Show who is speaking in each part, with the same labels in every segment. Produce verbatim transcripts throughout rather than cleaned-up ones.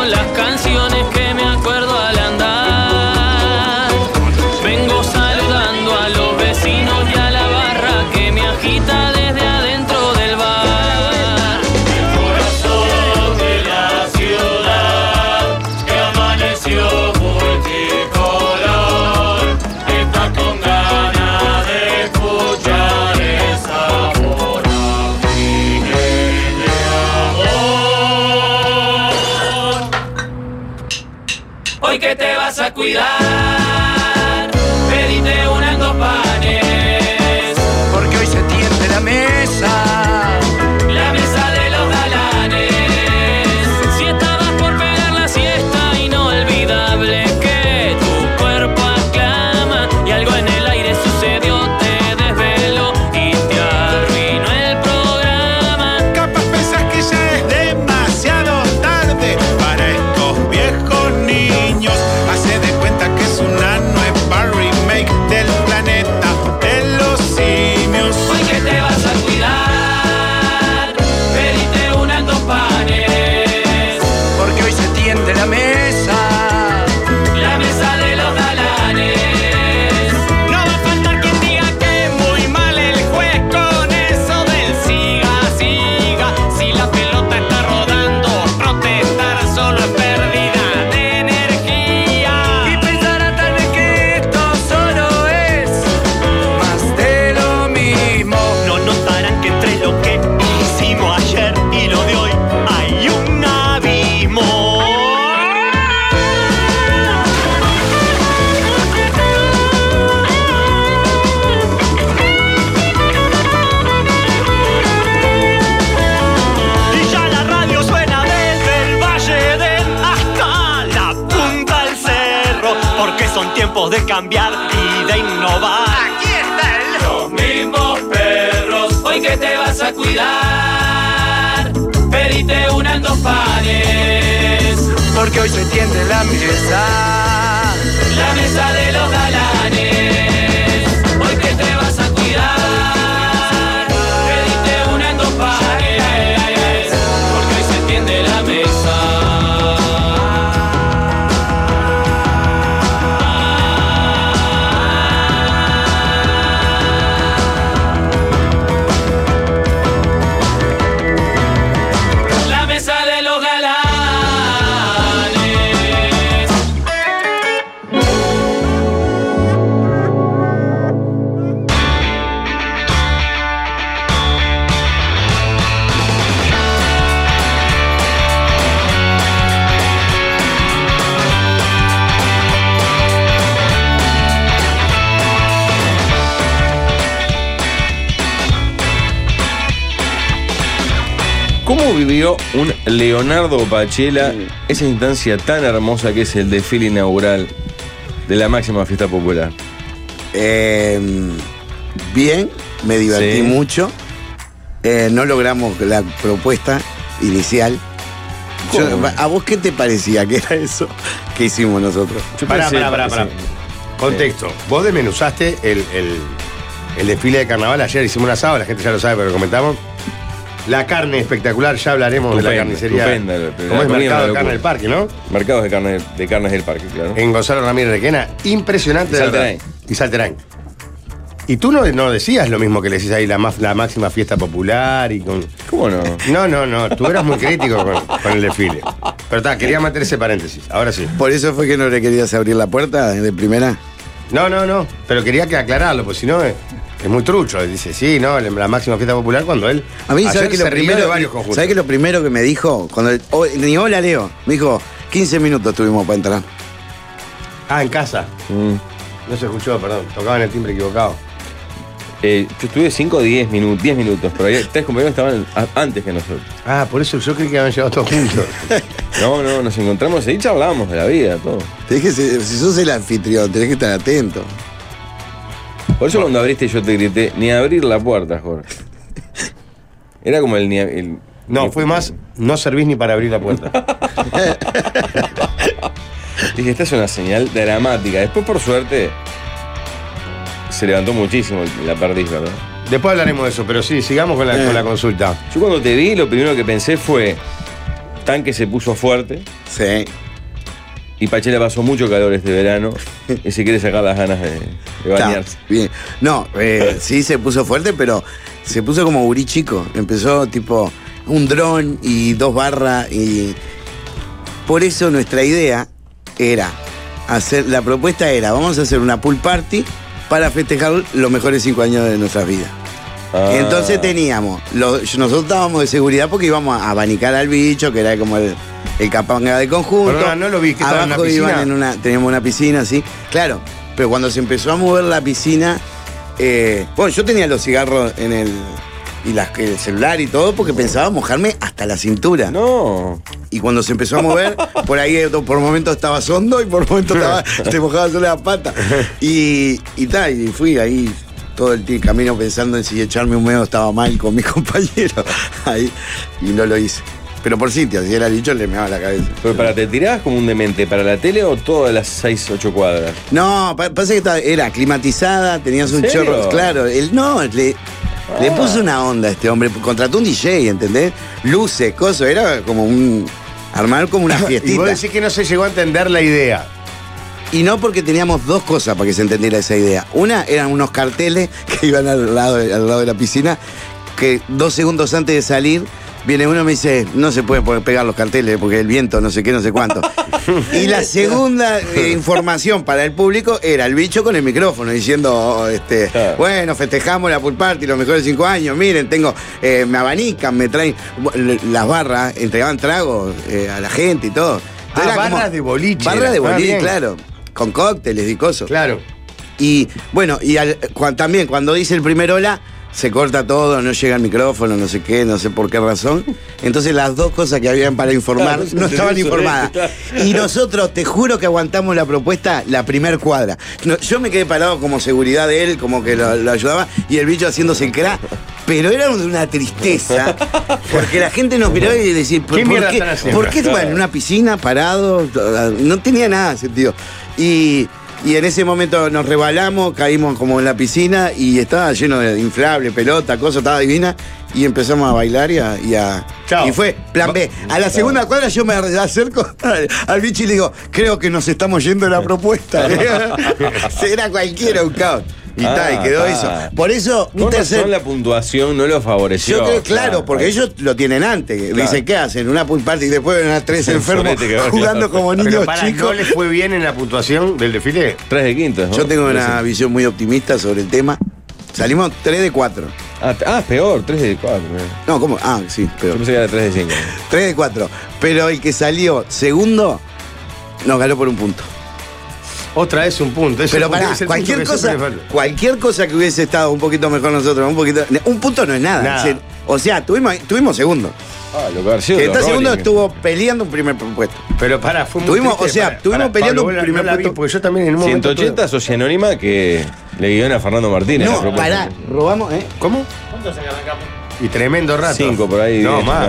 Speaker 1: son las canciones que me acuerdo al andar. Vengo saludando a los vecinos y a la barra que me agita desde adentro del bar.
Speaker 2: El corazón de la ciudad que amaneció multicolor está con ganas de escuchar esa voz de amor.
Speaker 1: Hoy que te vas a cuidar, pedite una en dos panes,
Speaker 3: Porque hoy se tiende la mesa.
Speaker 1: la mesa de los galanes. Si estabas por pegar la siesta, inolvidable que tu cuerpo aclama y algo en el aire sucedió, te desveló y te arruinó el programa.
Speaker 4: Capaz pensás que ya es demasiado tarde para estos viejos niños. Hace de cuenta que es una nueva remake del planeta de los simios.
Speaker 1: Hoy que te vas a cuidar, pedite una en dos panes,
Speaker 3: Porque hoy se tiende la mesa.
Speaker 1: la mesa de los galanes.
Speaker 2: No va a faltar quien diga que muy mal el juez con eso del siga, siga. Si la pelota está rodando, protestar solo es pérdida de energía.
Speaker 3: Y pensará tal vez que esto solo es más de lo mismo.
Speaker 2: No notarán que entre lo que hicimos ayer y lo de hoy hay un abismo. Y ya la radio suena desde el Valle del hasta la punta del cerro, porque son tiempos de cambiar y de innovar.
Speaker 3: Aquí está el...
Speaker 1: Los mismos perros, hoy que te vas a cuidar, pedite una en dos panes,
Speaker 3: Porque hoy se tiende la mesa.
Speaker 1: la mesa de los galanes. Hoy que te vas a cuidar, pedite una en dos panes, porque hoy se tiende la mesa. La mesa de los galanes.
Speaker 5: ¿Cómo vivió un Leonardo Pachela esa instancia tan hermosa que es el desfile inaugural de la máxima fiesta popular?
Speaker 6: Eh, bien, me divertí
Speaker 5: Sí.
Speaker 6: mucho. Eh, no logramos la propuesta inicial. Yo-
Speaker 5: ¿Cómo?
Speaker 6: ¿A vos qué te parecía que era eso que hicimos nosotros?
Speaker 5: Yo
Speaker 7: Pará,
Speaker 5: pensé-
Speaker 7: pará, pará, pará.
Speaker 5: sí.
Speaker 7: Contexto. Vos desmenuzaste el, el, el desfile de carnaval. Ayer hicimos un asado, la gente ya lo sabe, pero lo comentamos. La carne espectacular, ya hablaremos de la
Speaker 5: Estupenda,
Speaker 7: carnicería.
Speaker 5: estupenda, la- la
Speaker 7: Como es
Speaker 5: comida
Speaker 7: mercado
Speaker 5: una
Speaker 7: de carne
Speaker 5: locura.
Speaker 7: del parque, ¿no?
Speaker 5: Mercados de, carne, de carnes del parque, claro.
Speaker 7: En Gonzalo Ramírez Requena. Impresionante.
Speaker 5: Y
Speaker 7: de verdad.
Speaker 5: Salterain.
Speaker 7: Y Salterain. Y tú no, no decías lo mismo que le decís ahí, la, más, la máxima fiesta popular y con...
Speaker 5: ¿Cómo no?
Speaker 7: No, no, no, tú eras muy crítico con, con el desfile. Pero está, quería meter ese paréntesis, ahora sí.
Speaker 6: ¿Por eso fue que no le querías abrir la puerta de primera?
Speaker 7: No, no, no, pero quería que aclararlo, porque si no es, es muy trucho. Dice, sí, no, la máxima fiesta popular cuando él
Speaker 6: A mí,
Speaker 7: ayer
Speaker 6: ¿sabes que
Speaker 7: se
Speaker 6: lo
Speaker 7: rió
Speaker 6: primero,
Speaker 7: de varios conjuntos.
Speaker 6: ¿sabés que lo primero que me dijo? Cuando oh, ni hola Leo, me dijo, quince minutos tuvimos para entrar.
Speaker 7: Ah, en casa.
Speaker 5: Mm.
Speaker 7: No se escuchó, perdón, tocaban el timbre equivocado.
Speaker 5: Eh, yo estuve cinco o diez minutos, diez minutos, pero hay tres compañeros estaban a- antes que nosotros.
Speaker 7: Ah, por eso yo creí que habían llegado todos juntos.
Speaker 5: No, no, nos encontramos ahí y charlábamos de la vida, todo.
Speaker 6: Tenés que ser- si sos el anfitrión, tenés que estar atento.
Speaker 5: Por eso cuando abriste yo te grité, ni abrir la puerta, Jorge. Era como el... Ni, el
Speaker 7: No, fue más, no servís ni para abrir la puerta.
Speaker 5: Dije, esta es una señal dramática. Después, por suerte, se levantó muchísimo la perdiz, ¿verdad?
Speaker 7: Después hablaremos de eso, pero sí, sigamos con la, con la consulta.
Speaker 5: Yo cuando te vi, lo primero que pensé fue, tanque se puso fuerte
Speaker 6: Sí.
Speaker 5: y Pachela pasó mucho calor este verano y se quiere sacar las ganas de, de
Speaker 6: Está
Speaker 5: bañarse.
Speaker 6: bien. No, eh, sí se puso fuerte, pero se puso como gurí chico. Empezó tipo un dron y dos barras y por eso nuestra idea era hacer, la propuesta era, vamos a hacer una pool party para festejar los mejores cinco años de nuestras vidas.
Speaker 5: Ah.
Speaker 6: Entonces teníamos, lo- nosotros estábamos de seguridad porque íbamos a abanicar al bicho, que era como el, el capanga de conjunto.
Speaker 7: Perdona, no lo vi, ¿que estaba en una
Speaker 6: Abajo iban
Speaker 7: piscina?
Speaker 6: en una, teníamos una piscina, sí. Claro, pero cuando se empezó a mover la piscina, eh, bueno, yo tenía los cigarros en el, y las, el celular y todo, porque pensaba mojarme hasta la cintura.
Speaker 5: No.
Speaker 6: Y cuando se empezó a mover, por ahí por momentos estaba hondo y por momentos estaba, te mojaba solo la pata. Y, y tal, y fui ahí todo el t- camino pensando en si echarme un medio estaba mal con mis compañeros. Ahí, y no lo hice. Pero por sitio, si era el bicho, le meaba la cabeza.
Speaker 5: Pero para, ¿te tirabas como un demente para la tele o todas las seis, ocho cuadras?
Speaker 6: No, pa- pasa que estaba- era climatizada, tenías un
Speaker 5: ¿En serio?
Speaker 6: chorro. Claro, él no, le, le puso una onda a este hombre. Contrató un D J, ¿entendés? Luces, cosas, era como un. Armar como una
Speaker 7: Y vos
Speaker 6: fiestita.
Speaker 7: decís que no se llegó a entender la idea.
Speaker 6: Y no porque teníamos dos cosas para que se entendiera esa idea. Una eran unos carteles que iban al lado, de- al lado de la piscina, que dos segundos antes de salir, viene uno y me dice, no se pueden poner- pegar los carteles porque el viento, no sé qué, no sé cuánto. Y la segunda eh, información para el público era el bicho con el micrófono diciendo, oh, este,
Speaker 5: Claro.
Speaker 6: bueno, festejamos la pool party, los mejores cinco años, miren, tengo, eh, me abanican, me traen le- las barras, entregaban tragos eh, a la gente y todo.
Speaker 7: Ah,
Speaker 6: Era como-
Speaker 7: barras de boliche
Speaker 6: Barras
Speaker 7: era.
Speaker 6: de
Speaker 7: Ah,
Speaker 6: boliche,
Speaker 7: bien.
Speaker 6: claro. Con cócteles y cosas.
Speaker 7: Claro.
Speaker 6: Y bueno, y al- cuan- también cuando dice el primer hola, se corta todo, no llega el micrófono, no sé qué, no sé por qué razón. Entonces las dos cosas que habían para informar
Speaker 5: Claro,
Speaker 6: no estaban
Speaker 5: eso,
Speaker 6: informadas.
Speaker 5: claro.
Speaker 6: Y nosotros, te juro que aguantamos la propuesta la primer cuadra. No, yo me quedé parado como seguridad de él, como que lo, lo ayudaba, y el bicho haciéndose el crack. Pero era de una tristeza, porque la gente nos miraba y decía, ¿por,
Speaker 7: ¿Qué
Speaker 6: por
Speaker 7: mierda
Speaker 6: qué,
Speaker 7: están haciendo?
Speaker 6: ¿por qué estaban en una piscina parado? No tenía nada de sentido. Y, y en ese momento nos rebalamos, caímos como en la piscina y estaba lleno de inflable, pelota, cosas, estaba divina. Y empezamos a bailar y a. Y, a-
Speaker 7: Chao.
Speaker 6: y fue, plan B. A la segunda cuadra yo me acerco al, al bicho y le digo, creo que nos estamos yendo de la propuesta. Era cualquiera un caos. Y
Speaker 5: Ah,
Speaker 6: tal, y quedó
Speaker 5: ah.
Speaker 6: eso. Por eso, un
Speaker 5: Con
Speaker 6: tercer.
Speaker 5: razón la puntuación no lo favoreció.
Speaker 6: Yo creo, claro, porque ellos lo tienen antes.
Speaker 5: Claro.
Speaker 6: Dicen, ¿qué hacen? Una pool party y después ven a tres enfermos
Speaker 5: Solete que va,
Speaker 6: jugando
Speaker 5: claro.
Speaker 6: como
Speaker 7: Pero
Speaker 6: niños
Speaker 7: para,
Speaker 6: chicos.
Speaker 7: ¿no le fue bien en la puntuación del desfile?
Speaker 5: Tres de quinto, ¿no?
Speaker 6: Yo tengo
Speaker 5: Tres
Speaker 6: una
Speaker 5: de-
Speaker 6: visión muy optimista sobre el tema. Salimos tres de cuatro.
Speaker 5: Ah, t- ah, peor, tres de cuatro.
Speaker 6: No, ¿cómo? Ah, sí,
Speaker 5: Yo
Speaker 6: pero.
Speaker 5: pensé que era tres de cinco.
Speaker 6: tres de cuatro. Pero el que salió segundo nos ganó por un punto.
Speaker 7: Otra vez un punto. Ese
Speaker 6: Pero
Speaker 7: punto
Speaker 6: pará,
Speaker 7: es el
Speaker 6: cualquier
Speaker 7: punto que
Speaker 6: cosa,
Speaker 7: siempre le falta.
Speaker 6: cualquier cosa que hubiese estado un poquito mejor nosotros, un poquito. Un punto no es nada.
Speaker 7: Nada.
Speaker 6: O sea, O sea, tuvimos, tuvimos segundo.
Speaker 5: Ah, lo que haber sido
Speaker 6: Que
Speaker 5: los
Speaker 6: esta segundo
Speaker 5: Rolling.
Speaker 6: estuvo peleando un primer puesto.
Speaker 7: Pero para, fue muy
Speaker 6: Tuvimos,
Speaker 7: triste,
Speaker 6: o sea,
Speaker 7: pará,
Speaker 6: estuvimos
Speaker 7: pará,
Speaker 6: peleando
Speaker 7: Pablo,
Speaker 6: un
Speaker 7: vos la-
Speaker 6: primer
Speaker 7: no la vi,
Speaker 6: puesto.
Speaker 7: porque yo también en un momento.
Speaker 5: ciento ochenta
Speaker 7: tuve-
Speaker 5: Socia Anónima que le guió a Fernando Martínez. la
Speaker 6: No,
Speaker 5: propuesta.
Speaker 6: pará, robamos, ¿eh?
Speaker 7: ¿Cómo?
Speaker 2: ¿Cuántos acá arrancamos?
Speaker 7: Y tremendo rato.
Speaker 5: Cinco por ahí.
Speaker 7: No,
Speaker 5: diez,
Speaker 7: más.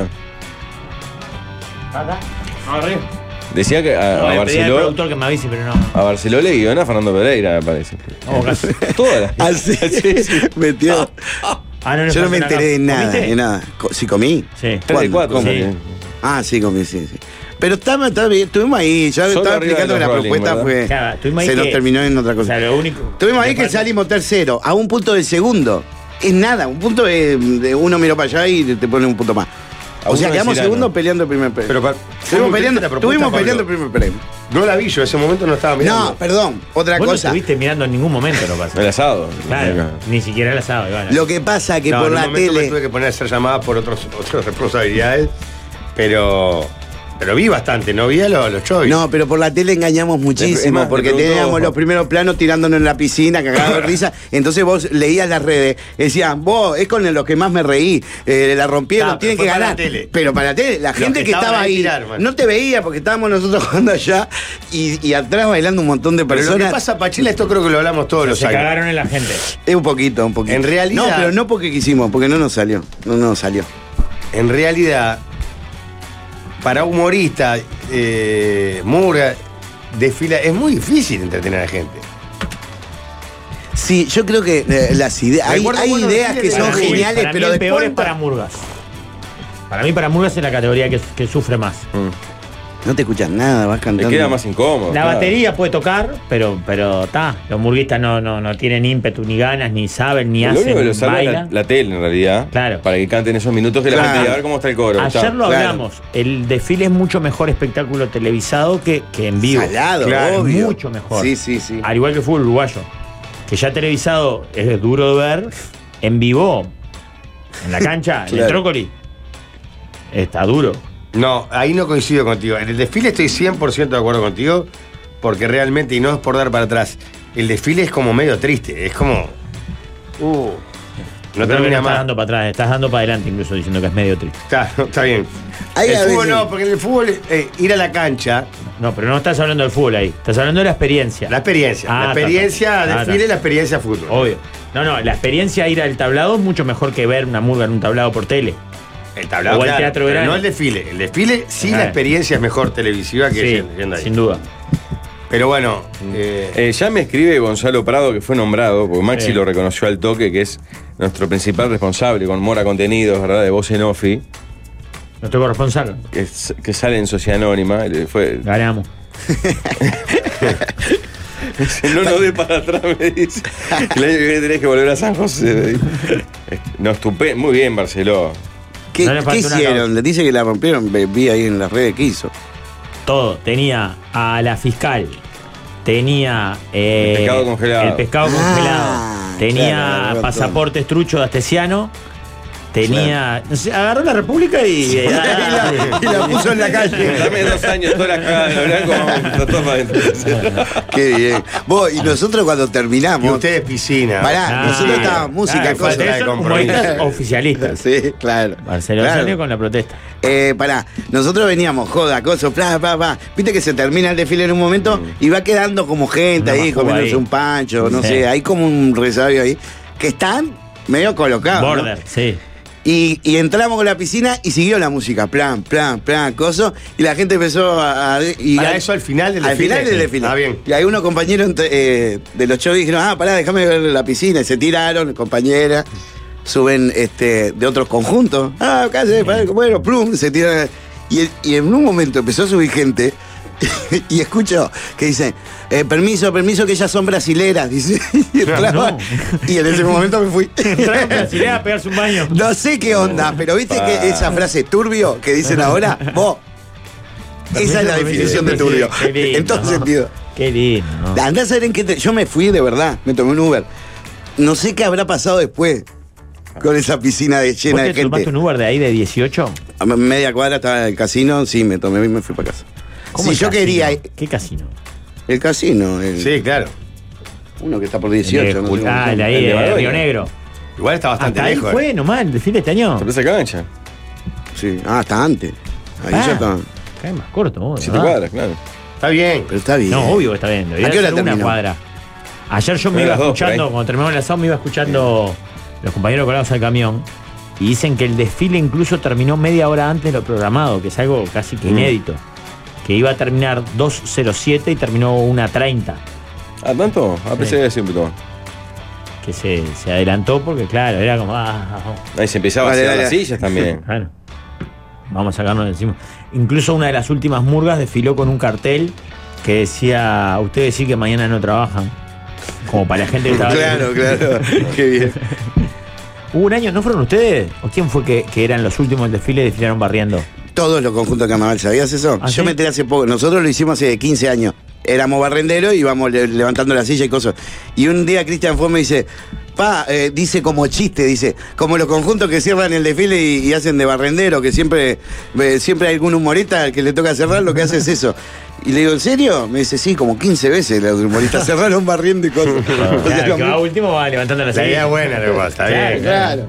Speaker 2: ¿Acá? No, arriba.
Speaker 5: Decía que a,
Speaker 2: No,
Speaker 5: a
Speaker 2: le pedí al
Speaker 5: Barceló,
Speaker 2: productor que me avise, pero no.
Speaker 5: a Barceló le guió a Fernando Pereira, me parece.
Speaker 2: No, casi.
Speaker 5: Todas las.
Speaker 6: Así,
Speaker 5: Sí, sí.
Speaker 6: metió.
Speaker 2: Ah, no, no,
Speaker 6: Yo no me
Speaker 2: faltan
Speaker 6: enteré de
Speaker 2: acá.
Speaker 6: nada,
Speaker 2: ¿Comiste?
Speaker 6: de nada. Co- ¿Sí comí?
Speaker 2: Sí.
Speaker 5: Tres de cuatro.
Speaker 6: ¿Cómo?
Speaker 2: Sí.
Speaker 6: Ah, sí comí, sí, sí. Pero estaba, estaba bien, estuvimos ahí. Ya
Speaker 5: Solo
Speaker 6: estaba
Speaker 5: arriba
Speaker 6: explicando
Speaker 5: de
Speaker 6: que la
Speaker 5: los Rolling,
Speaker 6: propuesta
Speaker 5: ¿verdad?
Speaker 6: fue.
Speaker 2: Claro, estuvimos ahí
Speaker 6: se nos
Speaker 2: que-
Speaker 6: terminó en otra
Speaker 2: O
Speaker 6: cosa.
Speaker 2: sea, lo único.
Speaker 6: Estuvimos ahí
Speaker 2: me
Speaker 6: que
Speaker 2: falta-
Speaker 6: salimos tercero, a un punto del segundo. Es nada, un punto de, de uno miró para allá y te pone un punto más.
Speaker 5: A
Speaker 6: O sea,
Speaker 5: uno
Speaker 6: quedamos
Speaker 5: de Cirano.
Speaker 6: segundos peleando el primer premio.
Speaker 7: Pero pa- fue
Speaker 6: Estuvimos
Speaker 7: muy
Speaker 6: peleando,
Speaker 7: triste la propuesta,
Speaker 6: estuvimos
Speaker 7: Pablo.
Speaker 6: peleando el primer premio.
Speaker 7: No la vi yo, ese momento no estaba mirando.
Speaker 6: No, perdón, otra
Speaker 2: Vos no
Speaker 6: cosa.
Speaker 2: estuviste mirando en ningún momento, lo pasa.
Speaker 5: El asado.
Speaker 2: Claro, ni siquiera el asado, Iván.
Speaker 6: Lo que pasa que
Speaker 7: No,
Speaker 6: por
Speaker 7: en un
Speaker 6: la
Speaker 7: momento me
Speaker 6: tele.
Speaker 7: tuve que poner a hacer llamadas por otros, otras responsabilidades, pero, pero vi bastante, no vi a los, los chovis.
Speaker 6: No, pero por la tele engañamos
Speaker 5: Es
Speaker 6: muchísimo,
Speaker 5: más,
Speaker 6: porque
Speaker 5: le pregunto-
Speaker 6: teníamos los primeros planos tirándonos en la piscina, cagados de risa. Entonces vos leías las redes, decían, vos, es con lo que más me reí, eh, la rompieron,
Speaker 7: Ah, pero
Speaker 6: tienen
Speaker 7: fue
Speaker 6: que
Speaker 7: para
Speaker 6: ganar.
Speaker 7: la tele.
Speaker 6: Pero para la tele, la
Speaker 7: Los
Speaker 6: gente
Speaker 7: que
Speaker 6: que,
Speaker 7: estaban
Speaker 6: estaba
Speaker 7: ahí
Speaker 6: ahí
Speaker 7: tirar, man.
Speaker 6: no te veía porque estábamos nosotros jugando allá y, y atrás bailando un montón de
Speaker 7: pero lo que
Speaker 6: personas.
Speaker 7: pasa, Pachela, esto creo que lo hablamos todos los
Speaker 2: Se
Speaker 7: años.
Speaker 2: cagaron en la gente.
Speaker 6: Es un poquito, un poquito.
Speaker 7: En realidad-
Speaker 6: No, pero no porque quisimos, porque no nos salió. No nos salió.
Speaker 7: En realidad, para humorista, eh, Mura, desfila, es muy difícil entretener a la gente.
Speaker 6: Sí, yo creo que eh, las ideas. Hay,
Speaker 7: Recuerdo
Speaker 6: hay
Speaker 7: buenos
Speaker 6: ideas que
Speaker 7: desfiles de
Speaker 6: son
Speaker 7: Para mí-
Speaker 6: geniales,
Speaker 2: para mí
Speaker 6: pero
Speaker 2: el
Speaker 6: después.
Speaker 2: peor es para Murgas.
Speaker 8: Para mí, para Murgas es la categoría que, que sufre más.
Speaker 5: Mm.
Speaker 6: No te escuchas nada, vas
Speaker 5: Le
Speaker 6: cantando.
Speaker 5: queda más incómodo.
Speaker 8: La
Speaker 5: claro.
Speaker 8: batería puede tocar, pero pero está. Los murguistas no, no, no tienen ímpetu, ni ganas, ni saben, ni
Speaker 5: Lo
Speaker 8: hacen,
Speaker 5: único que lo
Speaker 8: ni
Speaker 5: salva es la,
Speaker 8: bailan.
Speaker 5: la tele, en realidad.
Speaker 8: Claro.
Speaker 5: Para que canten esos minutos que la
Speaker 6: Claro.
Speaker 5: gente diga, a ver cómo está el coro.
Speaker 8: Ayer
Speaker 5: Chao.
Speaker 8: lo
Speaker 6: Claro.
Speaker 8: hablamos. El desfile es mucho mejor espectáculo televisado que, que en vivo.
Speaker 6: Salado,
Speaker 8: Claro,
Speaker 6: obvio.
Speaker 8: mucho mejor.
Speaker 6: Sí, sí, sí.
Speaker 8: Al igual que el fútbol uruguayo. Que ya televisado es duro de ver. En vivo, en la cancha, en el
Speaker 6: Claro.
Speaker 8: trócoli, está duro.
Speaker 7: No, ahí no coincido contigo. En el desfile estoy cien por ciento de acuerdo contigo, porque realmente, y no es por dar para atrás, el desfile es como medio triste. Es como. Uh, no
Speaker 8: Creo que
Speaker 7: termina
Speaker 8: estás
Speaker 7: más.
Speaker 8: dando para atrás, estás dando para adelante incluso diciendo que es medio triste.
Speaker 7: Está, está bien.
Speaker 6: Hay
Speaker 7: el
Speaker 6: a
Speaker 7: fútbol
Speaker 6: veces-
Speaker 7: no, porque en el fútbol, eh, ir a la cancha,
Speaker 8: No, pero no estás hablando del fútbol ahí, estás hablando de la experiencia.
Speaker 7: la experiencia.
Speaker 8: Ah,
Speaker 7: la
Speaker 8: está,
Speaker 7: experiencia
Speaker 8: está. Ah,
Speaker 7: desfile,
Speaker 8: está.
Speaker 7: la experiencia fútbol.
Speaker 8: Obvio. No, no, la experiencia de ir al tablado es mucho mejor que ver una murga en un tablado por tele.
Speaker 7: El tablado,
Speaker 8: O el
Speaker 7: claro,
Speaker 8: teatro
Speaker 7: pero
Speaker 8: verano.
Speaker 7: no el desfile. El desfile sí
Speaker 8: Ah.
Speaker 7: la experiencia es mejor televisiva que
Speaker 8: Sí,
Speaker 7: yendo- yendo ahí.
Speaker 8: sin duda.
Speaker 7: Pero bueno, eh,
Speaker 5: Eh, ya me escribe Gonzalo Prado, que fue nombrado, porque Maxi
Speaker 8: Sí.
Speaker 5: lo reconoció al toque, que es nuestro principal responsable con Mora Contenidos, ¿verdad? De Voz en Ofi,
Speaker 8: Nuestro corresponsal.
Speaker 5: que, es- que sale en Sociedad Anónima. le Fue,
Speaker 8: Ganamos.
Speaker 5: dice, no nos dé para atrás, me dice. El año que viene tenés que volver a San José. me dice. No, estupendo. Muy bien, Barceló.
Speaker 6: ¿Qué,
Speaker 8: No le
Speaker 6: qué
Speaker 8: falta una
Speaker 6: hicieron? Le dice que la rompieron, ve- vi ahí en las redes que hizo.
Speaker 8: Todo. Tenía a la fiscal. Tenía. eh,
Speaker 5: El pescado congelado.
Speaker 8: El pescado
Speaker 6: Ah,
Speaker 8: congelado. Tenía
Speaker 6: claro, agarró
Speaker 8: pasaporte estrucho de Astesiano. Tenía. No sé, agarró la República y.
Speaker 6: Y la, y la puso en la calle.
Speaker 5: Dame dos años, todas las cagadas de blanco, vamos a todo para adentro.
Speaker 6: Qué bien. Vos, y nosotros cuando
Speaker 7: y
Speaker 6: terminamos.
Speaker 7: ustedes piscina.
Speaker 6: Pará,
Speaker 8: Ah,
Speaker 6: nosotros
Speaker 8: sí.
Speaker 6: estábamos música,
Speaker 8: Claro,
Speaker 6: cosas.
Speaker 8: ustedes son humoristas oficialistas.
Speaker 6: Sí, claro.
Speaker 8: Barcelona
Speaker 6: Claro.
Speaker 8: salió con la protesta.
Speaker 6: Eh, pará, nosotros veníamos, joda, cosas, bla, bla, bla. Viste que se termina el desfile en un momento y va quedando como gente
Speaker 8: Una
Speaker 6: ahí,
Speaker 8: majuba
Speaker 6: comiéndose
Speaker 8: ahí.
Speaker 6: un pancho, no
Speaker 8: Sí.
Speaker 6: sé, hay como un resabio ahí, que están medio colocados. ¿no?
Speaker 8: Border, sí.
Speaker 6: Y, y entramos con la piscina y siguió la música, plan, plan, plan, coso, y la gente empezó a... a- y
Speaker 7: Para
Speaker 6: al-
Speaker 7: eso al final del
Speaker 6: al
Speaker 7: desfile.
Speaker 6: final del desfile.
Speaker 7: Ah, bien.
Speaker 6: Y algunos compañeros entre- eh, de los shows dijeron, ah, pará, déjame ver la piscina. Y se tiraron, compañeras, suben este, de otros conjuntos. Ah, acá se, pará, bueno, plum, se tiran. Y, y en un momento empezó a subir gente y escucho que dice, eh, permiso, permiso, que ellas son brasileras, dice. Y, entraban,
Speaker 8: No.
Speaker 6: y en ese momento me fui.
Speaker 8: Entraron brasileños a pegarse un baño.
Speaker 6: No sé qué onda, pero viste que esa frase turbio que dicen ahora, vos, esa es la definición de turbio.
Speaker 8: Qué lindo.
Speaker 6: En todo sentido.
Speaker 8: Qué lindo. ¿no?
Speaker 6: Andá a saber en qué te- yo me fui de verdad, me tomé un Uber. No sé qué habrá pasado después con esa piscina de,
Speaker 8: ¿Vos
Speaker 6: llena
Speaker 8: te
Speaker 6: de
Speaker 8: tomaste
Speaker 6: gente.
Speaker 8: un Uber de ahí de dieciocho?
Speaker 6: A media cuadra estaba el casino, sí, me tomé y me fui para casa. Si
Speaker 8: el
Speaker 6: yo
Speaker 8: casino?
Speaker 6: quería
Speaker 8: ¿Qué casino?
Speaker 6: el casino, el-
Speaker 7: Sí, claro.
Speaker 6: uno que está por
Speaker 8: El de
Speaker 6: dieciocho, no sé cómo
Speaker 8: ah,
Speaker 6: se
Speaker 8: el de
Speaker 6: llama.
Speaker 8: ahí
Speaker 5: El de
Speaker 8: de
Speaker 5: Badoya.
Speaker 8: Río Negro.
Speaker 7: Igual está bastante
Speaker 8: Hasta ahí
Speaker 7: lejos.
Speaker 8: fue
Speaker 7: eh.
Speaker 8: nomás el desfile este año.
Speaker 5: ¿Te esa cancha?
Speaker 6: Sí, ah, hasta antes. Ahí
Speaker 8: Ah.
Speaker 6: ya está.
Speaker 8: Cae más corto, vos,
Speaker 5: Siete
Speaker 8: ¿no?
Speaker 5: cuadras, claro.
Speaker 7: Está bien.
Speaker 6: Pero está bien.
Speaker 8: No, obvio que está bien. Debería
Speaker 6: ¿A qué hora
Speaker 8: ser una
Speaker 6: terminó?
Speaker 8: cuadra. Ayer yo me
Speaker 5: Fue a
Speaker 8: iba
Speaker 5: las dos,
Speaker 8: escuchando,
Speaker 5: por ahí.
Speaker 8: cuando terminamos el asado, me iba escuchando los compañeros colados al camión. Y dicen que el desfile incluso terminó media hora antes de lo programado, que es algo casi
Speaker 6: Mm.
Speaker 8: que inédito. Que iba a terminar dos cero siete y terminó una treinta.
Speaker 5: ¿Ah, tanto? Ah, pensé
Speaker 8: Sí.
Speaker 5: que siempre todo.
Speaker 8: Que se, se adelantó porque, claro, era como. Ah, ah,
Speaker 5: Ahí se empezaba
Speaker 6: Dale,
Speaker 5: a hacer
Speaker 6: dale.
Speaker 5: las sillas también.
Speaker 8: ah. Claro. Vamos a sacarnos de encima. Incluso una de las últimas murgas desfiló con un cartel que decía: ustedes sí que mañana no trabajan. Como para la gente que estaba.
Speaker 6: Claro, claro. Qué bien.
Speaker 8: ¿Hubo un año, no fueron ustedes? ¿O quién fue que, que eran los últimos del desfile y desfilaron barriendo?
Speaker 6: Todos los conjuntos de carnaval, ¿sabías eso?
Speaker 8: ¿Ah,
Speaker 6: Yo
Speaker 8: sí?
Speaker 6: me enteré hace poco. Nosotros lo hicimos hace quince años. Éramos barrenderos y íbamos le- levantando la silla y cosas. Y un día Cristian fue me dice, pa, eh, dice como chiste, dice, como los conjuntos que cierran el desfile y, y hacen de barrendero, que siempre, eh, siempre hay algún humorista al que le toca cerrar, lo que hace es eso. Y le digo, ¿en serio? Me dice, sí, como quince veces los humoristas cerraron barriendo y cosas. O sea,
Speaker 8: Claro,
Speaker 6: lo
Speaker 8: que va
Speaker 6: mismo.
Speaker 8: último va levantando la
Speaker 7: La idea
Speaker 8: silla.
Speaker 7: es buena, lo que pasa, está
Speaker 8: Claro,
Speaker 7: bien.
Speaker 6: Claro.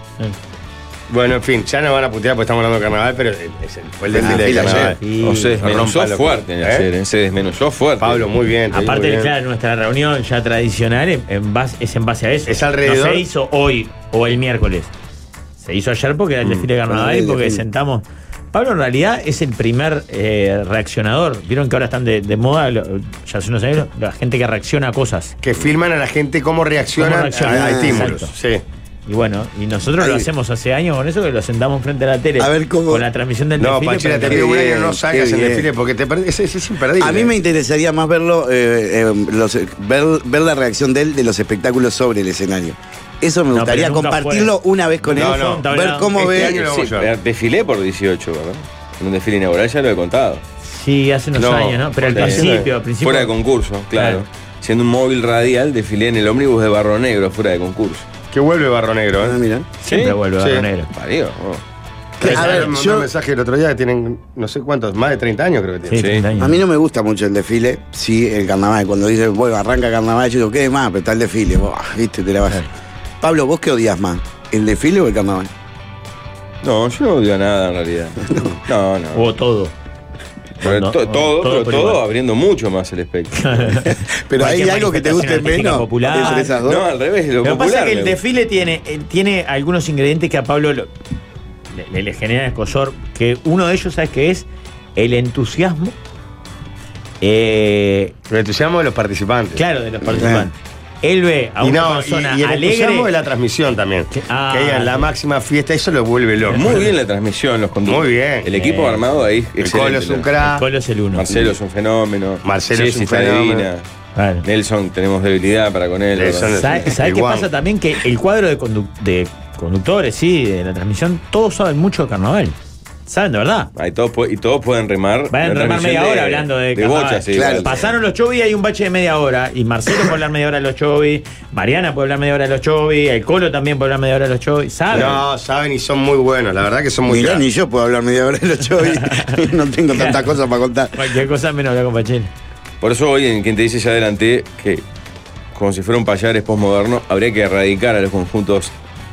Speaker 7: Bueno, en fin, ya nos van a putear porque estamos hablando de carnaval, pero es el- fue el desfile de
Speaker 6: desfile
Speaker 7: carnaval.
Speaker 6: ayer.
Speaker 8: Sí.
Speaker 5: O se desmenuzó
Speaker 7: rompa lo-
Speaker 5: fuerte en
Speaker 7: ¿Eh?
Speaker 5: ayer, ¿eh? Se desmenuzó fuerte.
Speaker 7: Pablo, muy bien. te digo,
Speaker 8: Aparte,
Speaker 7: muy bien.
Speaker 8: claro, nuestra reunión ya tradicional en- en base- es en base a eso.
Speaker 7: Es alrededor.
Speaker 8: No se hizo hoy o el miércoles. Se hizo ayer porque era el desfile de carnaval y
Speaker 6: el
Speaker 8: porque
Speaker 6: desfile.
Speaker 8: sentamos. Pablo en realidad es el primer eh, reaccionador. Vieron que ahora están de, de moda, lo- ya hace unos años, la gente que reacciona a cosas.
Speaker 7: Que filman a la gente cómo reacciona,
Speaker 8: Cómo reacciona.
Speaker 7: a, a
Speaker 6: Ah,
Speaker 7: estímulos.
Speaker 8: exacto.
Speaker 7: Sí.
Speaker 8: Y bueno, y nosotros lo
Speaker 6: Ahí.
Speaker 8: hacemos hace años con eso, que lo sentamos frente a la tele.
Speaker 6: A ver cómo-
Speaker 8: Con la transmisión del
Speaker 7: No,
Speaker 8: desfile.
Speaker 7: Pachela, te
Speaker 8: para-
Speaker 7: pido un
Speaker 6: Qué
Speaker 7: año
Speaker 6: bien,
Speaker 7: no salgas
Speaker 6: qué
Speaker 7: en
Speaker 6: bien.
Speaker 7: desfile porque te perdés, es, es imperdible.
Speaker 6: A mí me interesaría más verlo, eh, eh, los- ver, ver la reacción de él de los espectáculos sobre el escenario. Eso me
Speaker 8: No,
Speaker 6: gustaría
Speaker 8: pero nunca
Speaker 6: compartirlo
Speaker 8: fue.
Speaker 6: una vez con
Speaker 7: No,
Speaker 6: él.
Speaker 7: no,
Speaker 8: está
Speaker 6: ver
Speaker 8: hablando-
Speaker 6: cómo
Speaker 7: este
Speaker 6: ve.
Speaker 7: año lo
Speaker 5: Sí,
Speaker 7: vamos a ver.
Speaker 5: desfilé por dieciocho, ¿verdad? En un desfile inaugural ya lo he contado.
Speaker 8: Sí, hace unos
Speaker 7: No,
Speaker 8: años, ¿no? Pero al
Speaker 5: Sí.
Speaker 8: principio, al principio.
Speaker 5: Fuera de concurso, claro.
Speaker 8: Claro.
Speaker 5: Siendo un móvil radial, desfilé en el ómnibus de Barro Negro, fuera de concurso.
Speaker 7: Que vuelve Barro Negro,
Speaker 6: Ah,
Speaker 7: ¿eh?
Speaker 6: mira.
Speaker 8: Siempre
Speaker 5: Sí,
Speaker 8: vuelve
Speaker 7: sí.
Speaker 8: Barro Negro.
Speaker 5: Parió. oh.
Speaker 6: Que, a ver,
Speaker 7: me mandó
Speaker 6: yo-
Speaker 7: un mensaje el otro día que tienen no sé cuántos, más de treinta años creo que
Speaker 8: Sí,
Speaker 7: tienen.
Speaker 8: treinta años.
Speaker 6: A mí no me gusta mucho el desfile, sí, el carnaval. Cuando dice, bueno, arranca carnaval, yo digo, ¿qué más? Pero está el desfile, buah, viste, te la vas.
Speaker 8: Claro.
Speaker 6: Pablo, ¿vos qué odias más? ¿El desfile o el carnaval?
Speaker 5: No, yo no odio nada en realidad. No, no.
Speaker 8: O todo.
Speaker 5: Pero
Speaker 8: No,
Speaker 5: to-
Speaker 8: no,
Speaker 5: todo, pero
Speaker 8: por
Speaker 5: todo
Speaker 8: igual.
Speaker 5: abriendo mucho más el espectro.
Speaker 6: Pero hay
Speaker 8: Cualquier
Speaker 6: algo que te
Speaker 8: manifestación
Speaker 6: guste
Speaker 8: artística
Speaker 6: menos
Speaker 8: popular.
Speaker 6: entre esas dos.
Speaker 5: No, al revés, lo,
Speaker 8: Lo que
Speaker 5: popular.
Speaker 8: pasa es que el
Speaker 5: me
Speaker 8: desfile tiene, eh, tiene algunos ingredientes que a Pablo lo- le, le genera escozor, que uno de ellos, ¿sabes qué es? El entusiasmo, eh,
Speaker 7: El entusiasmo de los participantes.
Speaker 8: claro, de los participantes. Él ve a
Speaker 7: Y
Speaker 8: una
Speaker 7: no,
Speaker 8: persona
Speaker 7: y, y el
Speaker 8: alegre.
Speaker 7: entusiasmo de la transmisión también.
Speaker 8: Que- ah,
Speaker 7: que digan la
Speaker 8: sí.
Speaker 7: máxima fiesta, eso lo vuelve loco.
Speaker 5: gusta. Muy bien la transmisión, los conductores.
Speaker 7: Muy bien.
Speaker 5: El equipo
Speaker 8: Eh,
Speaker 5: armado ahí,
Speaker 7: El
Speaker 5: excelente.
Speaker 7: Colo es un
Speaker 5: La-
Speaker 7: crack.
Speaker 8: Colo es el uno.
Speaker 5: Marcelo es un fenómeno.
Speaker 7: Marcelo es un
Speaker 5: Jessy está
Speaker 7: fenómeno.
Speaker 5: divina.
Speaker 8: Claro.
Speaker 5: Nelson, tenemos debilidad para con él.
Speaker 7: Nelson
Speaker 5: ¿verdad?
Speaker 7: es-
Speaker 8: ¿Sabes
Speaker 7: el
Speaker 8: qué
Speaker 7: guam.
Speaker 8: pasa también? Que el cuadro de, condu- de conductores, sí, de la transmisión, todos saben mucho de carnaval. Saben de verdad.
Speaker 5: Ahí todos pu- y todos pueden remar.
Speaker 8: Vayan a
Speaker 5: la
Speaker 8: remar
Speaker 5: transmisión
Speaker 8: media
Speaker 5: de-
Speaker 8: hora hablando de,
Speaker 5: de
Speaker 8: carnaval.
Speaker 5: bocha, sí.
Speaker 6: Claro.
Speaker 5: igual.
Speaker 8: Pasaron los chovis y hay un bache de media hora. Y Marcelo puede hablar media hora de los chovis. Mariana puede hablar media hora de los chovis. El Colo también puede hablar media hora de los chovis. ¿Saben?
Speaker 7: No, saben y son muy buenos, la verdad que son muy
Speaker 6: Mirá,
Speaker 7: cracks.
Speaker 6: ni yo puedo hablar media hora de los chovis. No tengo tantas cosas para contar.
Speaker 8: Cualquier cosa menos hablar con Pachel.
Speaker 5: Por eso hoy en quien te dice ya adelanté que, como si fuera un payares postmoderno, habría que erradicar a los conjuntos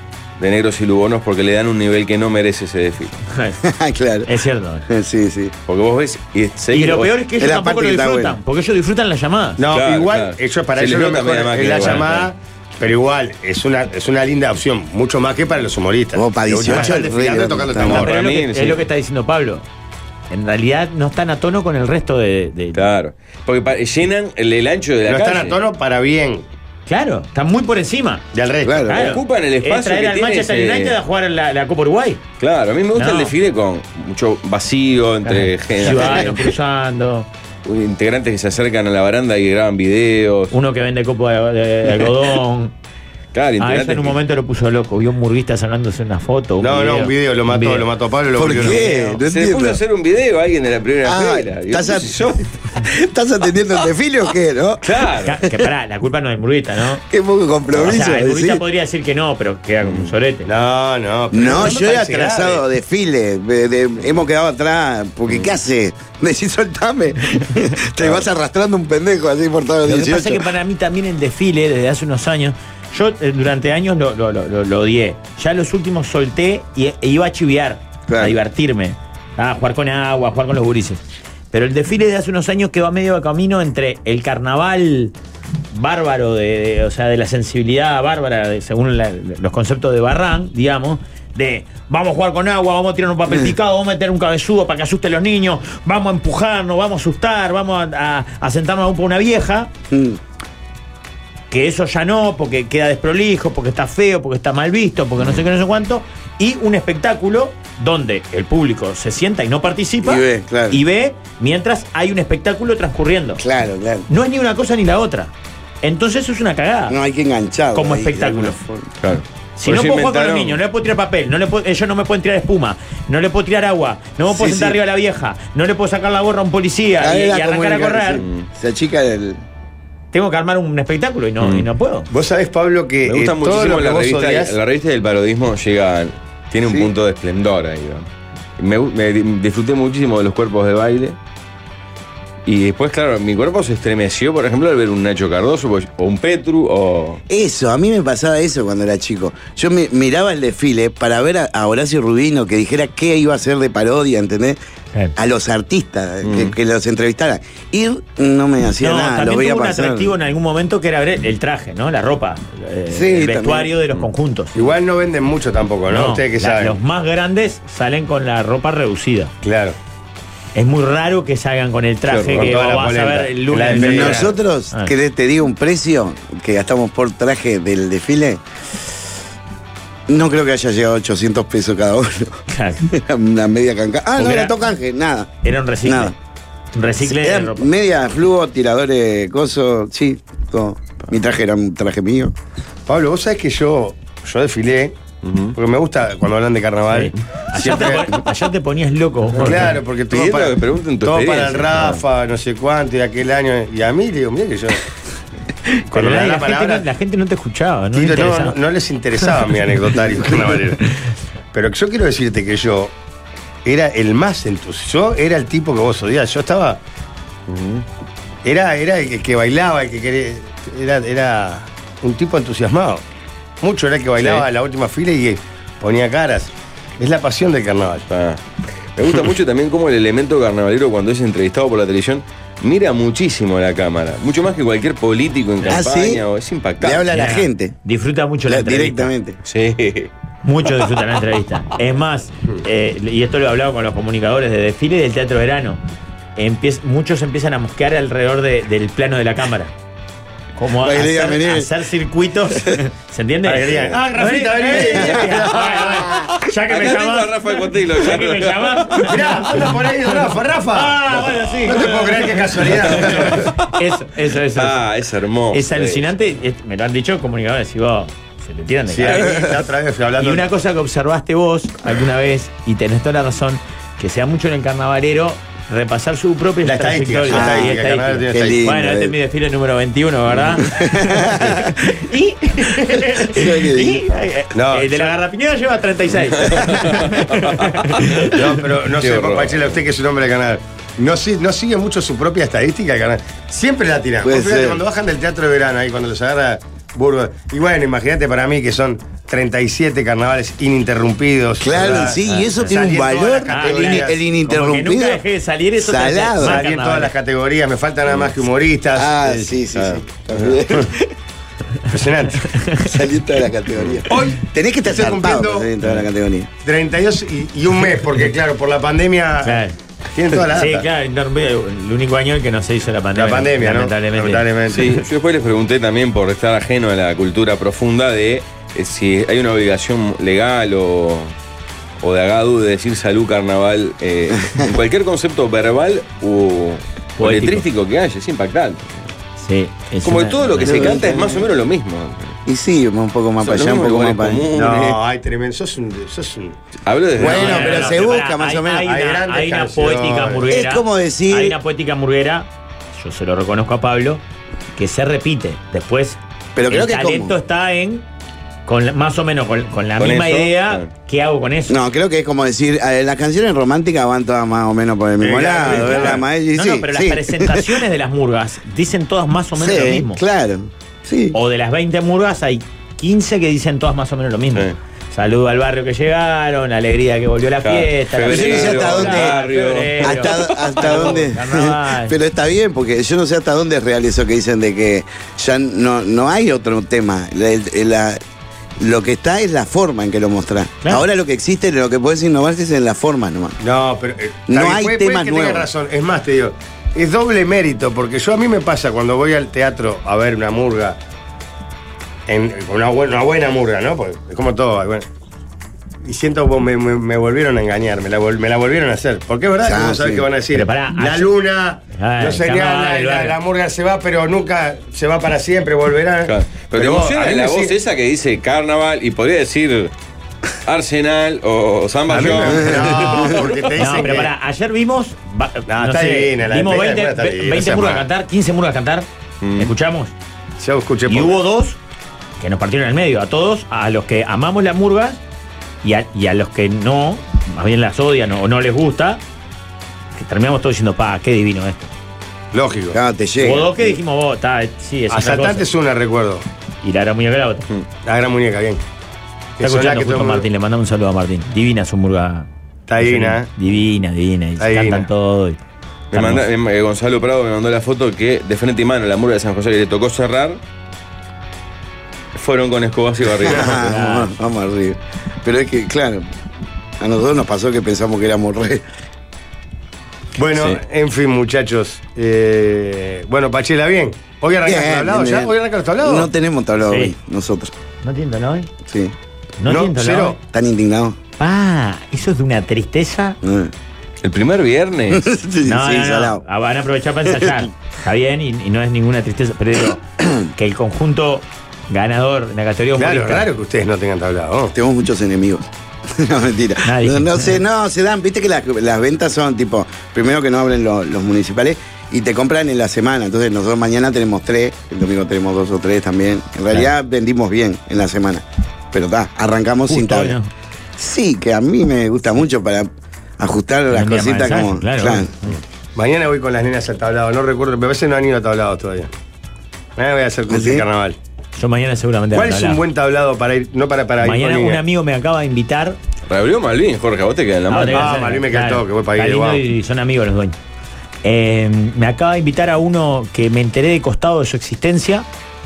Speaker 5: de negros y lugonos porque le dan un nivel que no merece ese desfile.
Speaker 6: Claro.
Speaker 8: Es cierto.
Speaker 6: Sí, sí.
Speaker 5: Porque vos ves y,
Speaker 8: Y lo peor es que
Speaker 6: Es
Speaker 8: ellos
Speaker 6: la
Speaker 8: tampoco
Speaker 6: parte
Speaker 8: lo
Speaker 6: que está
Speaker 8: disfrutan.
Speaker 6: buena.
Speaker 8: Porque ellos disfrutan las llamadas.
Speaker 7: No,
Speaker 5: Claro,
Speaker 7: igual,
Speaker 5: claro.
Speaker 7: eso para
Speaker 5: Se
Speaker 7: ellos
Speaker 5: les
Speaker 7: lo
Speaker 5: nota
Speaker 7: mejor
Speaker 5: media máquina
Speaker 7: es la
Speaker 5: igual,
Speaker 7: llamada, pero igual, es una, es una linda opción, mucho más que para los humoristas.
Speaker 6: Vos, para
Speaker 7: De última,
Speaker 6: dieciocho,
Speaker 7: están
Speaker 6: el
Speaker 7: desfilando
Speaker 6: rey,
Speaker 7: tocando
Speaker 6: está
Speaker 8: No,
Speaker 7: tambor.
Speaker 8: pero es lo,
Speaker 5: para
Speaker 8: que,
Speaker 5: mí,
Speaker 8: es
Speaker 5: sí.
Speaker 8: lo que está diciendo Pablo. En realidad no están a tono con el resto de. de-
Speaker 5: Claro. Porque pa- llenan el, el ancho de la
Speaker 7: No
Speaker 5: calle.
Speaker 7: están a tono para bien
Speaker 8: Claro, están muy por encima.
Speaker 7: del resto.
Speaker 6: Claro.
Speaker 8: Claro.
Speaker 5: Ocupan el espacio
Speaker 8: Es traer
Speaker 5: que
Speaker 8: al
Speaker 5: tiene
Speaker 8: Manchester
Speaker 5: ese-
Speaker 8: United a jugar la, la Copa Uruguay.
Speaker 5: Claro, a mí me gusta
Speaker 8: No.
Speaker 5: el desfile con mucho vacío entre gente,
Speaker 8: Ciudadanos cruzando.
Speaker 5: integrantes que se acercan a la baranda y graban videos.
Speaker 8: Uno que vende copo de, de- de algodón.
Speaker 5: Claro,
Speaker 8: Ah,
Speaker 5: integrantes
Speaker 8: eso en un
Speaker 5: que-
Speaker 8: momento lo puso loco. Vio un murguista sacándose una foto. Un
Speaker 7: No,
Speaker 8: video.
Speaker 7: no, un video, lo mató,
Speaker 8: video.
Speaker 7: lo mató a Pablo, lo
Speaker 6: ¿Por
Speaker 7: volvió
Speaker 6: qué?
Speaker 7: loco.
Speaker 6: No
Speaker 5: Se le puso
Speaker 6: entiendo.
Speaker 5: a hacer un video a alguien de la primera
Speaker 6: Ah,
Speaker 5: fila. Y
Speaker 6: ¿estás,
Speaker 5: yo,
Speaker 6: a-
Speaker 5: yo-
Speaker 6: ¿Estás atendiendo el desfile o qué, no?
Speaker 5: Claro.
Speaker 8: Ca- Que pará, la culpa no es del murguista, ¿no?
Speaker 6: Qué poco
Speaker 8: O
Speaker 6: compromiso.
Speaker 8: sea, el murguista
Speaker 6: decir.
Speaker 8: podría decir que no, pero queda como un sorete.
Speaker 7: No, no. pero
Speaker 6: No,
Speaker 7: me
Speaker 6: yo he
Speaker 7: parece
Speaker 6: atrasado
Speaker 7: grave.
Speaker 6: desfile. de- de- hemos quedado atrás. Porque ¿qué hace? Decís, soltame. Te vas arrastrando un pendejo así por todos los
Speaker 8: Lo que pasa
Speaker 6: dieciocho.
Speaker 8: es que para mí también el desfile, desde hace unos años, yo eh, durante años lo, lo, lo, lo- lo odié. Ya los últimos solté y, e iba a chiviar,
Speaker 6: Claro.
Speaker 8: a divertirme, a jugar con agua, a jugar con los gurises. Pero el desfile de hace unos años quedó a medio de camino entre el carnaval bárbaro, de, de- o sea, de la sensibilidad bárbara, de- según la- los conceptos de Barran, digamos, de vamos a jugar con agua, vamos a tirar un papel picado, vamos a meter un cabezudo para que asuste a los niños, vamos a empujarnos, vamos a asustar, vamos a, a- a sentarnos aún por una vieja.
Speaker 6: Mm.
Speaker 8: Que eso ya no, porque queda desprolijo, porque está feo, porque está mal visto, porque no sé qué, no sé cuánto, y un espectáculo donde el público se sienta y no participa
Speaker 6: Y ve, claro.
Speaker 8: y ve mientras hay un espectáculo transcurriendo.
Speaker 6: Claro, claro.
Speaker 8: No es ni una cosa ni la otra. Entonces eso es una cagada.
Speaker 6: No hay que enganchar.
Speaker 8: Como espectáculo.
Speaker 5: Claro.
Speaker 8: Si
Speaker 5: Por
Speaker 8: no
Speaker 5: eso
Speaker 8: puedo jugar con los
Speaker 5: inventaron-
Speaker 8: niños, no le puedo tirar papel, no le puedo- ellos no me pueden tirar espuma, no le puedo tirar agua, no me puedo
Speaker 6: Sí,
Speaker 8: sentar
Speaker 6: sí.
Speaker 8: arriba a la vieja, no le puedo sacar la gorra a un policía
Speaker 6: Ah,
Speaker 8: y,
Speaker 6: era
Speaker 8: y arrancar a
Speaker 6: comunicar,
Speaker 8: correr,
Speaker 6: sí. Se achica el.
Speaker 8: tengo que armar un espectáculo y no,
Speaker 5: Mm.
Speaker 8: y no puedo.
Speaker 7: Vos sabés, Pablo, que
Speaker 5: Me gusta
Speaker 7: eh, todo
Speaker 5: muchísimo
Speaker 7: lo que
Speaker 5: la
Speaker 7: vos
Speaker 5: revista,
Speaker 7: odias-
Speaker 5: la revista del parodismo llega, tiene un
Speaker 6: Sí.
Speaker 5: punto de esplendor ahí. ¿no? Me, gu- me di- disfruté muchísimo de los cuerpos de baile. Y después, claro, mi cuerpo se estremeció, por ejemplo, al ver un Nacho Cardoso o un Petru o...
Speaker 6: Eso, a mí me pasaba eso cuando era chico. Yo me, miraba el desfile para ver a, a Horacio Rubino que dijera qué iba a hacer de parodia, ¿entendés?
Speaker 8: Claro.
Speaker 6: A los artistas,
Speaker 5: Mm.
Speaker 6: que, que los entrevistara. Ir no me hacía
Speaker 8: No,
Speaker 6: nada, lo
Speaker 8: también
Speaker 6: veía
Speaker 8: tuvo un
Speaker 6: pasar.
Speaker 8: atractivo en algún momento que era ver el traje, ¿no? La ropa, eh,
Speaker 6: Sí,
Speaker 8: el
Speaker 6: también.
Speaker 8: vestuario de los conjuntos.
Speaker 7: Igual no venden mucho tampoco, ¿no?
Speaker 8: No,
Speaker 7: Ustedes que
Speaker 8: la-
Speaker 7: saben.
Speaker 8: los más grandes salen con la ropa reducida.
Speaker 7: Claro.
Speaker 8: Es muy raro que salgan con el traje
Speaker 5: Claro,
Speaker 7: con
Speaker 8: que
Speaker 7: toda la
Speaker 8: vas a
Speaker 7: polenta.
Speaker 8: ver el
Speaker 7: La
Speaker 8: lunes.
Speaker 7: despedida.
Speaker 6: Nosotros,
Speaker 8: Ah.
Speaker 6: que te digo un precio que gastamos por traje del desfile, No creo que haya llegado a ochocientos pesos cada uno.
Speaker 8: Claro.
Speaker 6: Una media canca. Ah,
Speaker 8: Porque
Speaker 6: no,
Speaker 8: era-
Speaker 6: era tocanje, nada.
Speaker 8: Era un recicle.
Speaker 6: Nada.
Speaker 8: Un recicle de
Speaker 6: Era
Speaker 8: ropa.
Speaker 6: media fluo, tiradores, coso, sí, todo. Mi traje era un traje mío.
Speaker 7: Pablo, vos sabés que yo, yo desfilé, porque me gusta cuando hablan de carnaval.
Speaker 8: Sí. Ayer,
Speaker 7: Siempre-
Speaker 8: te, pon- ayer te ponías loco. Jorge.
Speaker 7: Claro, porque todo
Speaker 5: Pidiendo
Speaker 7: para,
Speaker 5: que pregunten tu
Speaker 7: todo para el
Speaker 5: experiencia.
Speaker 7: Rafa, no sé cuánto, y aquel año. Y a mí le digo, mira que yo.
Speaker 8: Pero
Speaker 7: Cuando me
Speaker 8: la,
Speaker 7: da
Speaker 8: la
Speaker 7: la
Speaker 8: gente
Speaker 7: palabra.
Speaker 8: no, la gente no te escuchaba, no, le
Speaker 7: Tito, no,
Speaker 8: interesaba.
Speaker 7: no, no les interesaba mi anecdotario carnavalero. Pero yo quiero decirte que yo era el más entusiasmado. Yo era el tipo que vos odias. Yo estaba. Era, era el que bailaba, el que quería. Era, era un tipo entusiasmado. Mucho era el que bailaba
Speaker 5: Sí.
Speaker 7: en la última fila y ponía caras. Es la pasión del carnaval.
Speaker 5: Ah. Me gusta mucho también cómo el elemento carnavalero, cuando es entrevistado por la televisión, mira muchísimo a la cámara. Mucho más que cualquier político en
Speaker 6: Ah,
Speaker 5: campaña.
Speaker 6: ¿sí?
Speaker 5: O es impactante.
Speaker 6: Le habla a la
Speaker 8: Mirá,
Speaker 6: gente.
Speaker 8: Disfruta mucho la,
Speaker 6: La-
Speaker 8: entrevista.
Speaker 6: directamente.
Speaker 5: Sí.
Speaker 8: Mucho disfrutan la entrevista. Es más, eh, y esto lo he hablado con los comunicadores de desfile y del Teatro Verano, empiez- muchos empiezan a mosquear alrededor de- del plano de la cámara. Como a
Speaker 6: Alegría,
Speaker 8: hacer,
Speaker 6: vení.
Speaker 8: hacer circuitos. ¿Se entiende?
Speaker 7: Alegría. Ah, Rafita, vení.
Speaker 8: Ya que me
Speaker 5: Acá tengo a
Speaker 8: llamás.
Speaker 5: Rafa Cotilo.
Speaker 8: Ya que me llamás.
Speaker 7: Mirá, anda por ahí, Rafa, Rafa.
Speaker 8: Ah, bueno, sí.
Speaker 7: No te puedo creer qué casualidad.
Speaker 8: Eso, eso, eso.
Speaker 5: Ah, es hermoso.
Speaker 8: Es alucinante. Es- Me lo han dicho comunicadores. Y vos, se te tiran de
Speaker 7: Sí,
Speaker 8: cara.
Speaker 7: ahí, la otra vez fui hablando.
Speaker 8: Y una cosa que observaste vos alguna vez, y tenés toda la razón, que se da mucho en el carnavalero repasar su propia
Speaker 7: La estadística,
Speaker 8: trayectoria.
Speaker 6: la
Speaker 8: Ah,
Speaker 6: estadística,
Speaker 8: y
Speaker 7: el carnaval tiene
Speaker 6: Qué
Speaker 7: estadística.
Speaker 6: lindo,
Speaker 8: Bueno, este
Speaker 6: eh.
Speaker 8: es mi desfile número veintiuno, ¿verdad? y. y
Speaker 7: No,
Speaker 8: el de la
Speaker 7: yo-
Speaker 8: Garrapiñada lleva treinta y seis.
Speaker 7: No, pero no
Speaker 5: Qué
Speaker 7: sé,
Speaker 5: horror.
Speaker 7: Pachela, usted que es un hombre de canal. No, si- no sigue mucho su propia estadística el canal. Siempre la tiran.
Speaker 6: Puede
Speaker 7: Vos fíjate,
Speaker 6: ser.
Speaker 7: cuando bajan del teatro de verano, ahí cuando los agarra Burgos. Y bueno, imagínate para mí que son treinta y siete carnavales ininterrumpidos.
Speaker 6: Claro,
Speaker 7: ¿verdad?
Speaker 6: sí, y eso
Speaker 7: Salí
Speaker 6: tiene un
Speaker 7: en todas las
Speaker 6: valor. El,
Speaker 7: categorías.
Speaker 6: in- el
Speaker 8: Como que
Speaker 6: ininterrumpido.
Speaker 8: nunca dejé de salir, eso te hace
Speaker 6: Salado.
Speaker 8: más
Speaker 7: Salí en todas
Speaker 8: carnaval.
Speaker 7: las categorías, me falta nada más que humoristas.
Speaker 6: Ah,
Speaker 7: Eh,
Speaker 6: sí, sí,
Speaker 7: ah,
Speaker 6: sí.
Speaker 7: Impresionante.
Speaker 6: Salí en toda la categoría.
Speaker 7: Hoy
Speaker 6: Tenés que estar
Speaker 7: estoy
Speaker 6: zarpado
Speaker 7: cumpliendo-
Speaker 6: para salir en toda la categoría.
Speaker 7: treinta y dos y, y un mes, porque claro, por la pandemia
Speaker 8: Claro.
Speaker 7: tienen toda la data.
Speaker 8: Sí, claro, interrumpido. El único año en que no se hizo la pandemia.
Speaker 7: La pandemia, ¿no?
Speaker 8: Lamentablemente.
Speaker 7: Lamentablemente.
Speaker 5: Sí, yo después les pregunté también por estar ajeno a la cultura profunda de eh, si hay una obligación legal o, o de agadu de decir salud carnaval eh, en cualquier concepto verbal o, o
Speaker 8: Poético.
Speaker 5: letrístico que haya, es impactante.
Speaker 8: Sí, es
Speaker 5: Como que
Speaker 8: una-
Speaker 5: todo lo que se
Speaker 6: una-
Speaker 5: canta es más o menos lo mismo.
Speaker 6: Y sí, un poco más
Speaker 5: Son
Speaker 6: para allá,
Speaker 5: los
Speaker 6: un poco más
Speaker 5: mismos
Speaker 6: para allá.
Speaker 5: lugares
Speaker 7: No, ay, tremendo. Sos un. Sos un
Speaker 5: Hablo desde
Speaker 6: Bueno,
Speaker 8: No, no,
Speaker 6: pero
Speaker 8: no,
Speaker 6: se
Speaker 8: no,
Speaker 6: busca
Speaker 8: pará,
Speaker 6: más
Speaker 8: hay-
Speaker 6: o menos.
Speaker 8: Hay,
Speaker 7: Hay
Speaker 8: una,
Speaker 7: grandes
Speaker 8: hay una
Speaker 7: canciones.
Speaker 8: poética murguera.
Speaker 6: Es como decir-
Speaker 8: Hay una poética murguera, yo se lo reconozco a Pablo, que se repite. Después,
Speaker 6: Pero creo
Speaker 8: el
Speaker 6: que
Speaker 8: talento
Speaker 6: como-
Speaker 8: está en, con la- más o menos con, con la
Speaker 5: Con
Speaker 8: misma
Speaker 5: eso,
Speaker 8: idea,
Speaker 5: claro.
Speaker 8: ¿qué hago con eso?
Speaker 6: No, creo que es como decir, eh, las canciones románticas van todas más o menos por el mismo
Speaker 7: Eh,
Speaker 6: lado.
Speaker 7: claro,
Speaker 6: ¿verdad,
Speaker 7: claro.
Speaker 6: Mael? Y
Speaker 8: No,
Speaker 6: sí,
Speaker 8: no, pero
Speaker 6: sí.
Speaker 8: las presentaciones de las murgas dicen todas más o menos
Speaker 6: Sí,
Speaker 8: lo mismo.
Speaker 6: claro. Sí.
Speaker 8: O de las veinte murgas hay quince que dicen todas más o menos lo mismo.
Speaker 5: Sí.
Speaker 8: Saludo al barrio que llegaron, la alegría que volvió la
Speaker 5: Claro,
Speaker 8: fiesta. la
Speaker 5: febrero,
Speaker 6: Yo no sé hasta dónde-
Speaker 5: barrio.
Speaker 6: Hasta, hasta dónde.
Speaker 8: Carnaval.
Speaker 6: Pero está bien, porque yo no sé hasta dónde es real eso que dicen de que ya no, no hay otro tema. La- la- lo que está es la forma en que lo mostrás.
Speaker 8: Claro.
Speaker 6: Ahora lo que existe, lo que puedes innovar es en la forma nomás.
Speaker 7: No, pero. eh,
Speaker 6: No
Speaker 7: está bien,
Speaker 6: hay
Speaker 7: puede-
Speaker 6: temas
Speaker 7: puede que tenga
Speaker 6: nuevos.
Speaker 7: razón. Es más, te digo, es doble mérito, porque yo a mí me pasa cuando voy al teatro a ver una murga, en, una, buena, una buena murga, ¿no? Porque es como todo. Bueno, y siento que me, me- me volvieron a engañar, me la, vol- me la volvieron a hacer. Porque es verdad
Speaker 6: Ah,
Speaker 7: que no sabes
Speaker 6: sí.
Speaker 7: qué van a decir.
Speaker 8: Pero pará,
Speaker 7: la
Speaker 8: ayer-
Speaker 7: luna,
Speaker 8: Ah,
Speaker 7: no
Speaker 8: el
Speaker 7: sería
Speaker 8: carnaval
Speaker 7: la,
Speaker 8: del
Speaker 7: la-
Speaker 8: barrio.
Speaker 7: la murga se va, pero nunca se va para siempre, volverá.
Speaker 5: Claro. Pero, te
Speaker 7: vos,
Speaker 5: emociona
Speaker 7: a mí
Speaker 5: la
Speaker 7: me
Speaker 5: voz
Speaker 7: sigue-
Speaker 5: esa que dice carnaval y podría decir Arsenal o Samba
Speaker 7: A mí me-
Speaker 5: John.
Speaker 7: no, porque te dicen
Speaker 8: No, pero
Speaker 7: que-
Speaker 8: pará, ayer vimos. va-
Speaker 7: No, está divina, la
Speaker 8: vimos
Speaker 7: de
Speaker 8: veinte,
Speaker 7: Pega está divina,
Speaker 8: veinte
Speaker 7: no seas
Speaker 8: murgas
Speaker 7: mal.
Speaker 8: cantar, quince murgas cantar.
Speaker 5: Mm.
Speaker 8: ¿Escuchamos?
Speaker 7: Ya escuché
Speaker 8: Y
Speaker 7: por-
Speaker 8: hubo dos que nos partieron en el medio. A todos, a los que amamos las murgas y a, y a los que no, más bien las odian o no les gusta, que terminamos todos diciendo, pa, qué divino esto.
Speaker 7: Lógico.
Speaker 6: Claro, te llega.
Speaker 8: Hubo dos que dijimos, vos, está, sí, es otra
Speaker 7: Asaltante es
Speaker 8: cosa.
Speaker 7: una, recuerdo.
Speaker 8: Y la gran muñeca la otra.
Speaker 7: La gran muñeca, bien. Que
Speaker 8: Está
Speaker 7: son las
Speaker 8: escuchando
Speaker 7: que
Speaker 8: justo
Speaker 7: todo el mundo-
Speaker 8: Martín, le mandamos un saludo a Martín. Divina su murga.
Speaker 7: Está divina, ¿eh?
Speaker 8: Divina, divina. Y
Speaker 7: Está
Speaker 8: se
Speaker 7: divina.
Speaker 8: cantan todo. y-
Speaker 5: Me
Speaker 8: está
Speaker 5: manda-
Speaker 8: hermoso.
Speaker 5: eh, Gonzalo Prado me mandó la foto que de frente y mano la murga de San José que le tocó cerrar fueron con escobas y barrigas.
Speaker 6: Ah, vamos, vamos arriba. Pero es que, claro, a nosotros nos pasó que pensamos que éramos re.
Speaker 7: Bueno,
Speaker 5: Sí.
Speaker 7: en fin, muchachos. Eh, bueno, Pachela, bien. ¿Hoy arrancaste
Speaker 6: Bien,
Speaker 7: el tablado
Speaker 6: bien,
Speaker 7: ya?
Speaker 6: bien.
Speaker 7: ¿Hoy arrancaste el tablado?
Speaker 6: No tenemos tablado
Speaker 8: Sí.
Speaker 6: hoy, nosotros.
Speaker 8: ¿No entiendo, no?
Speaker 6: Sí.
Speaker 8: ¿No,
Speaker 7: No,
Speaker 8: tienen tablado?
Speaker 7: cero.
Speaker 6: ¿Están indignados?
Speaker 8: Ah, eso es de una tristeza.
Speaker 6: Eh.
Speaker 5: El primer viernes.
Speaker 6: sí,
Speaker 8: No,
Speaker 6: sí,
Speaker 8: no, no.
Speaker 6: salado.
Speaker 8: Ah, van a aprovechar para ensayar. Está bien y, y no es ninguna tristeza. Pero digo, que el conjunto ganador en la categoría
Speaker 7: Claro, es
Speaker 8: humorista-
Speaker 7: raro que ustedes no tengan tablado.
Speaker 6: Tenemos muchos enemigos. No, mentira.
Speaker 8: Nadie.
Speaker 6: No, no sé, no, se dan. Viste que las, las ventas son tipo, primero que no abren lo- los municipales y te compran en la semana. Entonces nosotros mañana tenemos tres, el domingo tenemos dos o tres también. En realidad vendimos bien en la semana. Pero está, arrancamos sin
Speaker 8: Justo hoy,
Speaker 6: tabla.
Speaker 8: ¿no?
Speaker 6: Sí, que a mí me gusta mucho para ajustar las
Speaker 8: Un día
Speaker 6: cositas
Speaker 8: más,
Speaker 6: como.
Speaker 8: claro.
Speaker 6: claro.
Speaker 7: Mañana voy con las nenas al tablado. No recuerdo, me parece que no han ido a tablado todavía. Mañana voy a hacer curso
Speaker 6: ¿Sí?
Speaker 7: de carnaval.
Speaker 8: Yo mañana seguramente
Speaker 7: ¿Cuál
Speaker 8: habrá
Speaker 7: es un
Speaker 8: tablado.
Speaker 7: buen tablado para ir? No para, para ir
Speaker 8: Mañana
Speaker 7: con
Speaker 8: un
Speaker 7: niñas.
Speaker 8: amigo me acaba de invitar.
Speaker 5: Reabrió Malvin, Jorge, a vos te queda en la
Speaker 8: Ah,
Speaker 5: mano.
Speaker 8: tenés que
Speaker 7: Ah,
Speaker 8: hacer-
Speaker 7: Malvin me cantó, que voy para
Speaker 8: está
Speaker 7: ahí,
Speaker 8: lindo
Speaker 7: guau.
Speaker 8: y son amigos los dueños. Eh, me acaba de invitar a uno que me enteré de costado de su existencia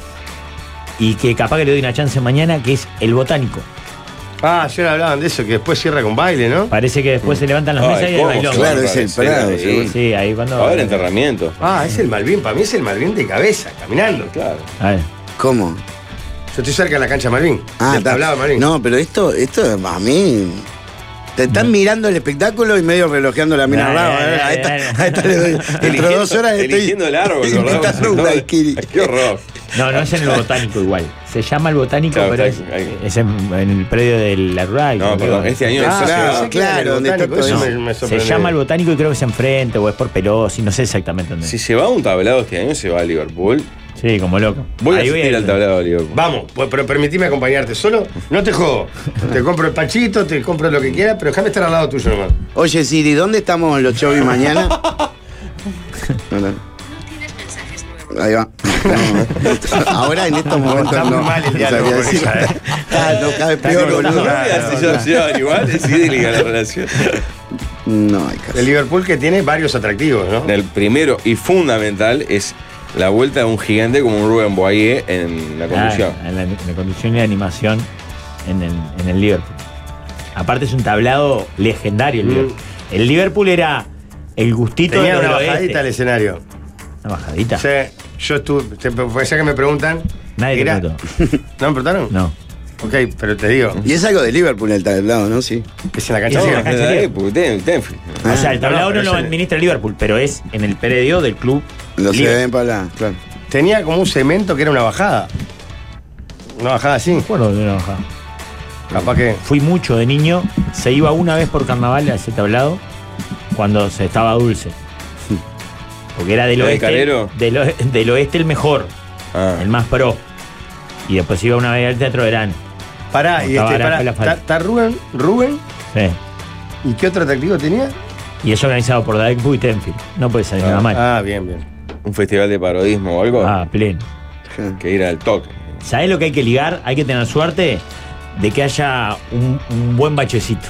Speaker 8: y que capaz que le doy una chance mañana, que es el botánico.
Speaker 7: Ah, ayer hablaban de eso, que después cierra con baile, ¿no?
Speaker 8: Parece que después se levantan las
Speaker 5: Ay,
Speaker 8: mesas y hay
Speaker 5: ¿cómo
Speaker 8: bailón.
Speaker 5: se
Speaker 6: Claro,
Speaker 5: va a
Speaker 6: es el
Speaker 5: aparecer
Speaker 6: Prado,
Speaker 5: ahí?
Speaker 6: seguro.
Speaker 8: Sí, ahí cuando.
Speaker 5: Va a haber enterramiento.
Speaker 7: Ah, es el Malvin. Para mí es el Malvin de cabeza, caminando.
Speaker 5: Claro.
Speaker 8: A ver.
Speaker 6: ¿Cómo?
Speaker 7: Yo estoy cerca de la cancha Malvin.
Speaker 6: Ah,
Speaker 7: del
Speaker 6: está.
Speaker 7: tablado Malvin.
Speaker 6: No, pero esto, esto a mí. Te están mirando el espectáculo y medio relojeando la mina
Speaker 8: Dale,
Speaker 6: brava.
Speaker 8: dale,
Speaker 6: ¿eh? A
Speaker 8: dale,
Speaker 6: esta,
Speaker 8: dale.
Speaker 6: a esta le doy. Dentro de
Speaker 5: Eligiendo-
Speaker 6: dos horas estoy.
Speaker 5: eligiendo el árbol, ¿verdad?
Speaker 6: invitando un daiquiri.
Speaker 5: Qué horror.
Speaker 8: No, no es en el botánico igual. Se llama el botánico,
Speaker 5: Claro,
Speaker 8: pero es,
Speaker 5: está ahí.
Speaker 8: es en, en el predio del la Rural.
Speaker 5: No, perdón, este año
Speaker 7: Ah,
Speaker 5: es
Speaker 6: claro,
Speaker 7: pensé que era
Speaker 6: claro,
Speaker 7: el
Speaker 6: donde está
Speaker 7: botánico,
Speaker 6: todo
Speaker 7: eso
Speaker 6: eso.
Speaker 7: me, me
Speaker 8: Se
Speaker 7: sorprendió.
Speaker 8: llama el botánico y creo que es enfrente o es por Pelosi, no sé exactamente dónde.
Speaker 5: Si se va a un tablado este año, se va a Liverpool.
Speaker 8: Sí, como loco.
Speaker 5: Voy a
Speaker 8: Ahí
Speaker 5: asistir
Speaker 8: ir.
Speaker 5: al tablado de Liverpool.
Speaker 7: Vamos, pues, pero permitime acompañarte. Solo no te jodo. Te compro el pachito, te compro lo que quieras, pero déjame estar al lado tuyo nomás.
Speaker 6: Oye, Siri, ¿dónde estamos los chovis mañana? No, no. Ahí va. No, ahora en estos momentos
Speaker 7: Está muy
Speaker 6: no.
Speaker 7: mal el
Speaker 6: no
Speaker 7: diálogo
Speaker 6: sabía
Speaker 7: con
Speaker 6: decir.
Speaker 7: ella, ¿eh?
Speaker 6: Ah, no, cada vez peor,
Speaker 5: No,
Speaker 6: boludo.
Speaker 5: no, se llevan- llevan igual, es idílica la relación.
Speaker 6: No hay caso.
Speaker 7: El Liverpool que tiene varios atractivos, ¿no?
Speaker 5: El primero y fundamental es la vuelta de un gigante como un Rubén Boyer en la conducción.
Speaker 8: Ah, en, la, en la conducción y la animación en el, en el Liverpool. Aparte es un tablado legendario el
Speaker 7: Mm.
Speaker 8: Liverpool. El Liverpool era el gustito
Speaker 7: Tenía
Speaker 8: de
Speaker 7: una
Speaker 8: lo
Speaker 7: bajadita
Speaker 8: oeste.
Speaker 7: al escenario.
Speaker 8: Una bajadita.
Speaker 7: Sí, yo estuve. te- Pues ya que me preguntan.
Speaker 8: Nadie te
Speaker 7: era-
Speaker 8: preguntó.
Speaker 7: ¿No me preguntaron?
Speaker 8: No.
Speaker 7: Ok, pero te digo,
Speaker 6: Y es algo de Liverpool el tablado, ¿no? Sí.
Speaker 7: es en la cancha.
Speaker 8: Es en
Speaker 7: de
Speaker 8: la
Speaker 7: Liverpool.
Speaker 8: cancha de
Speaker 5: Eh,
Speaker 8: Liverpool.
Speaker 5: porque ten- ten-
Speaker 8: O sea, el
Speaker 7: no,
Speaker 8: tablado
Speaker 7: pero
Speaker 8: no, lo
Speaker 7: es en-
Speaker 8: administra el Liverpool, pero es en el predio del club.
Speaker 6: Lo se
Speaker 8: Liverpool.
Speaker 6: ven para la. Claro.
Speaker 7: Tenía como un cemento que era una bajada. Una bajada así.
Speaker 8: Me acuerdo de una bajada.
Speaker 7: Capaz que.
Speaker 8: Fui mucho de niño, se iba una vez por carnaval a ese tablado cuando se estaba dulce. Porque era del
Speaker 5: ¿Lo de
Speaker 8: oeste.
Speaker 5: Calero?
Speaker 8: Del, o- del oeste el mejor,
Speaker 5: Ah.
Speaker 8: el más pro. Y después iba una vez al Teatro Verán.
Speaker 7: Pará,
Speaker 8: No,
Speaker 7: y
Speaker 8: estaba
Speaker 7: este,
Speaker 8: la-
Speaker 7: pará.
Speaker 8: la falta.
Speaker 7: Está está Rubén, Rubén.
Speaker 8: Sí.
Speaker 7: ¿Y qué otro atractivo tenía?
Speaker 8: Y eso organizado por Daekbu y Tenfield. No puede salir
Speaker 5: Ah.
Speaker 8: nada mal.
Speaker 7: Ah, bien, bien.
Speaker 5: Un festival de parodismo o algo.
Speaker 8: Ah, pleno.
Speaker 5: Que ir al toque.
Speaker 8: ¿Sabés lo que hay que ligar? Hay que tener suerte de que haya un, un buen bachecito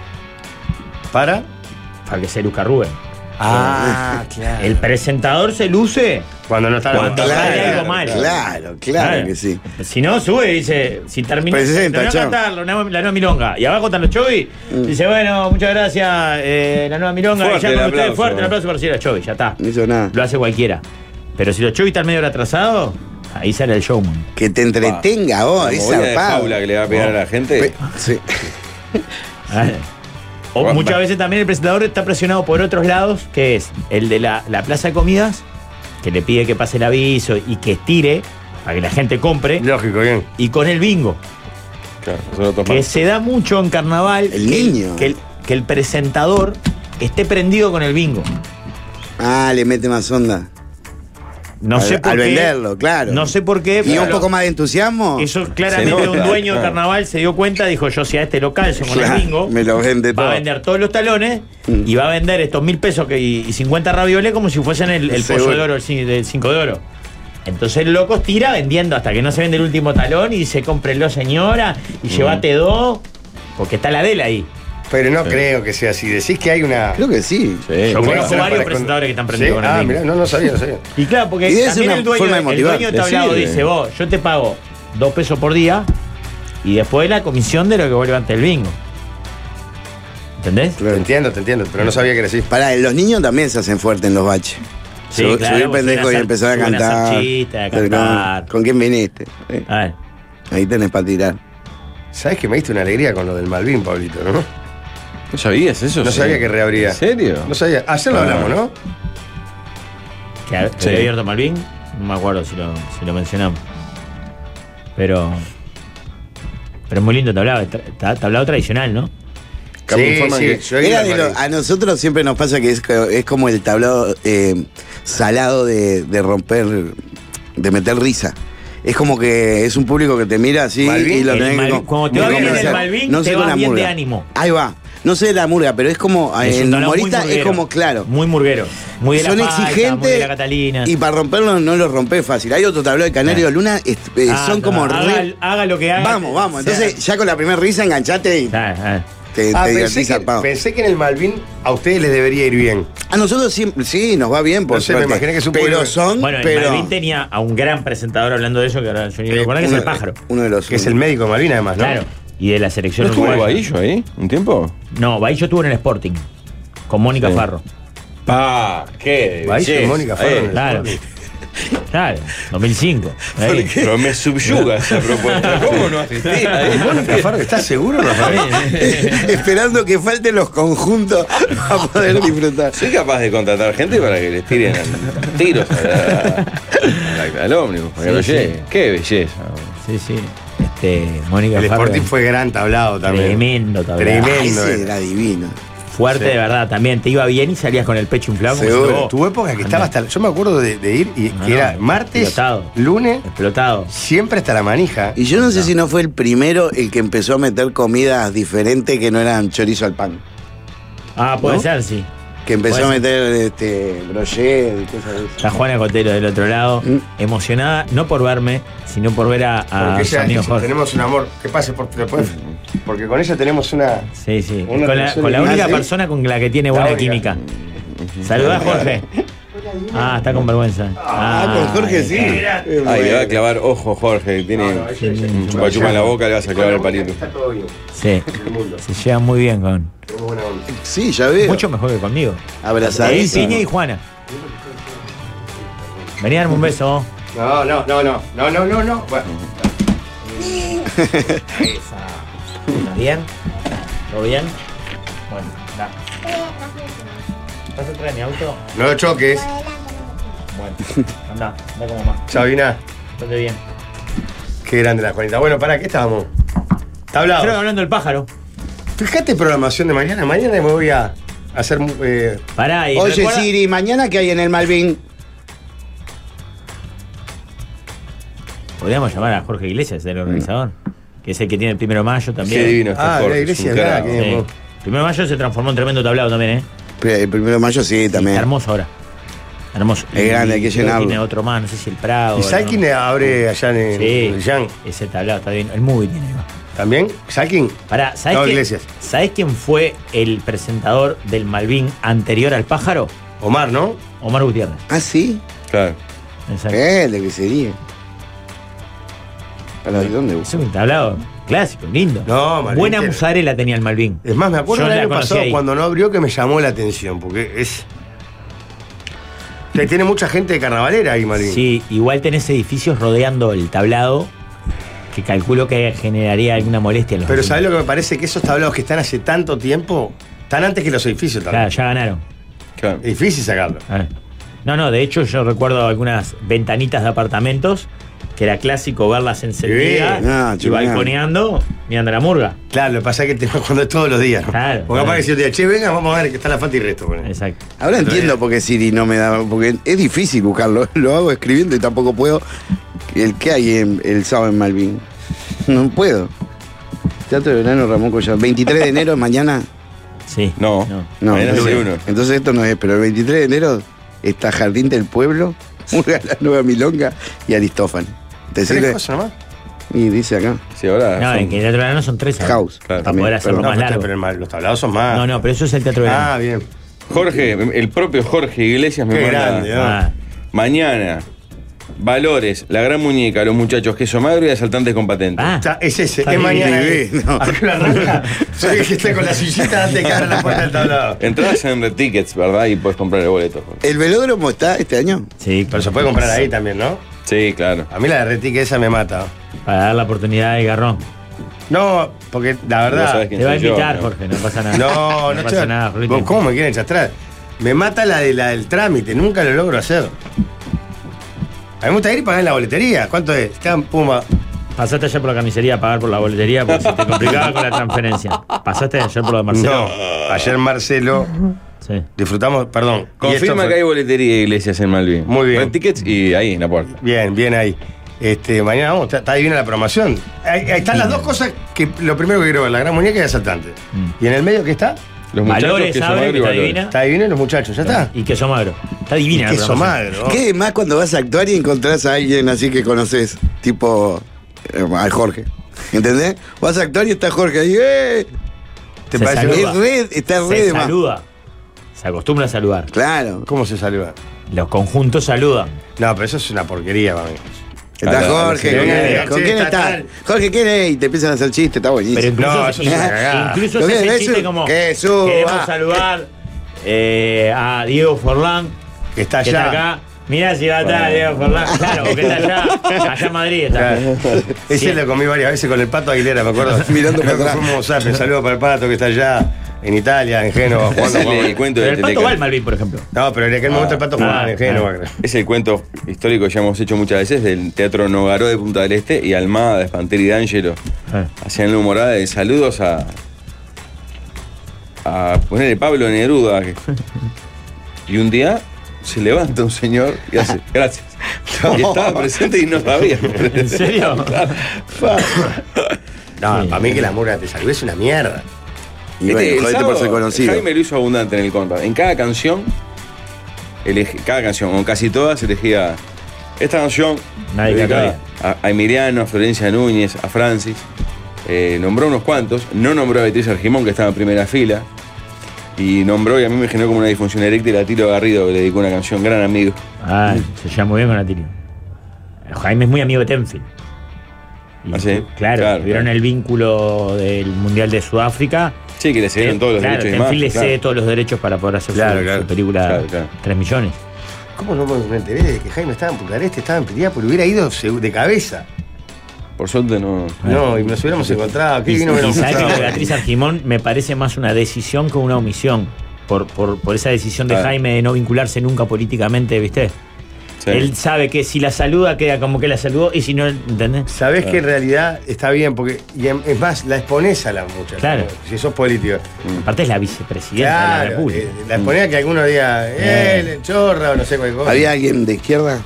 Speaker 7: ¿Para?
Speaker 8: para que se luzca Rubén.
Speaker 7: Ah, claro.
Speaker 8: El presentador se luce.
Speaker 7: Cuando no está la
Speaker 8: Cuando
Speaker 7: banda.
Speaker 8: sale algo mal.
Speaker 6: Claro, claro
Speaker 8: Claro.
Speaker 6: que sí.
Speaker 8: Si no, sube y dice, si termina
Speaker 6: Presenta,
Speaker 8: terminó de
Speaker 6: chao.
Speaker 8: cantar la nueva, la nueva milonga y abajo están los Chovis, dice, bueno, muchas gracias, eh, la nueva milonga,
Speaker 5: Fuerte
Speaker 8: y ya
Speaker 5: el
Speaker 8: con ustedes,
Speaker 5: aplauso.
Speaker 8: fuerte el aplauso para recibir a Chovis, ya está.
Speaker 6: No hizo nada.
Speaker 8: Lo hace cualquiera. Pero si los Chovis están medio atrasados, ahí sale el showman.
Speaker 6: Que te entretenga vos,
Speaker 5: La
Speaker 6: es
Speaker 5: movida de
Speaker 6: zarpado.
Speaker 5: jaula que le va a pegar a la gente.
Speaker 6: Pe- Sí.
Speaker 8: Ah. O
Speaker 5: Bueno,
Speaker 8: muchas
Speaker 5: va.
Speaker 8: veces también el presentador está presionado por otros lados, que es el de la, la plaza de comidas, que le pide que pase el aviso y que estire para que la gente compre,
Speaker 7: Lógico, bien.
Speaker 8: y con el bingo.
Speaker 5: Claro, son otros
Speaker 8: Que
Speaker 5: más.
Speaker 8: se da mucho en carnaval.
Speaker 6: El
Speaker 8: que
Speaker 6: niño.
Speaker 8: Que el, que el presentador esté prendido con el bingo.
Speaker 6: Ah, le mete más onda.
Speaker 8: No
Speaker 6: al,
Speaker 8: sé por
Speaker 6: al
Speaker 8: qué.
Speaker 6: venderlo, claro.
Speaker 8: No sé por qué.
Speaker 6: Y
Speaker 8: pero
Speaker 6: un poco más de entusiasmo.
Speaker 8: Eso claramente
Speaker 5: Se nota,
Speaker 8: un dueño de
Speaker 5: claro.
Speaker 8: carnaval se dio cuenta, dijo, yo si a este local se con
Speaker 6: Claro,
Speaker 8: el bingo,
Speaker 6: me lo vende
Speaker 8: va
Speaker 6: todo.
Speaker 8: a vender todos los talones
Speaker 6: Mm.
Speaker 8: y va a vender estos mil pesos que, y, y cincuenta ravioles como si fuesen el, el
Speaker 6: Seguro.
Speaker 8: pollo de oro, el cin- del cinco de oro. Entonces el loco tira vendiendo hasta que no se vende el último talón y dice, cómprenlo señora y llévate dos, porque está la de él ahí.
Speaker 7: Pero no creo que sea así. Decís que hay una.
Speaker 6: Creo que sí.
Speaker 5: Sí.
Speaker 8: Yo
Speaker 7: una
Speaker 8: conozco
Speaker 7: extra
Speaker 8: varios
Speaker 7: para-
Speaker 8: presentadores que están prendidos
Speaker 7: ¿Sí?
Speaker 8: con el
Speaker 7: Ah,
Speaker 8: bingo.
Speaker 7: mirá, no, no sabía, no sabía.
Speaker 8: Y claro, porque
Speaker 6: Y debe ser
Speaker 8: también
Speaker 6: una
Speaker 8: el dueño,
Speaker 6: forma de
Speaker 8: el
Speaker 6: motivar.
Speaker 8: dueño de tablado
Speaker 5: Decirle.
Speaker 8: dice, vos, yo te pago dos pesos por día y después la comisión de lo que vos levantes el bingo. ¿Entendés?
Speaker 7: Te entiendo, te entiendo, pero no sabía que era así.
Speaker 6: Pará, los niños también se hacen fuertes en los baches.
Speaker 8: Sí,
Speaker 6: Sub-
Speaker 8: claro,
Speaker 6: subir
Speaker 8: vos
Speaker 6: pendejo
Speaker 8: suben
Speaker 6: y
Speaker 8: a
Speaker 6: empezar a
Speaker 8: hacer- suben a hacer
Speaker 6: cantar.
Speaker 8: chistes, a
Speaker 6: Pero
Speaker 8: cantar.
Speaker 6: ¿Con, con quién viniste? Eh,
Speaker 8: A ver.
Speaker 6: Ahí tenés para tirar.
Speaker 7: ¿Sabes que me diste una alegría con lo del Malvin, Pablito, no?
Speaker 5: ¿No sabías eso?
Speaker 7: No
Speaker 5: sí?
Speaker 7: sabía que reabría.
Speaker 5: ¿En serio?
Speaker 7: No sabía. Ayer lo
Speaker 5: Ah.
Speaker 7: hablamos, ¿no?
Speaker 8: Que ha-
Speaker 5: Sí.
Speaker 8: había abierto Malvin, no me acuerdo si lo, si lo mencionamos. Pero. Pero es muy lindo tablado, tra- ta- tablado tradicional, ¿no?
Speaker 5: Acá me informan que-
Speaker 7: yo he ido
Speaker 6: Era
Speaker 7: al
Speaker 6: de lo-
Speaker 7: Malvin.
Speaker 6: a nosotros siempre nos pasa que es, co- es como el tablado eh, salado de, de romper, de meter risa. Es como que es un público que te mira así
Speaker 7: Malvin,
Speaker 6: y lo
Speaker 8: el
Speaker 6: tenés que
Speaker 8: Malvin-
Speaker 6: con-
Speaker 8: cuando te va
Speaker 6: que
Speaker 8: bien en el
Speaker 6: convencer.
Speaker 8: Malvin,
Speaker 6: No sé
Speaker 8: te
Speaker 6: con
Speaker 8: va
Speaker 6: la
Speaker 8: bien de
Speaker 6: murga.
Speaker 8: ánimo.
Speaker 6: Ahí va. No sé de la murga, pero es como
Speaker 8: Es un
Speaker 6: el
Speaker 8: tablado muy
Speaker 6: humorista es
Speaker 8: murguero.
Speaker 6: como claro.
Speaker 8: Muy murguero. Muy de la
Speaker 6: Son
Speaker 8: Falta, muy de
Speaker 6: exigentes
Speaker 8: la Catalina.
Speaker 6: y para romperlo no lo rompes fácil. Hay otro tablado de Canario
Speaker 8: Ah.
Speaker 6: Luna, es- eh,
Speaker 8: Ah,
Speaker 6: son
Speaker 8: no,
Speaker 6: como
Speaker 8: haga,
Speaker 6: re-
Speaker 8: haga lo que haga.
Speaker 6: Vamos, vamos.
Speaker 8: O sea,
Speaker 6: Entonces ya con la primera risa enganchate y
Speaker 8: ah, ah.
Speaker 6: te,
Speaker 7: Ah,
Speaker 6: te
Speaker 7: pensé,
Speaker 6: divertís
Speaker 7: que,
Speaker 6: zarpado.
Speaker 7: pensé que en el Malvin a ustedes les debería ir bien.
Speaker 6: A nosotros siempre, sí, nos va bien, por
Speaker 7: No sé, me
Speaker 6: suerte.
Speaker 7: imaginé que es un
Speaker 6: pero
Speaker 7: público-
Speaker 6: son,
Speaker 8: Bueno, el
Speaker 6: pero
Speaker 8: Malvin tenía a un gran presentador hablando de eso, que ahora yo ni me acuerdo, que es
Speaker 6: uno,
Speaker 8: el pájaro.
Speaker 6: uno de los
Speaker 7: Que es el médico de Malvin, además, ¿no?
Speaker 8: Claro. Y de la
Speaker 5: ¿No
Speaker 8: selección
Speaker 5: estuvo
Speaker 8: uruguaya.
Speaker 5: Bahillo ahí un tiempo?
Speaker 8: No, Bahillo estuvo en el Sporting. Con Mónica
Speaker 5: Sí.
Speaker 8: Farro.
Speaker 5: Pa, qué
Speaker 7: Bahillo y
Speaker 5: belleza,
Speaker 7: Mónica Farro en
Speaker 5: eh.
Speaker 7: el
Speaker 8: Claro. Claro, dos mil cinco. Ahí.
Speaker 5: Pero me subyuga esa propuesta. ¿Cómo no asistí ahí?
Speaker 7: Mónica Farro, ¿estás seguro, Rafael?
Speaker 6: esperando que falten los conjuntos para poder disfrutar.
Speaker 5: Soy capaz de contratar gente para que les tiren tiros a la- a la- al ómnibus, para que
Speaker 8: Sí,
Speaker 5: lo
Speaker 8: sí.
Speaker 5: llegue. Qué belleza.
Speaker 8: Sí, sí. Este, Mónica
Speaker 7: El
Speaker 8: Farro.
Speaker 7: Sporting fue gran tablado también.
Speaker 8: Tremendo tablado.
Speaker 7: Tremendo.
Speaker 6: Ese
Speaker 7: era.
Speaker 6: era divino.
Speaker 8: Fuerte
Speaker 7: Sí.
Speaker 8: de verdad también. Te iba bien y salías con el pecho inflado. como
Speaker 6: Seguro.
Speaker 8: si vos-
Speaker 7: Tu época que estaba hasta. Yo me acuerdo de, de ir y
Speaker 8: No,
Speaker 7: que
Speaker 8: no,
Speaker 7: era martes,
Speaker 8: explotado.
Speaker 7: lunes,
Speaker 8: Explotado.
Speaker 7: siempre hasta la manija.
Speaker 6: Y yo no sé si no fue el primero el que empezó a meter comidas diferentes que no eran chorizo al pan.
Speaker 8: Ah, puede
Speaker 6: ¿No?
Speaker 8: ser, sí.
Speaker 6: Que empezó a
Speaker 8: Puede
Speaker 6: meter este brochet y cosas de
Speaker 8: Está
Speaker 6: eso.
Speaker 8: Juana Cotelo del otro lado,
Speaker 6: Mm.
Speaker 8: emocionada, no por verme, sino por ver a, a
Speaker 7: Porque
Speaker 8: su
Speaker 7: ella-
Speaker 8: amigo Jorge.
Speaker 7: tenemos un amor. ¿Qué pasa? Porque, después- porque con ella tenemos una.
Speaker 8: Sí, sí.
Speaker 7: Una
Speaker 8: Con la,
Speaker 7: persona
Speaker 8: con la
Speaker 7: que-
Speaker 8: única
Speaker 6: Ah, ¿sí?
Speaker 8: persona con la que tiene buena
Speaker 7: única.
Speaker 8: química. Saludá, Jorge. Ah, está con vergüenza.
Speaker 6: Ah, con Jorge sí.
Speaker 5: Ay, le va a clavar ojo, Jorge. Tiene
Speaker 7: No, no, ella-
Speaker 5: un
Speaker 7: ella-
Speaker 5: chupachupa en la boca, le vas a clavar el palito.
Speaker 7: Está todo bien.
Speaker 8: Sí.
Speaker 7: El mundo.
Speaker 8: Se llevan muy bien con.
Speaker 7: Tenemos buena onda.
Speaker 6: Sí, ya veo.
Speaker 8: Mucho mejor que conmigo. Él,
Speaker 6: Abrazadísimo.
Speaker 8: Piña y Juana. Vení a darme un beso.
Speaker 7: No, no, no, no. No, no, no, no. Bueno.
Speaker 8: ¿Estás bien? ¿Todo bien? Bueno, da. ¿Vas a traer mi auto?
Speaker 7: No lo choques.
Speaker 8: Bueno, anda, anda como más.
Speaker 7: Sabina,
Speaker 8: Estate bien.
Speaker 7: qué grande la Juanita. Bueno, ¿para qué estábamos? Tablado.
Speaker 8: Creo que hablando del pájaro.
Speaker 7: Fíjate programación de mañana. Mañana me voy a hacer. Eh,
Speaker 8: Pará, y
Speaker 6: Oye,
Speaker 8: recuerda-
Speaker 6: Siri, mañana que hay en el Malvin.
Speaker 8: Podríamos llamar a Jorge Iglesias, el organizador, que es el que tiene el primero de mayo también.
Speaker 5: Qué divino está
Speaker 7: Ah,
Speaker 5: Jorge.
Speaker 7: la iglesia,
Speaker 5: es un
Speaker 7: nada,
Speaker 5: crack.
Speaker 7: que-
Speaker 8: Sí. Primero de mayo se transformó en tremendo tablado también, ¿eh?
Speaker 6: El primero de mayo sí,
Speaker 8: Está
Speaker 6: también.
Speaker 8: hermoso ahora. Hermoso.
Speaker 6: Es
Speaker 8: Y-
Speaker 6: grande, hay que
Speaker 8: y creo
Speaker 6: llenarlo.
Speaker 8: Tiene otro más, no sé si el Prado.
Speaker 7: ¿Y sabes
Speaker 8: ¿no?
Speaker 7: quién abre allá en el,
Speaker 8: Sí,
Speaker 7: el Yang?
Speaker 8: ese tablado está bien. El movie tiene. ¿no?
Speaker 7: ¿También? ¿Sabes quién?
Speaker 8: Pará, ¿sabes
Speaker 7: No,
Speaker 8: quién,
Speaker 7: Iglesias.
Speaker 8: ¿sabés quién fue el presentador del Malvin anterior al pájaro?
Speaker 7: Omar, ¿no?
Speaker 8: Omar Gutiérrez.
Speaker 6: Ah, sí.
Speaker 5: Claro.
Speaker 8: Exacto.
Speaker 6: Eh, de que sería. ¿Para de dónde?
Speaker 8: Es un tablado clásico, lindo.
Speaker 7: No, Malvin
Speaker 8: Buena
Speaker 7: tiene-
Speaker 8: musarela tenía el Malvin.
Speaker 7: Es más, me acuerdo
Speaker 8: Yo
Speaker 7: el
Speaker 8: la
Speaker 7: año
Speaker 8: conocí
Speaker 7: pasado
Speaker 8: ahí.
Speaker 7: cuando no abrió que me llamó la atención, porque es. Tiene mucha gente de carnavalera ahí, Malvin.
Speaker 8: Sí, igual tenés edificios rodeando el tablado que calculo que generaría alguna molestia en los
Speaker 7: Pero
Speaker 8: vecinos.
Speaker 7: ¿sabes lo que me parece? Que esos tablados que están hace tanto tiempo, están antes que los edificios
Speaker 8: Claro,
Speaker 7: también.
Speaker 8: ya ganaron.
Speaker 5: Claro.
Speaker 7: Es difícil sacarlo.
Speaker 8: A ver. No, no, de hecho yo recuerdo algunas ventanitas de apartamentos que era clásico verlas encendidas
Speaker 6: Sí, ah,
Speaker 8: y
Speaker 6: chupinado.
Speaker 8: balconeando mirando la murga.
Speaker 7: Claro, lo que pasa es que te cuando es todos los días. ¿no?
Speaker 8: Claro,
Speaker 7: Porque capaz
Speaker 8: claro.
Speaker 7: que si un día, che, venga, vamos a ver que está la falta y resto. Bueno.
Speaker 8: Exacto.
Speaker 6: Ahora entiendo por qué Siri no me da. Porque es difícil buscarlo. Lo hago escribiendo y tampoco puedo. El que hay en- el sábado en Malvin. No puedo. Teatro de Verano Ramón Collado. veintitrés de enero, mañana.
Speaker 8: Sí.
Speaker 5: No.
Speaker 6: No,
Speaker 5: Mañana es
Speaker 6: entonces,
Speaker 5: el uno.
Speaker 6: entonces esto no es. Pero el veintitrés de enero está Jardín del Pueblo, Murga La Nueva Milonga y Aristófanes. ¿Te
Speaker 7: ¿Tres
Speaker 6: sirve?
Speaker 7: cosas nomás?
Speaker 6: Y dice acá.
Speaker 5: Sí, ahora.
Speaker 8: No,
Speaker 5: son-
Speaker 8: en que el Teatro Verano son tres. ¿sabes?
Speaker 6: House.
Speaker 5: Claro,
Speaker 8: Para
Speaker 6: también,
Speaker 8: poder hacerlo
Speaker 6: perdón.
Speaker 8: más
Speaker 7: No, pero,
Speaker 8: largo.
Speaker 7: pero el mal- los tablados son más.
Speaker 8: No, no, pero eso es el Teatro Verano.
Speaker 7: Ah, bien.
Speaker 5: Jorge, el propio Jorge Iglesias me
Speaker 7: Qué
Speaker 5: manda.
Speaker 7: grande, ¿no?
Speaker 8: Ah,
Speaker 5: Mañana, Valores, La Gran Muñeca, Los Muchachos, Queso Magro y Asaltantes con Patente.
Speaker 8: Ah.
Speaker 7: O sea, es ese,
Speaker 8: Está
Speaker 7: es
Speaker 8: bien.
Speaker 7: mañana.
Speaker 6: Sí,
Speaker 7: eh.
Speaker 6: no.
Speaker 7: Acá lo arranca. Soy el que está con la sillita antes de que abra la puerta del tablado.
Speaker 5: Entradas en Red Tickets, ¿verdad? Y puedes comprar el boleto. Jorge.
Speaker 6: ¿El velódromo está este año?
Speaker 8: sí,
Speaker 7: Pero se puede comprar ahí también, ¿no?
Speaker 5: Sí, claro.
Speaker 7: A mí la de Retique esa me mata.
Speaker 8: para dar la oportunidad de Garrón.
Speaker 7: No, porque la
Speaker 5: Vos
Speaker 7: verdad.
Speaker 5: sabés quién
Speaker 8: Te va a
Speaker 5: soy yo,
Speaker 8: invitar,
Speaker 5: ¿no?
Speaker 8: Jorge, no pasa nada.
Speaker 7: No, no,
Speaker 8: pasa
Speaker 7: estoy-
Speaker 8: nada, Jorge.
Speaker 7: ¿Vos ¿Cómo me quieren chastrar? Me mata la, de, la del trámite, nunca lo logro hacer. A mí me gusta ir y pagar en la boletería. ¿Cuánto es? Está puma.
Speaker 8: Pasaste ayer por la carnicería a pagar por la boletería porque se te complicaba con la transferencia. Pasaste ayer por lo de Marcelo.
Speaker 7: No, ayer Marcelo
Speaker 8: Sí.
Speaker 7: disfrutamos, perdón. y esto
Speaker 5: Confirma
Speaker 7: fue-
Speaker 5: que hay boletería de Iglesias en Malvin.
Speaker 7: Muy bien.
Speaker 5: Red tickets y ahí en la puerta.
Speaker 7: Bien, bien ahí. Este, mañana vamos, está, está divina la programación. Ahí, ahí están las dos cosas que lo primero que quiero ver, la gran muñeca y el asaltante.
Speaker 8: Mm.
Speaker 7: Y en el medio que está,
Speaker 5: Los muchachos
Speaker 8: Valores,
Speaker 5: que son
Speaker 8: ¿sabe?
Speaker 5: magro
Speaker 8: Que
Speaker 5: y
Speaker 8: está
Speaker 5: valores.
Speaker 8: divina.
Speaker 7: está divino y los muchachos, ya está.
Speaker 8: Y queso magro. Está divina la
Speaker 7: Queso
Speaker 8: programación.
Speaker 7: magro.
Speaker 6: ¿Qué más cuando vas a actuar y encontrás a alguien así que conoces? Tipo eh, al Jorge. ¿Entendés? Vas a actuar y está Jorge ahí. ¡Eh!
Speaker 7: ¿Te
Speaker 8: Se
Speaker 7: parece?
Speaker 8: saluda.
Speaker 6: Es red, está
Speaker 8: Se
Speaker 6: red de más.
Speaker 8: saluda. Se acostumbra a saludar.
Speaker 6: Claro.
Speaker 7: ¿Cómo se saluda?
Speaker 8: Los conjuntos saludan.
Speaker 7: No, pero eso es una porquería para mí.
Speaker 6: Está
Speaker 5: A la- a la
Speaker 6: Jorge.
Speaker 5: señora.
Speaker 6: ¿Con,
Speaker 7: Venga,
Speaker 6: ¿con
Speaker 7: che,
Speaker 6: quién
Speaker 7: está
Speaker 6: está?
Speaker 7: tal.
Speaker 6: Jorge, ¿quién es? Y te empiezan a hacer chistes, está buenísimo.
Speaker 8: Pero incluso,
Speaker 7: No, eso es una
Speaker 8: in-
Speaker 7: cagada.
Speaker 8: incluso
Speaker 6: Lo
Speaker 8: se
Speaker 6: que
Speaker 8: hace
Speaker 6: es
Speaker 8: chiste
Speaker 6: eso,
Speaker 8: como
Speaker 6: que suba.
Speaker 8: queremos saludar eh, a Diego Forlán,
Speaker 7: Que está
Speaker 8: que está
Speaker 7: allá.
Speaker 8: acá. Mirá si va a estar Diego Forlán. Claro, porque está allá, allá en Madrid está.
Speaker 7: Claro. Ese lo comí varias veces con el Pato Aguilera, me acuerdo.
Speaker 6: Mirando
Speaker 7: Creo
Speaker 6: para
Speaker 7: que
Speaker 6: atrás.
Speaker 7: fuimos a saludo para el Pato que está allá en Italia, en Génova, jugando.
Speaker 5: Ese es
Speaker 7: jugando.
Speaker 5: el cuento
Speaker 8: Pero
Speaker 5: de
Speaker 8: el Pato
Speaker 5: Teleca.
Speaker 8: va al Malvin, por ejemplo.
Speaker 7: No, pero en aquel momento el Pato jugaba
Speaker 8: Ah,
Speaker 7: en Génova.
Speaker 8: ah.
Speaker 7: creo.
Speaker 5: Es el cuento histórico que ya hemos hecho muchas veces del Teatro Nogaró de Punta del Este y Almada, Espanteri y D'Angelo.
Speaker 8: Ah.
Speaker 5: Hacían la humorada de saludos a. a ponerle Pablo Neruda. que- Y un día se levanta un señor y hace, gracias. Y estaba presente y no sabía.
Speaker 8: ¿En serio?
Speaker 7: No,
Speaker 8: Sí.
Speaker 7: para mí que la murga te saludó es una mierda.
Speaker 6: Y
Speaker 5: Este,
Speaker 6: bueno,
Speaker 5: el
Speaker 6: jodete por
Speaker 5: sábado,
Speaker 6: ser conocido.
Speaker 5: Jaime lo hizo abundante en el contra. En cada canción, elegí- cada canción, o casi todas, elegía esta canción
Speaker 8: Nadie
Speaker 5: dedicada a, a Emiliano, a Florencia Núñez, a Francis. Eh, nombró unos cuantos, no nombró a Beatriz Argimón, que estaba en primera fila. Y nombró, y a mí me generó como una disfunción eréctil a Tilo Garrido, que le dedicó una canción, gran amigo.
Speaker 8: Ah, se lleva muy bien con Atilio. Jaime es muy amigo de Tenfield. Y,
Speaker 5: Ah, sí,
Speaker 8: claro,
Speaker 5: claro,
Speaker 8: tuvieron
Speaker 5: claro.
Speaker 8: el vínculo del Mundial de Sudáfrica.
Speaker 5: Sí, que le cedieron todos los
Speaker 8: claro,
Speaker 5: derechos y más.
Speaker 8: Tenfield le
Speaker 5: claro.
Speaker 8: cede todos los derechos para poder hacer
Speaker 7: Claro,
Speaker 8: su,
Speaker 7: claro.
Speaker 8: su película
Speaker 5: Claro, claro.
Speaker 8: tres millones.
Speaker 7: ¿Cómo no me me enteré de que Jaime estaba en Bucareste, estaba en Piriápolis? Hubiera ido segu- de cabeza.
Speaker 5: Por suerte no.
Speaker 7: No, y nos hubiéramos encontrado. ¿Qué
Speaker 8: Y,
Speaker 7: vino
Speaker 8: y
Speaker 7: hubiéramos
Speaker 8: sabes que lo de
Speaker 7: encontrado?
Speaker 8: Beatriz Argimón me parece más una decisión que una omisión. Por, por, por esa decisión de
Speaker 5: Claro.
Speaker 8: Jaime de no vincularse nunca políticamente, ¿viste?
Speaker 5: Sí.
Speaker 8: Él sabe que si la saluda queda como que la saludó y si no, ¿entendés?
Speaker 7: Sabés que en realidad está bien, porque y en- es más, la exponés a la muchacha.
Speaker 8: Claro.
Speaker 7: ¿no? Si sos político.
Speaker 8: Aparte es la vicepresidenta de la
Speaker 7: Claro,
Speaker 8: República.
Speaker 7: eh, la exponés a que alguno diga, eh, le chorra o no sé cuál cosa.
Speaker 6: ¿Había alguien de izquierda?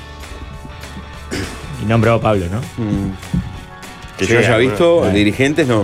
Speaker 8: Y nombró a Pablo, ¿no?
Speaker 5: Mm. Que
Speaker 7: Sí,
Speaker 5: yo haya
Speaker 7: alguno.
Speaker 5: visto,
Speaker 8: Claro.
Speaker 5: dirigentes no.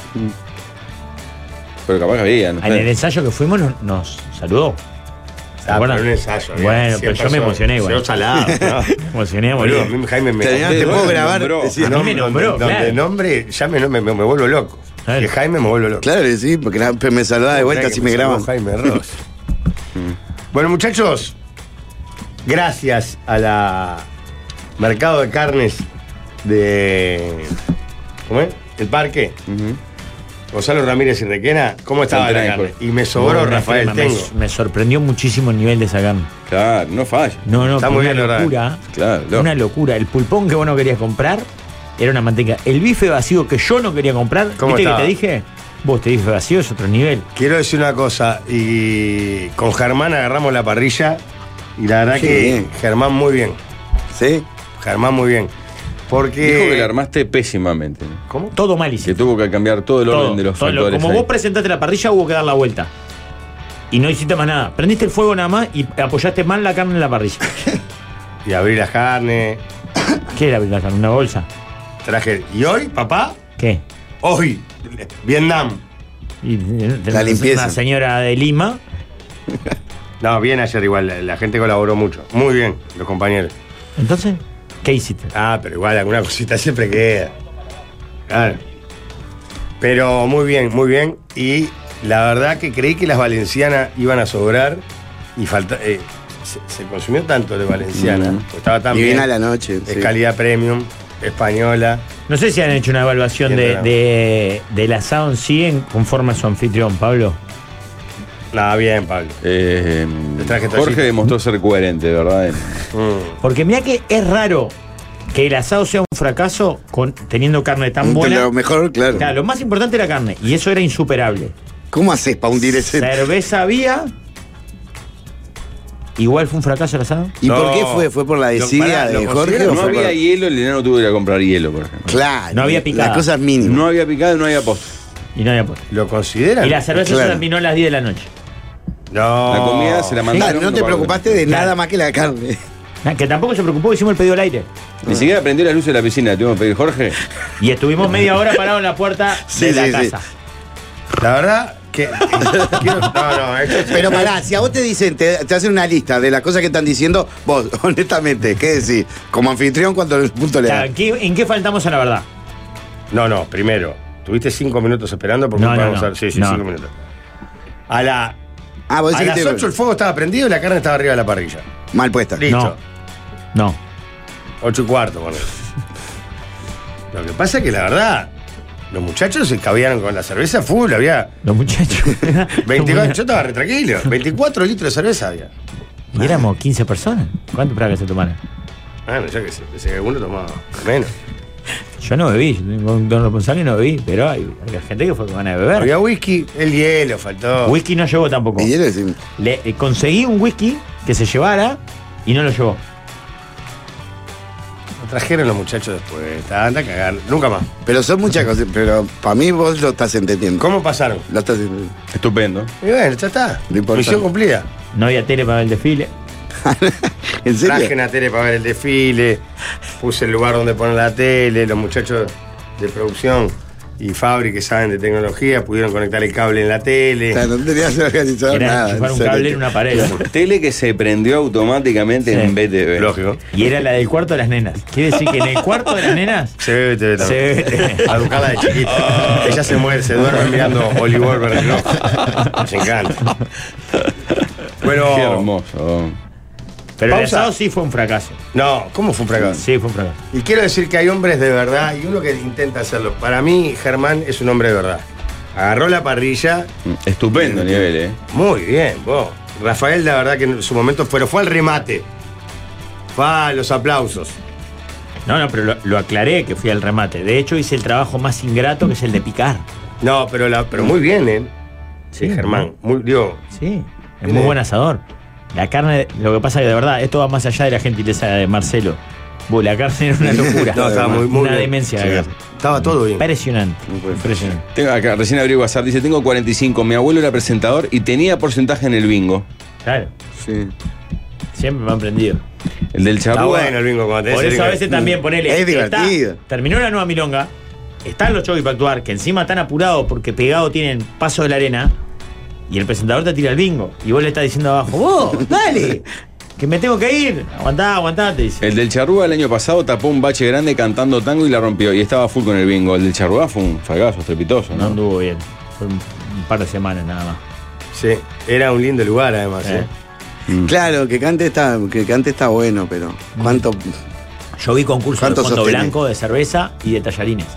Speaker 5: Pero capaz que había, no
Speaker 8: En el
Speaker 5: sé.
Speaker 8: ensayo que fuimos nos, nos saludó. ¿Se
Speaker 7: Ah,
Speaker 8: acuerdan?
Speaker 7: pero un ensayo. había
Speaker 8: Bueno,
Speaker 7: cien
Speaker 8: pero yo me
Speaker 7: personas.
Speaker 8: emocioné igual.
Speaker 7: Yo salado. ¿no?
Speaker 8: Me emocioné,
Speaker 7: Boludo, a
Speaker 8: boludo.
Speaker 7: mí Jaime me.
Speaker 6: Te, te
Speaker 5: bueno,
Speaker 6: puedo
Speaker 5: me
Speaker 6: grabar.
Speaker 5: nombró.
Speaker 6: decir,
Speaker 8: A mí
Speaker 6: no,
Speaker 8: me
Speaker 7: Donde-
Speaker 8: nombró,
Speaker 7: donde,
Speaker 8: claro.
Speaker 7: el nombre ya me, me, me, me vuelvo loco.
Speaker 8: Claro.
Speaker 7: Que Jaime me vuelve loco.
Speaker 6: Claro que sí, porque la- me saludaba de vuelta si me graban.
Speaker 7: Jaime Ross. Bueno, muchachos, gracias a la Mercado de Carnes de. ¿Cómo es? El Parque.
Speaker 5: Ujú.
Speaker 7: Gonzalo Ramírez y Requena, ¿cómo estaba la
Speaker 5: Central,
Speaker 7: carne?
Speaker 5: pues.
Speaker 7: Y me sobró
Speaker 8: Una
Speaker 7: Rafael
Speaker 8: crema,
Speaker 7: Tengo.
Speaker 8: Me, me sorprendió muchísimo el nivel de esa carne.
Speaker 5: Claro, no falla.
Speaker 8: No, no,
Speaker 7: Está
Speaker 8: fue
Speaker 7: muy
Speaker 8: una
Speaker 7: bien, la verdad.
Speaker 8: locura.
Speaker 5: Claro, loco.
Speaker 8: Una locura. El pulpón que vos no querías comprar era una manteca. El bife vacío que yo no quería comprar,
Speaker 7: ¿Cómo
Speaker 8: ¿viste
Speaker 7: estaba?
Speaker 8: que te dije? Vos te bife vacío es otro nivel.
Speaker 7: Quiero decir una cosa, y con Germán agarramos la parrilla, y la verdad
Speaker 6: Qué
Speaker 7: que
Speaker 6: bien.
Speaker 7: Germán muy bien.
Speaker 6: ¿Sí?
Speaker 7: Germán muy bien. Porque.
Speaker 5: Dijo que la armaste pésimamente. ¿no?
Speaker 7: ¿Cómo?
Speaker 8: Todo
Speaker 5: Que
Speaker 8: malísimo.
Speaker 5: tuvo que cambiar todo el
Speaker 8: Todo,
Speaker 5: orden de los
Speaker 8: todo lo-
Speaker 5: factores.
Speaker 8: como
Speaker 5: ahí.
Speaker 8: vos presentaste la parrilla, hubo que dar la vuelta. Y no hiciste más nada. Prendiste el fuego nada más y apoyaste mal la carne en la parrilla.
Speaker 7: Y abrí la carne,
Speaker 8: ¿Qué era la carne? ¿Una bolsa?
Speaker 7: traje. ¿Y hoy, papá?
Speaker 8: ¿Qué?
Speaker 7: Hoy, Vietnam.
Speaker 8: Y, eh,
Speaker 6: La limpieza.
Speaker 8: Una señora de Lima.
Speaker 7: No, bien ayer igual, la, la gente colaboró mucho. Muy bien, los compañeros.
Speaker 8: Entonces, ¿qué hiciste?
Speaker 7: Ah, pero igual alguna cosita siempre queda. Claro. Pero muy bien, muy bien. Y la verdad que creí que las valencianas iban a sobrar y falta, eh, se, se consumió tanto de valenciana.
Speaker 5: Mm.
Speaker 7: porque estaba tan
Speaker 6: Y bien
Speaker 7: bien.
Speaker 6: a la noche.
Speaker 7: Es
Speaker 6: sí.
Speaker 7: calidad premium, española.
Speaker 8: No sé si han hecho una evaluación
Speaker 7: Bien,
Speaker 8: de,
Speaker 7: bravo.
Speaker 8: de, del asado en sí en- conforme a su anfitrión, Pablo.
Speaker 7: Nada, bien, Pablo.
Speaker 5: Eh,
Speaker 7: Le traje
Speaker 5: Jorge
Speaker 7: tallita.
Speaker 5: demostró ser coherente, de verdad. en-
Speaker 7: Mm.
Speaker 8: Porque mira que es raro que el asado sea un fracaso con, teniendo carne tan buena.
Speaker 6: Lo mejor, claro.
Speaker 8: Claro, lo más importante era carne, y eso era insuperable.
Speaker 6: ¿Cómo haces para hundir ese?
Speaker 8: Cerveza había. Igual fue un fracaso el asado.
Speaker 6: ¿Y
Speaker 7: No.
Speaker 6: por qué fue? ¿Fue por la
Speaker 7: Lo-
Speaker 6: desidia
Speaker 7: pará, lo
Speaker 6: de Jorge?
Speaker 7: considero-
Speaker 6: o
Speaker 5: No
Speaker 6: fue
Speaker 5: había
Speaker 6: por-
Speaker 5: hielo, el enano tuvo que ir a comprar hielo, por ejemplo.
Speaker 6: Claro.
Speaker 8: No había picada.
Speaker 6: Las cosas mínimas.
Speaker 5: No había picado y no había postre.
Speaker 8: Y no había postre.
Speaker 7: ¿Lo consideran?
Speaker 8: Y la cerveza
Speaker 6: Claro.
Speaker 8: se terminó a las diez de la noche.
Speaker 7: No.
Speaker 5: La comida se la
Speaker 6: Ah,
Speaker 5: mandaron.
Speaker 6: no te
Speaker 5: para-
Speaker 6: preocupaste de
Speaker 8: Claro.
Speaker 6: nada más que la carne.
Speaker 8: Ah, Que tampoco se preocupó, hicimos el pedido al aire.
Speaker 5: Ni siquiera prendió las luces de la piscina, tuvimos que pedir Jorge.
Speaker 8: Y estuvimos media hora parados en la puerta
Speaker 6: Sí,
Speaker 8: de la
Speaker 6: sí, sí.
Speaker 8: casa.
Speaker 7: La verdad que. quiero- no, no, esto es-
Speaker 6: Pero pará, si a vos te dicen, te, te hacen una lista de las cosas que están diciendo, vos, honestamente, ¿qué decís? Como anfitrión, ¿cuánto punto le
Speaker 8: Claro,
Speaker 6: das?
Speaker 8: ¿en qué, en qué faltamos a la verdad?
Speaker 7: No, no, primero. Tuviste cinco minutos esperando porque
Speaker 8: No, no,
Speaker 7: vamos
Speaker 8: no.
Speaker 7: a. Sí, sí,
Speaker 8: No.
Speaker 7: cinco minutos. A la.
Speaker 6: Ah, vos
Speaker 7: A
Speaker 6: decís
Speaker 7: las
Speaker 6: que te-
Speaker 7: ocho el fuego estaba prendido y la carne estaba arriba de la parrilla.
Speaker 6: mal puesta.
Speaker 7: Listo.
Speaker 8: No. No.
Speaker 7: Ocho y cuarto, ponele. Lo que pasa es que la verdad, los muchachos se cabían con la cerveza full, había
Speaker 8: Los muchachos.
Speaker 7: veinticuatro, yo estaba re tranquilo, veinticuatro litros de cerveza había.
Speaker 8: Y éramos quince personas. ¿Cuánto para que se tomaran?
Speaker 7: Bueno, yo que sé, pensé que uno tomaba menos.
Speaker 8: Yo no bebí, yo tengo un don responsable y no bebí, pero hay, hay gente que fue con ganas de beber.
Speaker 7: Había whisky, el hielo faltó.
Speaker 8: Whisky no llevó tampoco.
Speaker 6: Y él decís,
Speaker 8: Le eh, conseguí un whisky que se llevara y no lo llevó.
Speaker 7: Lo trajeron los muchachos después, anda a cagar, nunca más.
Speaker 6: pero son muchas cosas, pero para mí vos lo estás entendiendo.
Speaker 7: ¿Cómo pasaron?
Speaker 6: Lo estás entendiendo.
Speaker 5: Estupendo.
Speaker 7: Y bueno, ya está.
Speaker 6: Lo importante.
Speaker 7: Misión cumplida.
Speaker 8: No había tele para ver el desfile.
Speaker 6: ¿En serio?
Speaker 7: Traje una tele para ver el desfile, puse el lugar donde poner la tele, los muchachos de producción y Fabri que saben de tecnología pudieron conectar el cable en la tele.
Speaker 6: O sea, no tenías organizado
Speaker 8: Era
Speaker 6: nada.
Speaker 8: enchufar un
Speaker 6: en serio.
Speaker 8: cable en una pared.
Speaker 5: Tele que se prendió automáticamente
Speaker 8: Sí.
Speaker 5: en B T V.
Speaker 7: Lógico.
Speaker 8: Y era la del cuarto de las nenas. Quiere decir que en el cuarto de las nenas
Speaker 7: Se ve T V
Speaker 8: se
Speaker 7: también.
Speaker 8: ve T V.
Speaker 7: A educarla de chiquita. Ella se muere, se duerme mirando Oliver con el reloj. Nos encanta. Bueno.
Speaker 5: Qué hermoso.
Speaker 8: Pero el
Speaker 7: Pausa.
Speaker 8: asado sí fue un fracaso.
Speaker 7: No, ¿cómo fue un fracaso?
Speaker 8: Sí, fue un fracaso.
Speaker 7: Y quiero decir que hay hombres de verdad y uno que intenta hacerlo. Para mí, Germán es un hombre de verdad. Agarró la parrilla,
Speaker 5: Estupendo el nivel, ¿eh?
Speaker 7: muy bien, vos. Rafael, la verdad que en su momento pero fue al remate. Fue a los aplausos.
Speaker 8: No, no, pero lo, lo aclaré que fui al remate. De hecho, hice el trabajo más ingrato que es el de picar.
Speaker 7: No, pero, la, pero muy bien, ¿eh? Sí,
Speaker 8: Sí,
Speaker 7: Germán. Muy, digo,
Speaker 8: Sí, es
Speaker 7: Bien.
Speaker 8: muy buen asador. La carne, lo que pasa es que de verdad, esto va más allá de la gentileza de Marcelo. Buh, la carne era una locura.
Speaker 7: no, estaba muy, muy
Speaker 8: una
Speaker 7: bien.
Speaker 8: demencia
Speaker 7: Sí,
Speaker 8: la carne.
Speaker 7: estaba todo bien.
Speaker 8: Impresionante. Impresionante.
Speaker 5: Tengo acá, recién abrí WhatsApp, dice, tengo cuarenta y cinco, mi abuelo era presentador y tenía porcentaje en el bingo.
Speaker 8: Claro,
Speaker 6: Sí.
Speaker 8: siempre me han prendido.
Speaker 5: El del
Speaker 7: Está
Speaker 5: charrúa.
Speaker 7: bueno el bingo cuando tenés
Speaker 8: Por
Speaker 7: el
Speaker 8: eso a
Speaker 7: bingo.
Speaker 8: veces también ponele.
Speaker 6: Es
Speaker 8: está-
Speaker 6: divertido.
Speaker 8: terminó la nueva milonga, están los choques para actuar, que encima están apurados porque pegado tienen paso de la arena, y el presentador te tira el bingo. Y vos le estás diciendo abajo, vos, dale, que me tengo que ir. Aguantá, aguantá, te dice.
Speaker 5: El del charrúa el año pasado tapó un bache grande cantando tango y la rompió. Y estaba full con el bingo. El del charrúa fue un fragazo estrepitoso,
Speaker 8: No
Speaker 5: ¿no?
Speaker 8: anduvo bien. Fue un, un par de semanas nada más.
Speaker 7: Sí, era un lindo lugar además.
Speaker 8: ¿Eh?
Speaker 7: ¿eh?
Speaker 5: Mm.
Speaker 6: Claro, que cante está, que cante está bueno, pero ¿cuánto?
Speaker 8: Yo vi concursos de
Speaker 6: ¿Cuánto
Speaker 8: fondo
Speaker 6: sostenés?
Speaker 8: blanco, de cerveza y de tallarines.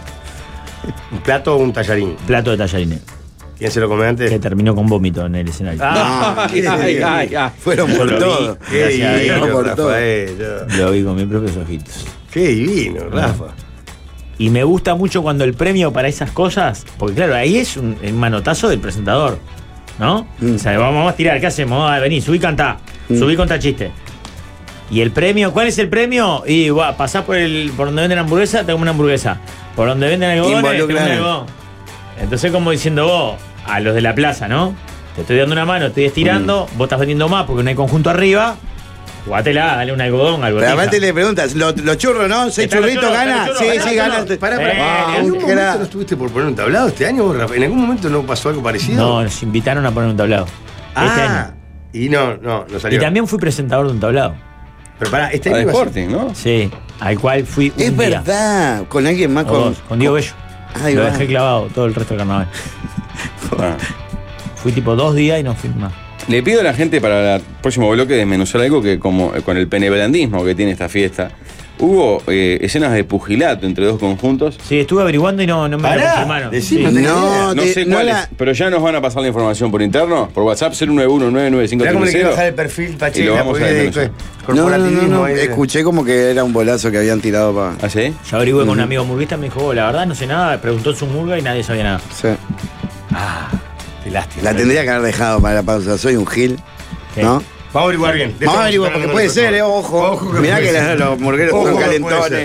Speaker 7: Un plato o un tallarín.
Speaker 8: Plato de tallarines.
Speaker 7: ¿Quién se lo come
Speaker 8: Que
Speaker 7: antes?
Speaker 8: terminó con vómito en el escenario.
Speaker 7: Ah,
Speaker 5: Ay, ay, ay, ay.
Speaker 6: Fueron
Speaker 8: Yo
Speaker 6: por
Speaker 8: lo vi.
Speaker 6: todo.
Speaker 7: Qué
Speaker 8: Gracias a Dios.
Speaker 7: divino,
Speaker 6: por todo.
Speaker 7: Rafael. yo-
Speaker 8: Lo vi con mis propios ojitos.
Speaker 7: Qué divino, Rafa.
Speaker 8: Y me gusta mucho cuando el premio para esas cosas, porque claro, ahí es un, un manotazo del presentador, ¿no?
Speaker 6: Mm.
Speaker 8: O sea, vamos a tirar, ¿qué hacemos? Ah, vení, subí, cantá,
Speaker 6: Mm.
Speaker 8: subí, contá chiste. Y el premio, ¿cuál es el premio? Y va, pasás por el por donde venden hamburguesa, te como una hamburguesa. Por donde venden algodones, te como un
Speaker 6: Involucrar.
Speaker 8: algodón. Entonces, como diciendo vos, a los de la plaza, ¿no? Te estoy dando una mano, estoy estirando,
Speaker 6: Mm.
Speaker 8: vos estás vendiendo más porque no hay conjunto arriba. Jugátela, dale un algodón, algo.
Speaker 6: Pero aparte le preguntas, ¿los lo churros, no? ¿Seis
Speaker 8: Están los
Speaker 6: churritos
Speaker 8: churros,
Speaker 6: gana?
Speaker 8: están los
Speaker 6: Sí,
Speaker 8: churros,
Speaker 6: sí,
Speaker 8: están
Speaker 6: gana.
Speaker 8: los churros.
Speaker 7: Pará,
Speaker 8: Eh,
Speaker 7: pará. ¿En
Speaker 6: Ah,
Speaker 7: algún
Speaker 6: qué
Speaker 7: momento
Speaker 6: gra-
Speaker 7: no estuviste por poner un tablado este año, vos, Rafa? ¿En algún momento no pasó algo parecido?
Speaker 8: No, nos invitaron a poner un tablado. Este
Speaker 7: Ah,
Speaker 8: año.
Speaker 7: y no, no, no salió.
Speaker 8: Y también fui presentador de un tablado.
Speaker 7: Pero pará, este
Speaker 5: A
Speaker 7: año
Speaker 5: de
Speaker 7: iba a ser-
Speaker 5: Sporting, ¿no?
Speaker 8: Sí, al cual fui un
Speaker 6: Es
Speaker 8: día,
Speaker 6: verdad, con alguien más
Speaker 8: o
Speaker 6: con.
Speaker 8: dos, con Diego Bello.
Speaker 6: Ahí
Speaker 8: Lo
Speaker 6: va.
Speaker 8: dejé clavado todo el resto del carnaval.
Speaker 5: Ah.
Speaker 8: Fui tipo dos días y no fui más.
Speaker 5: Le pido a la gente para el próximo bloque desmenuzar algo que como con el peneblandismo que tiene esta fiesta. Hubo eh, escenas de pugilato entre dos conjuntos.
Speaker 8: Sí, estuve averiguando y no, no me lo
Speaker 7: Pará,
Speaker 8: confirmaron.
Speaker 7: decime,
Speaker 8: Sí.
Speaker 6: No,
Speaker 5: No
Speaker 6: te-
Speaker 5: sé
Speaker 6: no
Speaker 5: cuáles,
Speaker 6: la-
Speaker 5: pero ya nos van a pasar la información por interno, por WhatsApp cero nueve uno nueve nueve cinco
Speaker 7: Mirá cómo le quiero
Speaker 5: tres
Speaker 7: bajar
Speaker 5: cero.
Speaker 7: el perfil,
Speaker 5: Y lo
Speaker 7: Pachela,
Speaker 5: vamos
Speaker 7: porque
Speaker 5: a
Speaker 7: de-
Speaker 5: desmenuzar.
Speaker 6: No, no, no,
Speaker 7: corporativismo
Speaker 6: no,
Speaker 7: ahí de-
Speaker 6: escuché como que era un bolazo que habían tirado para.
Speaker 5: ¿Ah, sí?
Speaker 8: Yo averigué con un amigo murguista, me dijo, oh, la verdad no sé nada, preguntó su murga y nadie sabía nada.
Speaker 6: Sí.
Speaker 7: Qué lástima.
Speaker 6: La tendría que haber dejado para la pausa. Soy un gil,
Speaker 8: ¿Qué?
Speaker 6: ¿no?
Speaker 7: Vamos a averiguar bien.
Speaker 6: Vamos a averiguar, porque puede ser, eh, ojo.
Speaker 7: Ojo que
Speaker 6: Mirá
Speaker 7: puede
Speaker 6: que
Speaker 7: ser.
Speaker 6: la- los morgueros
Speaker 7: Ojo
Speaker 6: son
Speaker 7: que puede
Speaker 6: calentones.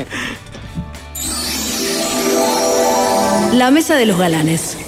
Speaker 9: La mesa de los galanes.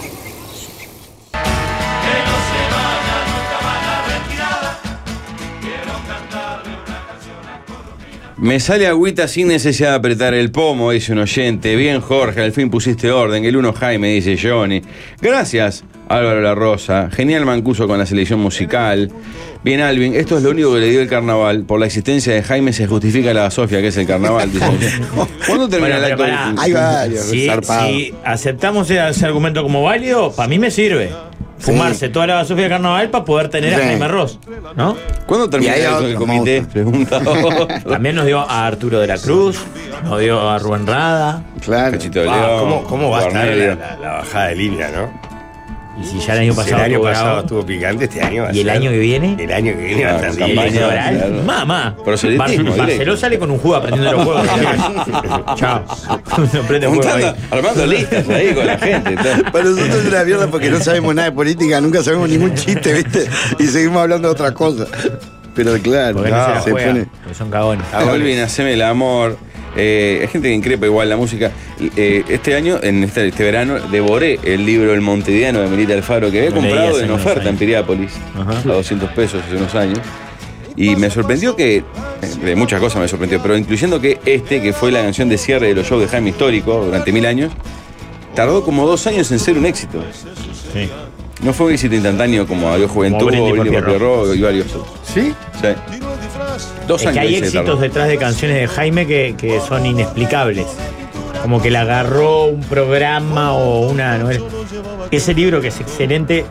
Speaker 5: Me sale agüita sin necesidad de apretar el pomo, dice un oyente. Bien, Jorge, al fin pusiste orden. El uno Jaime, dice Johnny. Gracias, Álvaro La Rosa. Genial Mancuso con la selección musical. Bien, Alvin, esto es lo único que le dio el carnaval. Por la existencia de Jaime se justifica la Sofía, que es el carnaval. Dice. ¿Cuándo termina
Speaker 8: Bueno,
Speaker 5: el
Speaker 8: pero
Speaker 5: acto?
Speaker 8: pará.
Speaker 6: Hay varios,
Speaker 8: Si,
Speaker 6: zarpados.
Speaker 8: si aceptamos ese, ese argumento como válido, para mí me sirve. Fumarse toda la basofia de carnaval para poder tener a
Speaker 6: Sí.
Speaker 8: Jaime Ross, ¿no?
Speaker 5: ¿Cuándo termina
Speaker 6: Y hay
Speaker 5: el acto
Speaker 6: otro,
Speaker 5: del comité? Pregunta otro.
Speaker 8: También nos dio a Arturo de la Cruz, nos dio a Rubén Rada.
Speaker 6: Claro.
Speaker 5: Cachito de
Speaker 7: Ah,
Speaker 5: León.
Speaker 7: ¿cómo, ¿Cómo va a estar
Speaker 5: Cornelio.
Speaker 7: la, la- la bajada de línea, no?
Speaker 8: Y si ya el año
Speaker 7: Si
Speaker 8: pasado
Speaker 7: el año
Speaker 8: estuvo
Speaker 7: pasado
Speaker 8: bravo,
Speaker 7: estuvo picante, este año va a
Speaker 8: ¿y el
Speaker 7: ser-
Speaker 8: año que viene?
Speaker 7: El año que viene va a
Speaker 5: Ah,
Speaker 7: estar
Speaker 5: con
Speaker 7: bien.
Speaker 5: campaña.
Speaker 8: Electoral,
Speaker 5: claro.
Speaker 8: mamá.
Speaker 5: Proselitismo,
Speaker 8: Bar- Barceló
Speaker 5: directo.
Speaker 8: sale con un juego aprendiendo los juegos. Chao. No prende fuego ahí.
Speaker 5: Juntando- armando listas ahí con la gente. todo.
Speaker 6: Para nosotros es una mierda porque no sabemos nada de política, nunca sabemos ningún chiste, ¿viste? Y seguimos hablando de otra cosa. Pero claro,
Speaker 8: Porque no,
Speaker 6: no,
Speaker 8: se la
Speaker 6: se
Speaker 8: juegan,
Speaker 6: pone.
Speaker 8: porque son cagones.
Speaker 5: Alvin, haceme el amor. Eh, hay gente que increpa igual la música. Eh, este año, en este, este verano, devoré el libro El Montevideano de Melita Alfaro, que había
Speaker 8: Lo leí
Speaker 5: comprado
Speaker 8: hace
Speaker 5: en
Speaker 8: unos
Speaker 5: oferta
Speaker 8: años.
Speaker 5: en Piriápolis,
Speaker 8: Ajá.
Speaker 5: a doscientos pesos hace unos años. Y me sorprendió que, eh, de muchas cosas me sorprendió, pero incluyendo que este, que fue la canción de cierre de los shows de Jaime Histórico durante mil años, tardó como dos años en ser un éxito.
Speaker 8: Sí.
Speaker 5: No fue un éxito instantáneo como Adiós Juventud,
Speaker 8: Como Brindis por
Speaker 5: Brindis por
Speaker 8: Pierrot.
Speaker 5: Pierrot y varios otros.
Speaker 7: ¿Sí?
Speaker 5: Sí. Dos
Speaker 8: Es que
Speaker 5: años
Speaker 8: hay
Speaker 5: se
Speaker 8: éxitos
Speaker 5: tardó.
Speaker 8: detrás de canciones de Jaime que, que son inexplicables. Como que le agarró un programa o una novela. Ese libro que es excelente,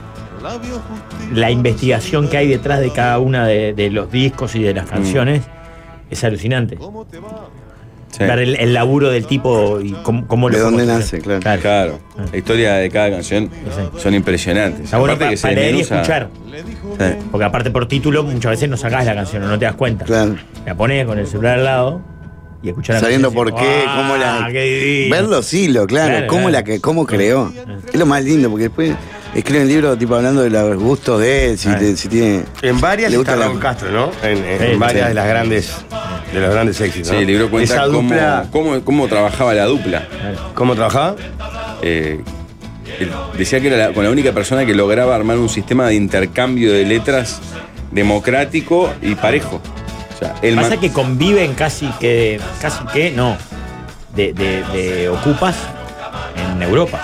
Speaker 8: la investigación que hay detrás de cada una de, de los discos y de las canciones es alucinante.
Speaker 5: Sí.
Speaker 8: Ver el, el laburo del tipo y cómo, cómo
Speaker 6: De
Speaker 8: lo
Speaker 6: dónde
Speaker 8: cómo-
Speaker 6: nace, claro.
Speaker 5: Claro, la historia de cada canción
Speaker 8: Sí.
Speaker 5: son impresionantes.
Speaker 8: Está bueno
Speaker 5: Aparte
Speaker 8: para,
Speaker 5: que se
Speaker 8: para leer y
Speaker 5: desmenuza-
Speaker 8: escuchar.
Speaker 5: Sí.
Speaker 8: Porque aparte por título muchas veces no sacás la canción o no te das cuenta.
Speaker 6: Claro.
Speaker 8: La pones con el celular al lado y escuchar la
Speaker 6: Sabiendo
Speaker 8: canción
Speaker 6: por
Speaker 8: y
Speaker 6: qué,
Speaker 8: decís,
Speaker 6: cómo la.
Speaker 8: "Ah, qué divino".
Speaker 6: Ver los hilos, claro.
Speaker 8: Claro,
Speaker 6: cómo,
Speaker 8: claro.
Speaker 6: La que, cómo creó. Es lo más lindo, porque después escriben libros tipo hablando de los gustos de él, si,
Speaker 8: Claro.
Speaker 6: te- si tiene.
Speaker 7: En varias
Speaker 6: Le gusta
Speaker 7: está
Speaker 6: la-
Speaker 7: Raúl Castro, ¿no? En, en-
Speaker 8: Sí,
Speaker 7: en varias
Speaker 8: sí.
Speaker 7: de las grandes de los grandes éxitos.
Speaker 5: Sí,
Speaker 7: ¿no?
Speaker 5: el libro cuenta
Speaker 7: Esa
Speaker 5: cómo,
Speaker 7: dupla,
Speaker 5: cómo, cómo trabajaba la dupla.
Speaker 7: ¿cómo trabajaba?
Speaker 5: Eh, él decía que era la, con la única persona que lograba armar un sistema de intercambio de letras democrático y parejo. O sea, él
Speaker 8: Pasa
Speaker 5: man-
Speaker 8: que conviven casi que, casi que, no, de, de- de ocupas en Europa.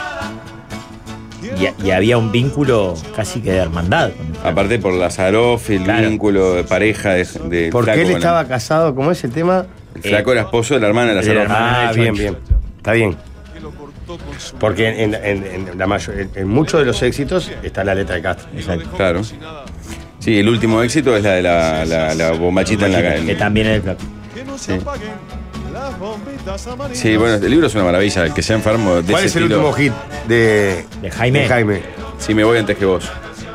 Speaker 8: Y, y había un vínculo casi que de hermandad. con el-
Speaker 5: aparte por Lazaroff, el
Speaker 8: Claro.
Speaker 5: vínculo de pareja de, de
Speaker 7: Porque
Speaker 5: Flaco
Speaker 7: él
Speaker 5: con
Speaker 7: estaba
Speaker 5: la-
Speaker 7: casado, ¿cómo es el tema?
Speaker 5: el Flaco era esposo de la hermana de
Speaker 8: de la
Speaker 5: Lazaroff.
Speaker 8: hermana.
Speaker 7: Ah,
Speaker 8: de
Speaker 7: bien,
Speaker 8: Choncho.
Speaker 7: bien. Está bien. Porque en, en- en la mayor, en, en muchos de los éxitos está la letra de Castro.
Speaker 8: Exacto.
Speaker 5: Claro. Sí, el último éxito es la de la, la- la bombachita en la
Speaker 8: Que
Speaker 5: calle.
Speaker 8: también es el Flaco.
Speaker 5: Sí. Sí, bueno, el libro es una maravilla. El que sea enfermo de
Speaker 7: ¿Cuál
Speaker 5: ese
Speaker 7: es el
Speaker 5: estilo.
Speaker 7: último hit de,
Speaker 8: De Jaime.
Speaker 7: de Jaime?
Speaker 5: Sí, me voy antes que vos.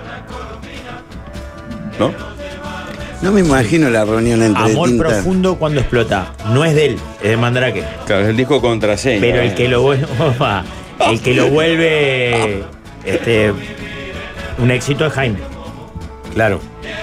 Speaker 5: ¿No?
Speaker 6: No me imagino la reunión entre
Speaker 8: Amor
Speaker 6: Tinta.
Speaker 8: profundo cuando explota. No es de él, es de Mandrake.
Speaker 5: Claro, es el disco contraseña.
Speaker 8: Pero el
Speaker 5: ¿eh?
Speaker 8: que lo vuelve, el que lo vuelve este, un éxito es Jaime.
Speaker 7: Claro.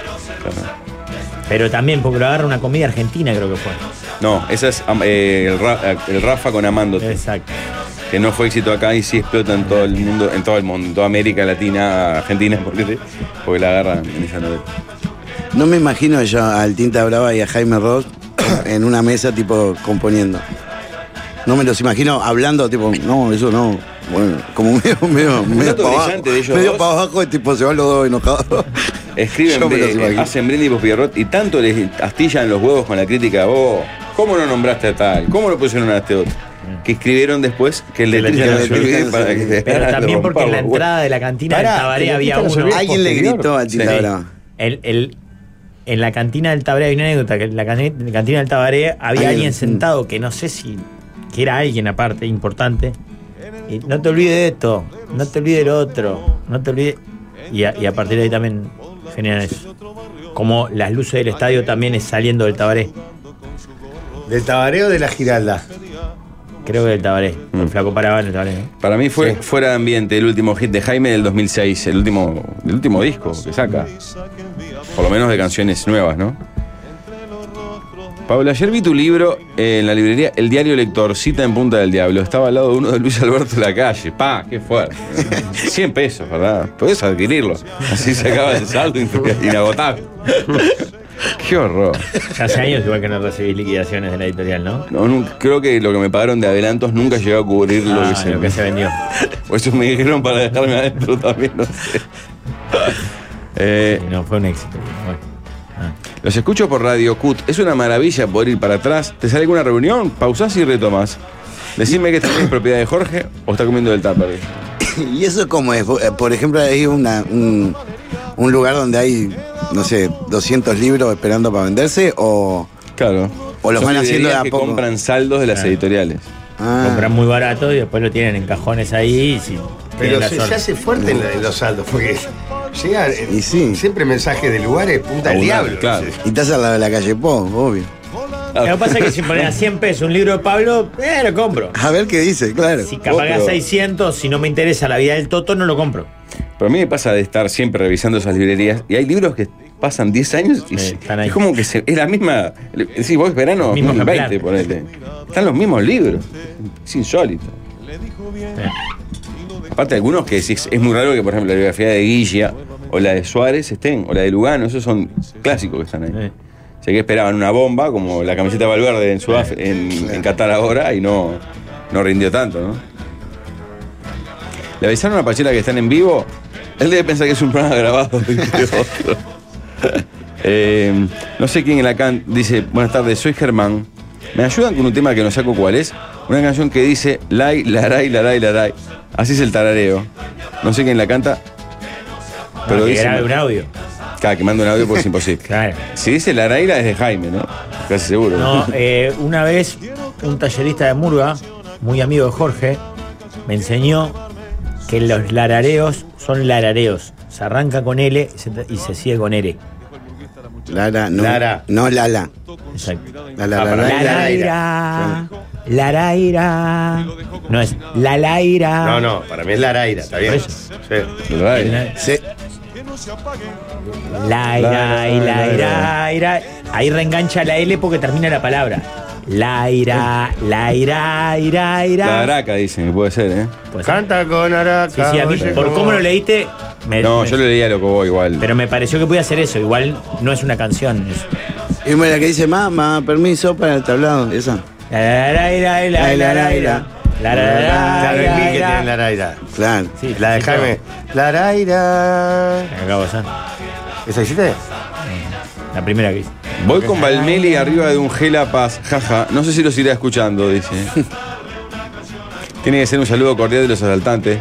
Speaker 8: Pero también porque lo agarra una comida argentina, creo que fue.
Speaker 5: No, ese es am- eh, el, Ra- el Rafa con Amándote.
Speaker 8: Exacto.
Speaker 5: Que no fue éxito acá y sí explota en todo el mundo, en todo el mundo, en toda América Latina, Argentina, porque, porque la agarran en esa novela.
Speaker 6: No me imagino yo al Tinta Brava y a Jaime Ross en una mesa tipo componiendo. No me los imagino hablando tipo, no, eso no. Bueno, como medio, medio, medio
Speaker 5: dato
Speaker 6: para abajo.
Speaker 5: brillante de ellos
Speaker 6: Medio
Speaker 5: dos.
Speaker 6: para abajo y tipo se van los dos enojados.
Speaker 5: Escriben,
Speaker 6: Yo me los
Speaker 5: de-
Speaker 6: imagino.
Speaker 5: hacen brindis por Pierrot y tanto les astillan los huevos con la crítica. Vos, ¿cómo no nombraste a tal? ¿Cómo no pusieron a este otro? Que escribieron después que el
Speaker 6: Que
Speaker 5: letrista
Speaker 6: le-
Speaker 5: no
Speaker 6: que
Speaker 5: se
Speaker 6: le-
Speaker 5: olvide
Speaker 6: que
Speaker 5: para
Speaker 6: le-
Speaker 5: que
Speaker 6: que-
Speaker 8: Pero
Speaker 5: le
Speaker 8: también porque en la
Speaker 5: rompamos,
Speaker 8: entrada de la cantina
Speaker 7: Pará,
Speaker 8: del Tabaré
Speaker 7: el
Speaker 8: había
Speaker 7: artista no se
Speaker 8: uno.
Speaker 7: olvide.
Speaker 6: Alguien le
Speaker 7: posterior.
Speaker 6: gritó al Tinta
Speaker 5: Sí.
Speaker 6: Brava.
Speaker 8: El, el- en la cantina del Tabaré, hay una anécdota, que en la can- en la cantina del Tabaré había
Speaker 6: Ay,
Speaker 8: alguien
Speaker 6: mm.
Speaker 8: sentado que no sé si, que era alguien aparte, importante. Y no te olvides de esto, no te olvides de lo otro, no te olvides. Y a, y a partir de ahí también generan eso. Como las luces del estadio también es saliendo del Tabaré.
Speaker 7: ¿Del Tabaré o de la Giralda?
Speaker 8: Creo que del Tabaré.
Speaker 5: Mm.
Speaker 8: El flaco paraba en el Tabaré. ¿no?
Speaker 5: Para mí fue
Speaker 7: Sí.
Speaker 5: Fuera de Ambiente, el último hit de Jaime del dos mil seis, el último, el último disco que saca. Por lo menos de canciones nuevas, ¿no? Pablo, ayer vi tu libro en la librería El Diario Lector, Cita en Punta del Diablo. Estaba al lado de uno de Luis Alberto Lacalle. ¡Pa! ¡Qué fuerte! cien pesos, ¿verdad? Podés adquirirlo. Así se acaba el saldo inagotable. ¡Qué horror!
Speaker 8: Ya hace años igual que no recibís liquidaciones de la editorial, ¿no?
Speaker 5: No, nunca- creo que lo que me pagaron de adelantos nunca llegó a cubrir lo,
Speaker 8: Ah,
Speaker 5: que se,
Speaker 8: lo que se vendió.
Speaker 5: O eso me dijeron para dejarme adentro también, no sé. Eh,
Speaker 8: Y no, fue un éxito. Bueno. Ah.
Speaker 5: Los escucho por Radio Cut. Es una maravilla poder ir para atrás. ¿Te sale alguna reunión? Pausás y retomás. Decime que esta es propiedad de Jorge o está comiendo del tupper.
Speaker 6: ¿Y eso cómo es? Por ejemplo, hay una, un, un lugar donde hay, no sé, doscientos libros esperando para venderse o,
Speaker 5: Claro.
Speaker 6: o los
Speaker 5: Son
Speaker 6: van haciendo de
Speaker 5: librerías
Speaker 6: a
Speaker 5: que
Speaker 6: poco.
Speaker 5: compran saldos de las
Speaker 8: Claro.
Speaker 5: editoriales.
Speaker 6: Ah.
Speaker 8: Compran muy barato y después lo tienen en cajones ahí. Y si
Speaker 7: Pero
Speaker 8: tienen la
Speaker 7: se,
Speaker 8: suerte.
Speaker 7: se hace fuerte en, la- en los saldos, porque llegan eh,
Speaker 6: Y sí.
Speaker 7: siempre mensajes de lugares punta del
Speaker 5: Abundante,
Speaker 7: diablo.
Speaker 5: claro.
Speaker 7: Sí.
Speaker 6: Y estás al lado de la calle Po, obvio.
Speaker 8: Lo que pasa es que si pones a cien pesos un libro de Pablo, eh, lo compro.
Speaker 6: A ver qué dice, claro.
Speaker 8: Si capaz que a
Speaker 5: Otro.
Speaker 8: seiscientos, si no me interesa la vida del Toto, no lo compro.
Speaker 5: Pero a mí me pasa de estar siempre revisando esas librerías y hay libros que pasan diez años y
Speaker 8: Sí,
Speaker 5: se-
Speaker 8: están ahí.
Speaker 5: es como que se- es la misma. Decís, vos verano
Speaker 8: El mismo
Speaker 5: dos mil veinte,
Speaker 8: ejemplar.
Speaker 5: ponele. Están los mismos libros. Es insólito. Aparte, algunos que decís, es muy raro que, por ejemplo, la biografía de Guilla o la de Suárez estén, o la de Lugano, esos son clásicos que están ahí.
Speaker 8: Sí.
Speaker 5: Sé que esperaban una bomba, como la camiseta de Valverde en, Sudaf- en, en Qatar ahora, y no, no rindió tanto, ¿no? ¿Le avisaron a Pachela que están en vivo? Él debe pensar que es un programa grabado, dice otro. Eh, no sé quién en la can dice, buenas tardes, soy Germán. ¿Me ayudan con un tema que no saco cuál es? Una canción que dice, lai, laray, laray, laray. Así es el tarareo. No sé quién la canta, pero
Speaker 8: Ah, que
Speaker 5: dice...
Speaker 8: grabe un audio.
Speaker 5: Claro, que manda un audio porque es imposible.
Speaker 8: Claro.
Speaker 5: Si dice la Araira es de Jaime, ¿no? Casi seguro.
Speaker 8: No, eh, una vez un tallerista de Murga, muy amigo de Jorge, me enseñó que los larareos son larareos. Se arranca con L y se, y se sigue con R.
Speaker 6: Lara, no.
Speaker 7: Lara.
Speaker 6: No, Lala.
Speaker 8: Exacto.
Speaker 6: La, la,
Speaker 7: Ah,
Speaker 6: la,
Speaker 7: para
Speaker 6: la,
Speaker 7: mí,
Speaker 6: la.
Speaker 8: Laraira, laraira. No es la laira.
Speaker 7: No, no, para mí es la Araira, está bien.
Speaker 8: Por eso.
Speaker 7: Sí.
Speaker 5: La Araira.
Speaker 6: Sí.
Speaker 8: Laira, laira, laira. Ahí reengancha la L porque termina la palabra. Laira, laira, ira, ira.
Speaker 5: La Araca, dicen, que puede ser, ¿eh?
Speaker 8: Pues sí,
Speaker 7: Canta con Araca.
Speaker 8: sí, a mí,
Speaker 7: oye,
Speaker 8: por
Speaker 7: como-
Speaker 8: cómo lo leíste, me-
Speaker 5: No,
Speaker 8: me-
Speaker 5: yo le leía lo que vos igual.
Speaker 8: pero me pareció que podía hacer eso. Igual no es una canción. Es,
Speaker 6: Y bueno, la que dice, mamá, permiso para el tablado. Esa.
Speaker 8: la, la, la, la, la, la, la, la. La, la, la,
Speaker 7: Claro,
Speaker 8: la,
Speaker 7: el link que
Speaker 8: la.
Speaker 7: tiene la Araira.
Speaker 6: Claro.
Speaker 8: Sí,
Speaker 7: La de
Speaker 8: sí,
Speaker 7: Jaime. La Araira.
Speaker 8: todo. Acabo de hacer.
Speaker 7: ¿Esa hiciste?
Speaker 8: La primera que hice.
Speaker 5: Voy con Valmeli arriba de un Gela Paz, jaja. No sé si los iré escuchando, dice. Tiene que ser un saludo cordial de los asaltantes.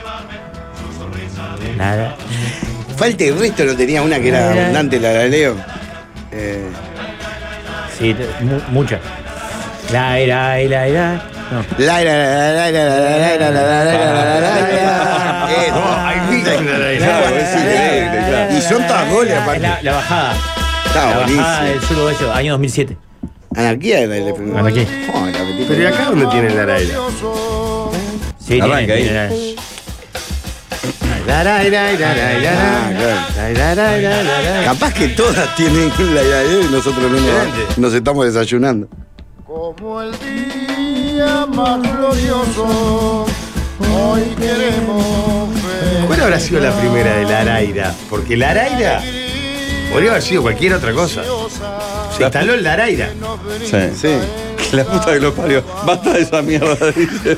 Speaker 8: Nada.
Speaker 6: Falta el resto, no tenía una que era abundante, la la leo. Eh,
Speaker 8: Sí, te- mu- muchas. La, la, la, la. No.
Speaker 6: la, la, la, la, la, la, la, la, la, la, la, la, la. Eh,
Speaker 7: No, hay mil con la Araira.
Speaker 5: Claro, es increíble, claro.
Speaker 6: Y son todas goles,
Speaker 8: La,
Speaker 6: aparte.
Speaker 8: la, la bajada.
Speaker 6: Está
Speaker 8: la
Speaker 6: buenísimo.
Speaker 8: bajada del sur oeste, año dos mil siete.
Speaker 6: Anarquía era el F.
Speaker 8: Anarquía.
Speaker 6: Oh, la metí.
Speaker 7: Pero ¿y acá dónde tiene la Araira?
Speaker 8: Sí,
Speaker 5: Arranca
Speaker 8: tiene-
Speaker 5: ahí.
Speaker 8: tiene-
Speaker 7: La Araira, la Araira,
Speaker 6: Ah, claro.
Speaker 7: la Araira, la Araira.
Speaker 6: Capaz que todas tienen la idea y nosotros no nos, nos estamos desayunando.
Speaker 10: Como el día más glorioso, hoy queremos ver.
Speaker 7: ¿Cuál habrá sido la primera de la Araira? Porque la Araira podría haber sido cualquier otra cosa. Se instaló en la Araira.
Speaker 5: Sí.
Speaker 6: Sí.
Speaker 5: La puta que lo parió. Basta de esa mierda, dice.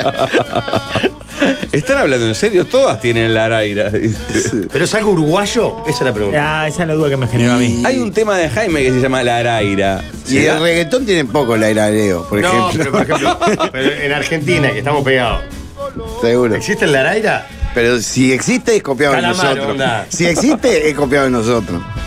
Speaker 5: ¿Están hablando en serio? Todas tienen la Araira. dice.
Speaker 7: ¿Pero es algo uruguayo? Esa es la pregunta.
Speaker 8: Ah, esa es la duda que me generó a mí.
Speaker 5: Hay un tema de Jaime que se llama La Araira.
Speaker 6: Y el reggaetón tiene poco la airareo, por
Speaker 7: No,
Speaker 6: ejemplo.
Speaker 7: pero por ejemplo, pero en Argentina, que estamos pegados,
Speaker 6: Seguro.
Speaker 7: ¿existe el la Araira?
Speaker 6: Pero si existe, es copiado de
Speaker 7: Calamaro,
Speaker 6: nosotros.
Speaker 7: onda.
Speaker 6: Si existe, es copiado de nosotros.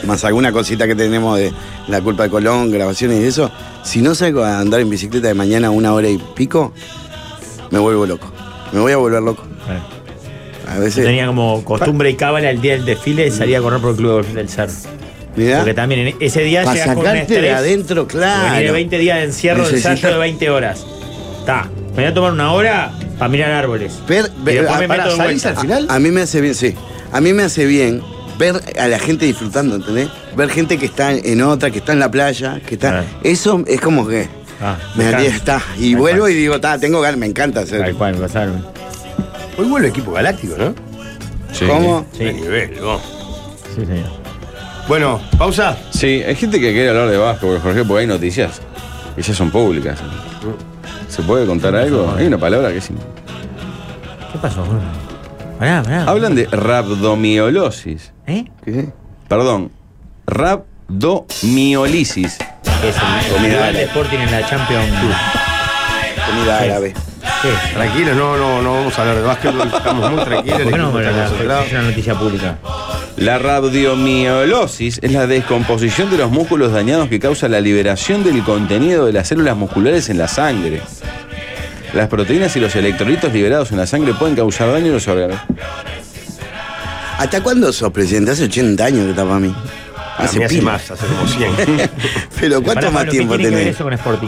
Speaker 6: más alguna cosita que tenemos de La Culpa de Colón, grabaciones y eso, si no salgo a andar en bicicleta de mañana una hora y pico, me vuelvo loco. Me voy a volver loco. A veces.
Speaker 8: Tenía como costumbre y cábala el día del desfile y salía a correr por el Club del Cerro.
Speaker 6: Mirá.
Speaker 8: Porque también en ese día
Speaker 6: Pa'
Speaker 8: llegas con un
Speaker 6: sacarte de
Speaker 8: estrés.
Speaker 6: adentro, claro.
Speaker 8: Tiene veinte días de encierro, de
Speaker 6: Necesita-
Speaker 8: ensayo de veinte horas. Está. Me voy a tomar una hora para mirar árboles.
Speaker 6: Ver,
Speaker 8: Y
Speaker 6: ver-
Speaker 8: después
Speaker 6: ah,
Speaker 8: me
Speaker 6: pará,
Speaker 8: meto de
Speaker 6: ¿salís
Speaker 8: vuelta.
Speaker 6: al final? A, a mí me hace bien, sí. A mí me hace bien ver a la gente disfrutando, ¿entendés? Ver gente que está en otra, que está en la playa, que está. Eso es como que.
Speaker 8: Ah,
Speaker 6: me
Speaker 8: me
Speaker 6: haría
Speaker 8: encanta.
Speaker 6: está. Y
Speaker 8: Tal
Speaker 6: vuelvo
Speaker 8: cual.
Speaker 6: y digo, está, tengo ganas, me encanta hacer.
Speaker 8: Tal cual, pasarme.
Speaker 7: Hoy vuelve equipo galáctico, ¿no?
Speaker 5: Sí.
Speaker 6: ¿Cómo?
Speaker 7: Sí. A nivel, ¿no?
Speaker 8: Sí, señor.
Speaker 7: Bueno, pausa.
Speaker 5: Sí, hay gente que quiere hablar de básquetbol, Jorge, porque hay noticias que ya son públicas. ¿Se puede contar algo? Hay una palabra que es.
Speaker 8: ¿Qué pasó, Jorge? Pará, pará.
Speaker 5: Hablan de rhabdomiolosis.
Speaker 8: ¿Eh?
Speaker 6: ¿Qué?
Speaker 5: Perdón, rhabdomiolisis.
Speaker 8: Que es el Festival de Sporting en la Champions.
Speaker 6: Comida
Speaker 8: Sí.
Speaker 6: árabe.
Speaker 8: ¿Qué?
Speaker 7: Tranquilos, no, no, no vamos a hablar de básquetbol, estamos muy tranquilos.
Speaker 8: ¿Por qué no
Speaker 7: el
Speaker 8: me
Speaker 7: equipo
Speaker 8: la
Speaker 7: está concentrado.
Speaker 8: es una noticia pública?
Speaker 5: La rhabdomiolosis es la descomposición de los músculos dañados que causa la liberación del contenido de las células musculares en la sangre. Las proteínas y los electrolitos liberados en la sangre pueden causar daño a los órganos.
Speaker 6: ¿Hasta cuándo sos presidente? Hace ochenta años que está para mí.
Speaker 7: A mí hace
Speaker 6: pila.
Speaker 7: más, hace como cien.
Speaker 6: Pero ¿cuánto
Speaker 8: Pará,
Speaker 6: más
Speaker 8: Pablo,
Speaker 6: tiempo
Speaker 8: ¿qué tiene que ver
Speaker 6: tenés?
Speaker 8: eso con Sporting?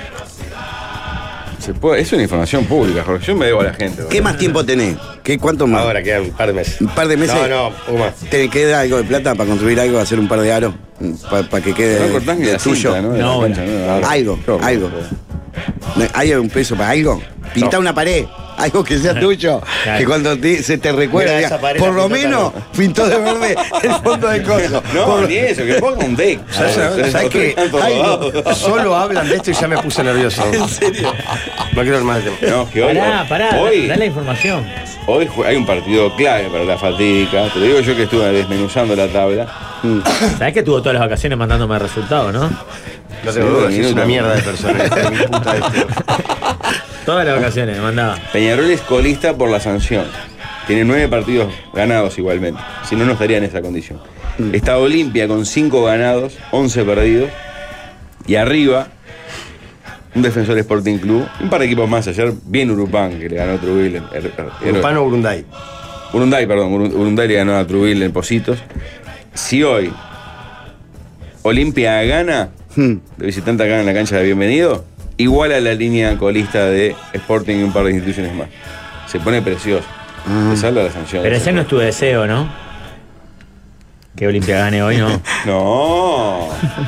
Speaker 5: Se puede- es una información pública, Jorge. Yo me debo a la gente.
Speaker 6: ¿Qué más tiempo tenés? ¿Qué, ¿Cuánto más?
Speaker 7: Ahora quedan un par de meses.
Speaker 6: ¿Un par de meses?
Speaker 7: No, no, un más.
Speaker 6: ¿Te queda algo de plata para construir algo, hacer un par de aros? Para que quede
Speaker 5: No cortás ni
Speaker 6: de
Speaker 5: la
Speaker 6: tuyo.
Speaker 5: cinta, ¿no? De la
Speaker 8: No,
Speaker 5: cancha,
Speaker 8: no.
Speaker 5: no.
Speaker 6: Algo,
Speaker 5: Yo,
Speaker 6: algo. ¿No- ¿Hay un peso para algo? Pintar
Speaker 7: No.
Speaker 6: una pared, algo que sea tuyo,
Speaker 8: Claro.
Speaker 6: que cuando te- se te recuerda,
Speaker 7: Mira,
Speaker 6: diga,
Speaker 7: esa pared
Speaker 6: por
Speaker 7: la
Speaker 6: lo
Speaker 7: pintó
Speaker 6: menos pintó de verde el fondo del coso.
Speaker 5: No,
Speaker 6: Por-
Speaker 5: ni eso, que ponga un deck.
Speaker 7: ¿Sabes ¿sabes qué? Ay, solo hablan de esto y ya me puse nervioso. ¿En serio? No quiero hablar más de tema.
Speaker 5: No, que hoy,
Speaker 8: Pará, pará,
Speaker 5: hoy,
Speaker 8: da la información.
Speaker 5: hoy ju- hay un partido clave para la fatídica. Te lo digo yo que estuve desmenuzando la tabla.
Speaker 8: Sabés que tuvo todas las vacaciones mandándome resultados, ¿no?
Speaker 7: No tengo dudas, es una mierda de persona. esta, mi puta este.
Speaker 8: Todas las vacaciones me mandaba.
Speaker 5: Peñarol es colista por la sanción. Tiene nueve partidos ganados igualmente. Si no, no estaría en esa condición. Está Olimpia con cinco ganados, once perdidos. Y arriba, un Defensor Sporting Club. Un par de equipos más ayer. Bien Urupán, que le ganó a Trubil. en- er- er-
Speaker 7: Urupán o Urunday.
Speaker 5: Urunday, perdón. Uru- Urunday le ganó a Trubil en Positos. Si hoy Olimpia gana,
Speaker 6: Hmm.
Speaker 5: de visitante acá en la cancha de bienvenido, igual a la línea colista de Sporting y un par de instituciones más. Se pone precioso. Se salva la sanción.
Speaker 8: Pero ese no es tu deseo, ¿no? Que Olimpia gane hoy, ¿no?
Speaker 5: No.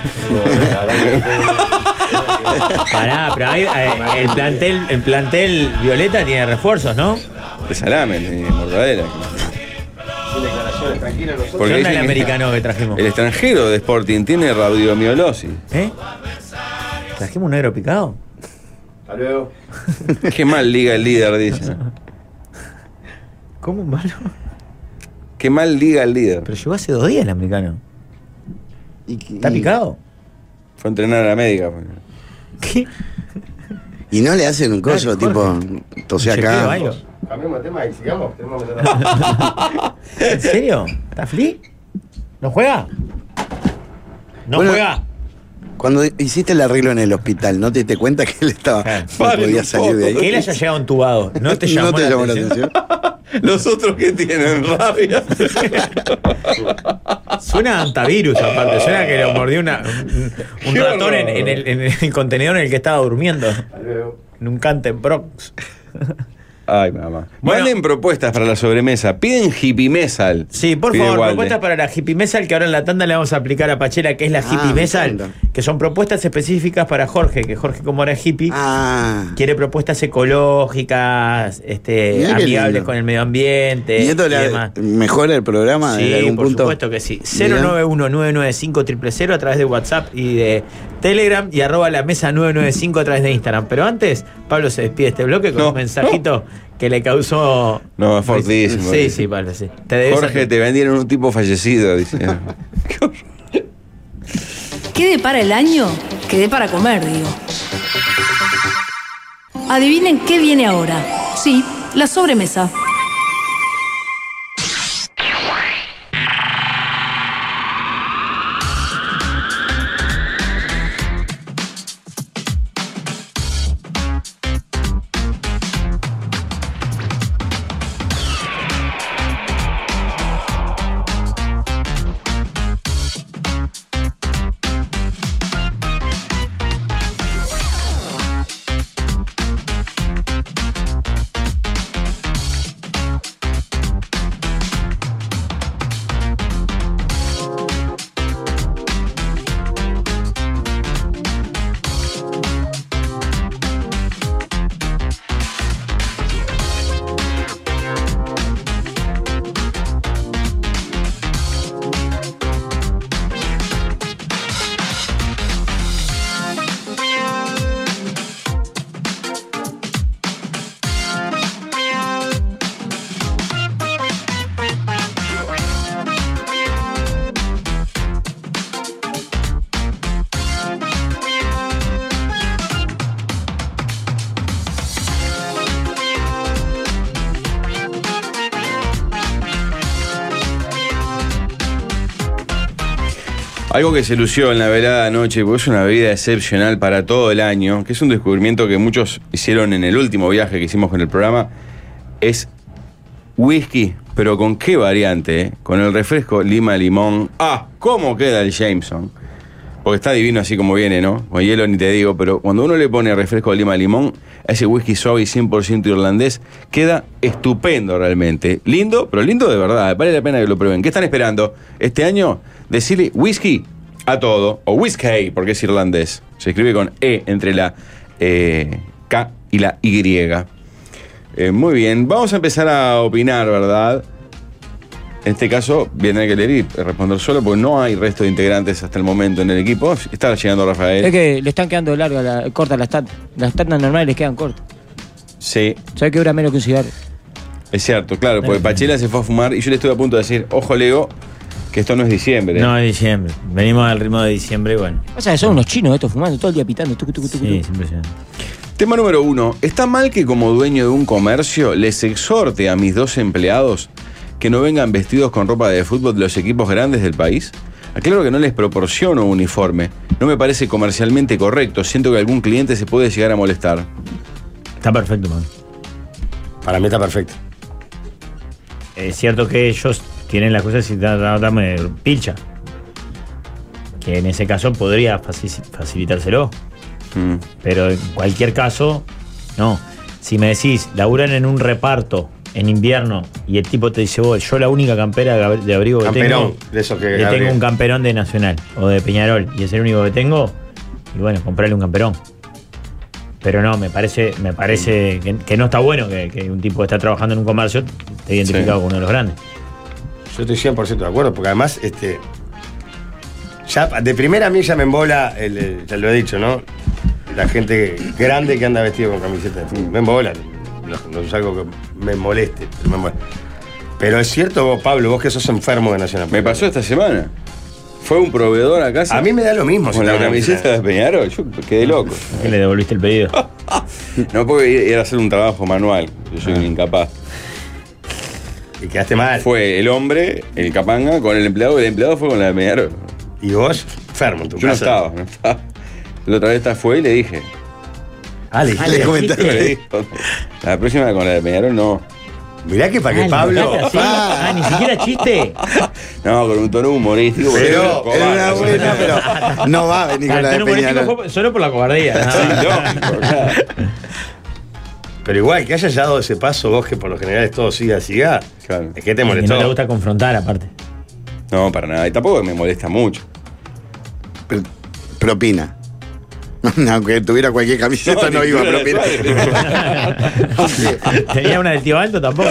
Speaker 8: Pará, pero hay, eh, el, plantel, el plantel Violeta tiene refuerzos, ¿no?
Speaker 5: De salame, de mortadela.
Speaker 7: Sin declaraciones, tranquilo, nosotros.
Speaker 8: ¿Qué
Speaker 5: Porque
Speaker 8: onda el
Speaker 5: dicen que
Speaker 8: americano que trajimos?
Speaker 5: el extranjero de Sporting tiene radiomiolosis.
Speaker 8: ¿Eh? ¿Trajimos un negro picado?
Speaker 7: Hasta luego.
Speaker 5: Qué mal liga el líder, dice.
Speaker 8: ¿Cómo malo?
Speaker 5: Qué mal liga el líder.
Speaker 8: Pero llegó hace dos días el americano. ¿Está picado?
Speaker 5: Fue a entrenar a la médica.
Speaker 8: ¿Qué?
Speaker 6: Y no le hacen un coso,
Speaker 8: Dale,
Speaker 6: tipo,
Speaker 8: Jorge.
Speaker 6: tosé
Speaker 8: ¿Un chequeo
Speaker 6: acá.
Speaker 8: o algo?
Speaker 7: Cambiamos de tema y sigamos. Tenemos que tratar.
Speaker 8: ¿En serio? ¿Está flea? ¿No juega? ¿No
Speaker 6: Bueno,
Speaker 8: juega?
Speaker 6: Cuando hiciste el arreglo en el hospital, ¿no te diste cuenta que él estaba,
Speaker 8: Claro.
Speaker 6: no
Speaker 5: Paren
Speaker 6: podía
Speaker 5: un
Speaker 6: salir de
Speaker 5: poco.
Speaker 6: ahí?
Speaker 8: Que él haya llegado entubado. ¿No te llamó,
Speaker 6: ¿No te
Speaker 8: la,
Speaker 6: llamó
Speaker 8: atención?
Speaker 6: la atención?
Speaker 5: Los otros que tienen rabia.
Speaker 8: Suena a antivirus, aparte. Suena que lo mordió una, un, un
Speaker 5: Qué
Speaker 8: ratón
Speaker 5: horror.
Speaker 8: en, en el, en el contenedor en el que estaba durmiendo.
Speaker 7: Hasta luego.
Speaker 8: En un Canten Bronx.
Speaker 5: Ay, mamá.
Speaker 8: Bueno.
Speaker 5: Manden propuestas para la sobremesa. Piden hippie mesal.
Speaker 8: Sí, por
Speaker 5: Pide
Speaker 8: favor,
Speaker 5: Walde.
Speaker 8: propuestas para la hippie mesal, que ahora en la tanda le vamos a aplicar a Pachela, que es la
Speaker 6: Ah,
Speaker 8: hippie
Speaker 6: me
Speaker 8: mesal,
Speaker 6: encanta.
Speaker 8: que son propuestas específicas para Jorge, que Jorge, como era hippie,
Speaker 6: Ah.
Speaker 8: quiere propuestas ecológicas, este,
Speaker 6: Mirá qué
Speaker 8: amigables
Speaker 6: lindo.
Speaker 8: con el medio ambiente
Speaker 6: ¿Y esto
Speaker 8: y
Speaker 6: le
Speaker 8: demás.
Speaker 6: mejora el programa
Speaker 8: Sí,
Speaker 6: en algún
Speaker 8: por
Speaker 6: punto?
Speaker 8: supuesto que sí. cero nueve uno nueve nueve cinco cero cero cero a través de WhatsApp y de Telegram y arroba la mesa nueve nueve cinco a través de Instagram. Pero antes, Pablo se despide de este bloque con
Speaker 5: No,
Speaker 8: un mensajito que le causó...
Speaker 5: No, es fortísimo.
Speaker 8: Sí, sí, Pablo, sí. Te debes
Speaker 5: Jorge, te vendieron un tipo fallecido, dice.
Speaker 9: ¿Qué depara el año? Que dé para comer, digo. Adivinen qué viene ahora. Sí, la sobremesa.
Speaker 5: Algo que se lució en la velada anoche, porque es una bebida excepcional para todo el año, que es un descubrimiento que muchos hicieron en el último viaje que hicimos con el programa, es whisky, pero ¿con qué variante? Eh? Con el refresco lima-limón. ¡Ah! ¿Cómo queda el Jameson? Porque está divino así como viene, ¿no? Con hielo ni te digo, pero cuando uno le pone refresco lima-limón, a ese whisky suave y cien por ciento irlandés, queda estupendo realmente. Lindo, pero lindo de verdad. Vale la pena que lo prueben. ¿Qué están esperando? Este año, decirle whisky a todo, o whisky, porque es irlandés. Se escribe con E entre la eh, K y la Y. Eh, muy bien, vamos a empezar a opinar, ¿verdad? En este caso, viene que leer y responder solo, porque no hay resto de integrantes hasta el momento en el equipo. Está llegando Rafael.
Speaker 11: Es que le están quedando largas, la, cortas las tandas. Las tandas normales les quedan cortas.
Speaker 5: Sí.
Speaker 11: ¿Sabes que dura menos que un cigarro?
Speaker 5: Es cierto, claro, porque Pachela se fue a fumar y yo le estuve a punto de decir, ojo Leo, que esto no es diciembre.
Speaker 8: No, es diciembre. Venimos al ritmo de diciembre y bueno.
Speaker 11: O sea, son unos chinos estos fumando todo el día pitando. Tucu, tucu, tucu,
Speaker 8: Sí,
Speaker 11: tucu.
Speaker 8: es impresionante.
Speaker 5: Tema número uno. ¿Está mal que como dueño de un comercio les exhorte a mis dos empleados que no vengan vestidos con ropa de fútbol de los equipos grandes del país? Aclaro que no les proporciono uniforme. No me parece comercialmente correcto. Siento que algún cliente se puede llegar a molestar.
Speaker 8: Está perfecto, man.
Speaker 7: Para mí está perfecto.
Speaker 8: Es cierto que ellos tienen las cosas y dame pilcha. Que en ese caso podría faci- facilitárselo.
Speaker 5: Mm.
Speaker 8: Pero en cualquier caso, no. Si me decís, laburan en un reparto en invierno y el tipo te dice, vos, yo la única campera de ab- de abrigo que
Speaker 7: Camperón,
Speaker 8: tengo,
Speaker 7: de esos que
Speaker 8: le
Speaker 7: abrigan.
Speaker 8: tengo un camperón de Nacional o de Peñarol y es el único que tengo, y bueno, comprarle un camperón. Pero no, me parece, me parece que, que no está bueno que, que un tipo que está trabajando en un comercio esté identificado
Speaker 7: Sí.
Speaker 8: con uno de los grandes.
Speaker 7: Yo estoy cien por ciento de acuerdo, porque además, este. Ya de primera a mí ya me embola, el, el- ya lo he dicho, ¿no? La gente grande que anda vestido con camiseta de fútbol. Me embola. No, no es algo que me moleste, pero me embola. Pero es cierto, vos, Pablo, vos que sos enfermo de Nacional.
Speaker 5: Me pasó esta semana. Fue un proveedor a casa.
Speaker 7: A mí me da lo mismo. si
Speaker 5: Con la
Speaker 7: está
Speaker 5: camiseta de Peñarol, yo quedé loco.
Speaker 8: ¿Qué le devolviste el pedido?
Speaker 5: No, porque era hacer un trabajo manual. Yo soy un incapaz.
Speaker 7: Y quedaste mal.
Speaker 5: Fue el hombre, el capanga, con el empleado, y el empleado fue con la de Peñarol.
Speaker 7: Y vos, enfermo en tu
Speaker 5: Yo no
Speaker 7: casa.
Speaker 5: estaba, no estaba. La otra vez esta fue y le dije.
Speaker 7: Ah, le
Speaker 6: Ah, le comentaste.
Speaker 5: Le dije, la próxima con la de Peñarol no.
Speaker 7: Mirá que para que
Speaker 8: Ah,
Speaker 7: Pablo.
Speaker 8: ¿le contaste así? Ah, ni siquiera chiste.
Speaker 5: No, con un tono humorístico. porque
Speaker 7: Pero,
Speaker 5: era un cobarde.
Speaker 6: Era una buena, pero no va a venir con
Speaker 8: Ah,
Speaker 6: la
Speaker 8: el
Speaker 6: de
Speaker 8: tono humorístico
Speaker 6: Peñarol.
Speaker 8: fue solo por la cobardía. nada
Speaker 5: Sí,
Speaker 8: más.
Speaker 5: lógico, claro.
Speaker 7: Pero igual, que hayas dado ese paso vos, que por lo general es todo siga, siga.
Speaker 5: Claro.
Speaker 7: Es que te
Speaker 8: Y
Speaker 7: molestó.
Speaker 8: no te gusta confrontar, aparte.
Speaker 5: No, para nada. Y tampoco me molesta mucho.
Speaker 6: Pero- propina. Aunque tuviera cualquier camiseta no, iba a
Speaker 5: ninguna
Speaker 6: propinar.
Speaker 5: de Suárez.
Speaker 8: Tenía una del tío Alto tampoco.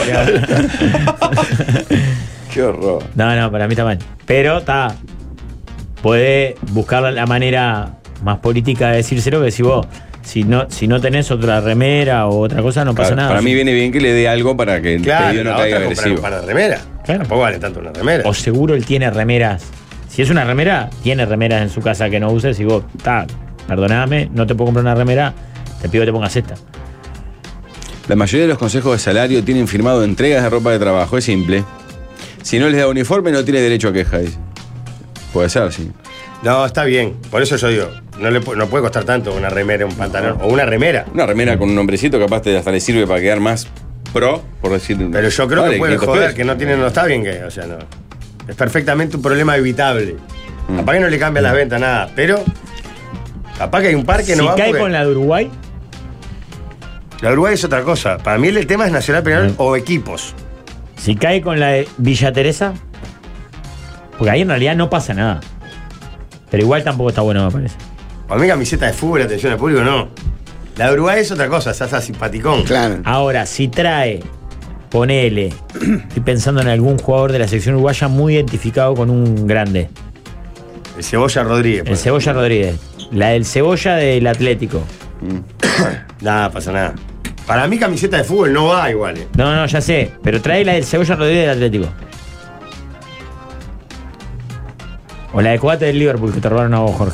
Speaker 5: Qué horror.
Speaker 8: No, no, para mí está mal. Pero está. Puede buscar la manera más política de decírselo, que si vos, si no, si no tenés otra remera o otra cosa, no pasa
Speaker 5: Claro,
Speaker 8: nada.
Speaker 5: Para mí viene bien que le dé algo para que el
Speaker 7: Claro,
Speaker 5: pedido no
Speaker 7: la
Speaker 5: caiga
Speaker 7: otra comprar
Speaker 5: agresivo.
Speaker 7: un par de remera.
Speaker 8: Claro.
Speaker 7: Tampoco vale tanto una remera.
Speaker 8: O seguro él tiene remeras. Si es una remera, tiene remeras en su casa que no uses y vos, está, perdoname, no te puedo comprar una remera, te pido que te pongas esta.
Speaker 5: La mayoría de los consejos de salario tienen firmado entregas de ropa de trabajo. Es simple. Si no les da uniforme, no tiene derecho a queja, dice. Puede ser, sí.
Speaker 7: No, está bien. Por eso yo digo, no, le, pu- no puede costar tanto una remera, un pantalón. O una remera.
Speaker 5: Una remera con un nombrecito capaz te hasta le sirve para quedar más pro, por decir.
Speaker 7: Pero yo creo
Speaker 5: Vale,
Speaker 7: que puede
Speaker 5: quinientos
Speaker 7: joder,
Speaker 5: pesos.
Speaker 7: que no tiene, no está bien que, o sea, no. Es perfectamente un problema evitable.
Speaker 5: Mm.
Speaker 7: Capaz que no le cambian las ventas, nada. Pero capaz que hay un par que
Speaker 8: si
Speaker 7: no va
Speaker 8: cae
Speaker 7: porque-
Speaker 8: con la de Uruguay,
Speaker 7: La Uruguay es otra cosa. Para mí el tema es Nacional Peñarol o equipos.
Speaker 8: si cae con la de Villa Teresa, porque ahí en realidad no pasa nada. Pero igual tampoco está bueno, me parece.
Speaker 7: Para mí camiseta de fútbol, atención al público, no. La de Uruguay es otra cosa, se hace simpaticón.
Speaker 6: Claro.
Speaker 8: Ahora, si trae, ponele, estoy pensando en algún jugador de la selección uruguaya muy identificado con un grande.
Speaker 7: El Cebolla Rodríguez.
Speaker 8: El Cebolla Rodríguez. La del Cebolla del Atlético.
Speaker 7: Nada, pasa nada. Para mí camiseta de fútbol no va igual. eh.
Speaker 8: No, no, ya sé. Pero trae la del Cebolla Rodríguez del Atlético. O la de Coate del Liverpool que te robaron a vos, Jorge.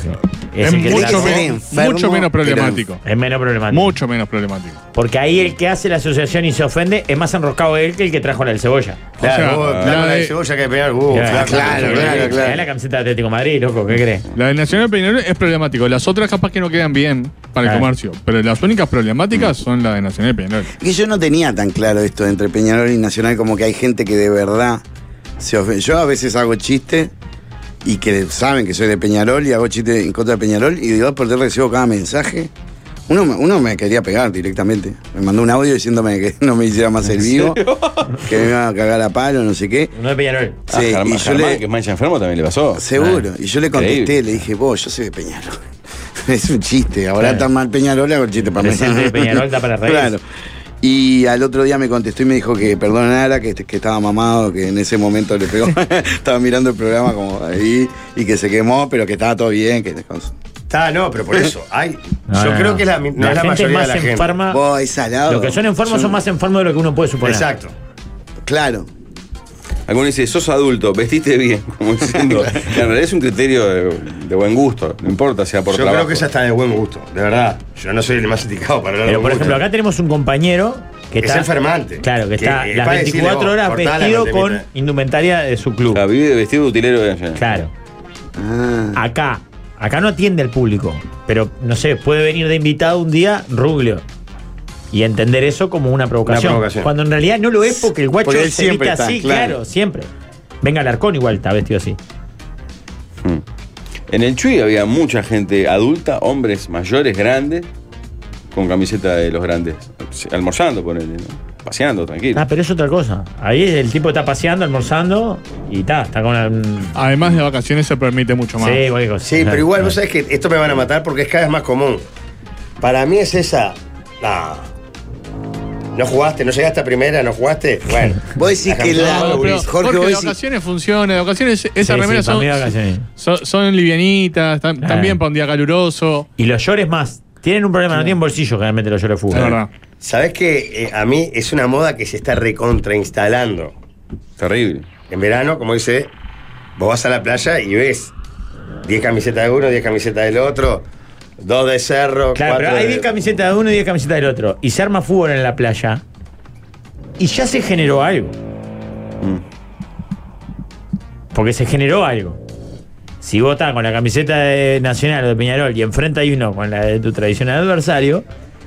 Speaker 8: es,
Speaker 12: Es
Speaker 8: el que
Speaker 12: mucho,
Speaker 8: trajo-
Speaker 12: menos, mucho menos problemático.
Speaker 8: Es menos problemático.
Speaker 12: Mucho menos problemático.
Speaker 8: Porque ahí el que hace la asociación y se ofende es más enroscado él que el que trajo la del cebolla.
Speaker 7: Claro,
Speaker 12: O sea,
Speaker 7: vos,
Speaker 12: la
Speaker 7: claro, la de
Speaker 12: de-
Speaker 7: cebolla que pegar. Uh,
Speaker 8: Claro,
Speaker 7: claro,
Speaker 6: claro, claro.
Speaker 8: Es la camiseta de Atlético de Madrid, loco, ¿qué crees?
Speaker 12: La del Nacional Peñarol es problemático. Las otras capaz que no quedan bien para el
Speaker 8: Claro.
Speaker 12: comercio. Pero las únicas problemáticas son las de Nacional Peñarol.
Speaker 6: Que yo no tenía tan claro esto entre Peñarol y Nacional, como que hay gente que de verdad se ofende. Yo a veces hago chistes y que saben que soy de Peñarol y hago chistes en contra de Peñarol y digo, por tener recibo cada mensaje. Uno, me- uno me quería pegar directamente. Me mandó un audio diciéndome que no me hiciera más el vivo, que me iba a cagar a palo, no sé qué.
Speaker 8: Uno de Peñarol.
Speaker 5: Ah,
Speaker 6: Sí,
Speaker 5: Germán,
Speaker 6: y yo
Speaker 5: Germán,
Speaker 6: le-
Speaker 5: que es mancha enfermo, también le pasó.
Speaker 6: Seguro.
Speaker 5: Ah,
Speaker 6: Y yo le contesté,
Speaker 5: increíble.
Speaker 6: le dije, vos, yo soy de Peñarol. Es un chiste. Ahora
Speaker 8: Claro.
Speaker 6: está mal Peñarol, hago el chiste para mí.
Speaker 8: Presidente de Peñarol está para reír.
Speaker 6: Claro. Y al otro día me contestó y me dijo que perdonara, que, que estaba mamado, que en ese momento le pegó. Estaba mirando el programa como ahí y que se quemó, pero que estaba todo bien. Que
Speaker 7: Está, no, pero por eso. Hay,
Speaker 8: No,
Speaker 7: yo
Speaker 8: no,
Speaker 7: creo
Speaker 8: no.
Speaker 7: que la, no
Speaker 8: La
Speaker 7: es la
Speaker 8: gente
Speaker 7: mayoría
Speaker 8: más
Speaker 7: de la gente.
Speaker 8: enferma.
Speaker 6: Vos, es salado.
Speaker 8: Los que son enfermos son más enfermos de lo que uno puede suponer.
Speaker 7: Exacto.
Speaker 6: Claro.
Speaker 5: Alguno dice, sos adulto, vestiste bien, como diciendo. En realidad es un criterio de, de buen gusto, no importa sea por
Speaker 7: Yo
Speaker 5: trabajo.
Speaker 7: creo que esa está de buen gusto, de verdad. Yo no soy el más indicado para hablar de
Speaker 8: Pero, por
Speaker 7: buen
Speaker 8: ejemplo,
Speaker 7: gusto.
Speaker 8: acá tenemos un compañero que
Speaker 7: Es
Speaker 8: está.
Speaker 7: enfermante.
Speaker 8: Claro, que
Speaker 7: Que,
Speaker 8: está
Speaker 7: eh,
Speaker 8: las
Speaker 7: para decirle
Speaker 8: veinticuatro
Speaker 7: vos,
Speaker 8: horas
Speaker 7: cortala
Speaker 8: vestido
Speaker 7: con
Speaker 8: con
Speaker 7: temita.
Speaker 8: indumentaria de su club.
Speaker 5: La vive de vestido de utilero de Nacional.
Speaker 8: Claro.
Speaker 6: Ah.
Speaker 8: Acá. Acá no atiende al público. Pero, no sé, puede venir de invitado un día Ruglio. Y entender eso como una provocación.
Speaker 7: Una provocación.
Speaker 8: Cuando en realidad no lo es porque el guacho
Speaker 6: Porque él
Speaker 8: se
Speaker 6: siempre
Speaker 8: viste
Speaker 6: está,
Speaker 8: así,
Speaker 6: claro.
Speaker 8: claro. siempre. Venga Alarcón igual está vestido así.
Speaker 5: Hmm. En el Chuy había mucha gente adulta, hombres mayores, grandes, con camiseta de los grandes. Almorzando, ponele, ¿no? Paseando, tranquilo.
Speaker 8: Ah, pero es otra cosa. Ahí el tipo está paseando, almorzando y está, está con una.
Speaker 12: Además de vacaciones se permite mucho más.
Speaker 8: Sí, cualquier cosa.
Speaker 7: Sí, pero igual, vos sabés que esto me van a matar porque es cada vez más común. Para mí es esa. No. No jugaste, no llegaste a primera, no jugaste. Bueno.
Speaker 6: Vos decís
Speaker 7: La
Speaker 6: que
Speaker 7: camiseta
Speaker 6: la.
Speaker 7: de
Speaker 12: No, pero,
Speaker 7: Jorge,
Speaker 6: Jorge,
Speaker 12: Jorge,
Speaker 6: vos
Speaker 12: de
Speaker 6: decís-
Speaker 12: vacaciones funciona, de vacaciones esas
Speaker 8: Sí, sí,
Speaker 12: remeras
Speaker 8: para
Speaker 12: son,
Speaker 8: mí de vacaciones.
Speaker 12: son, son livianitas, están,
Speaker 8: Ah.
Speaker 12: también para un día caluroso.
Speaker 8: Y los llores más. Tienen un problema, no tienen bolsillo generalmente los llores de
Speaker 12: Es
Speaker 8: fútbol.
Speaker 12: verdad.
Speaker 7: ¿Sabés que a mí es una moda que se está recontrainstalando?
Speaker 5: Terrible.
Speaker 7: En verano, como dice, vos vas a la playa y ves diez camisetas de uno, diez camisetas del otro, dos de cerro,
Speaker 8: Claro,
Speaker 7: cuatro
Speaker 8: pero hay
Speaker 7: de-
Speaker 8: diez camisetas de uno y diez camisetas del otro. Y se arma fútbol en la playa. Y ya se generó algo. Porque se generó algo. Si vos estás con la camiseta de Nacional o de Peñarol y enfrente hay uno con la de tu tradicional adversario.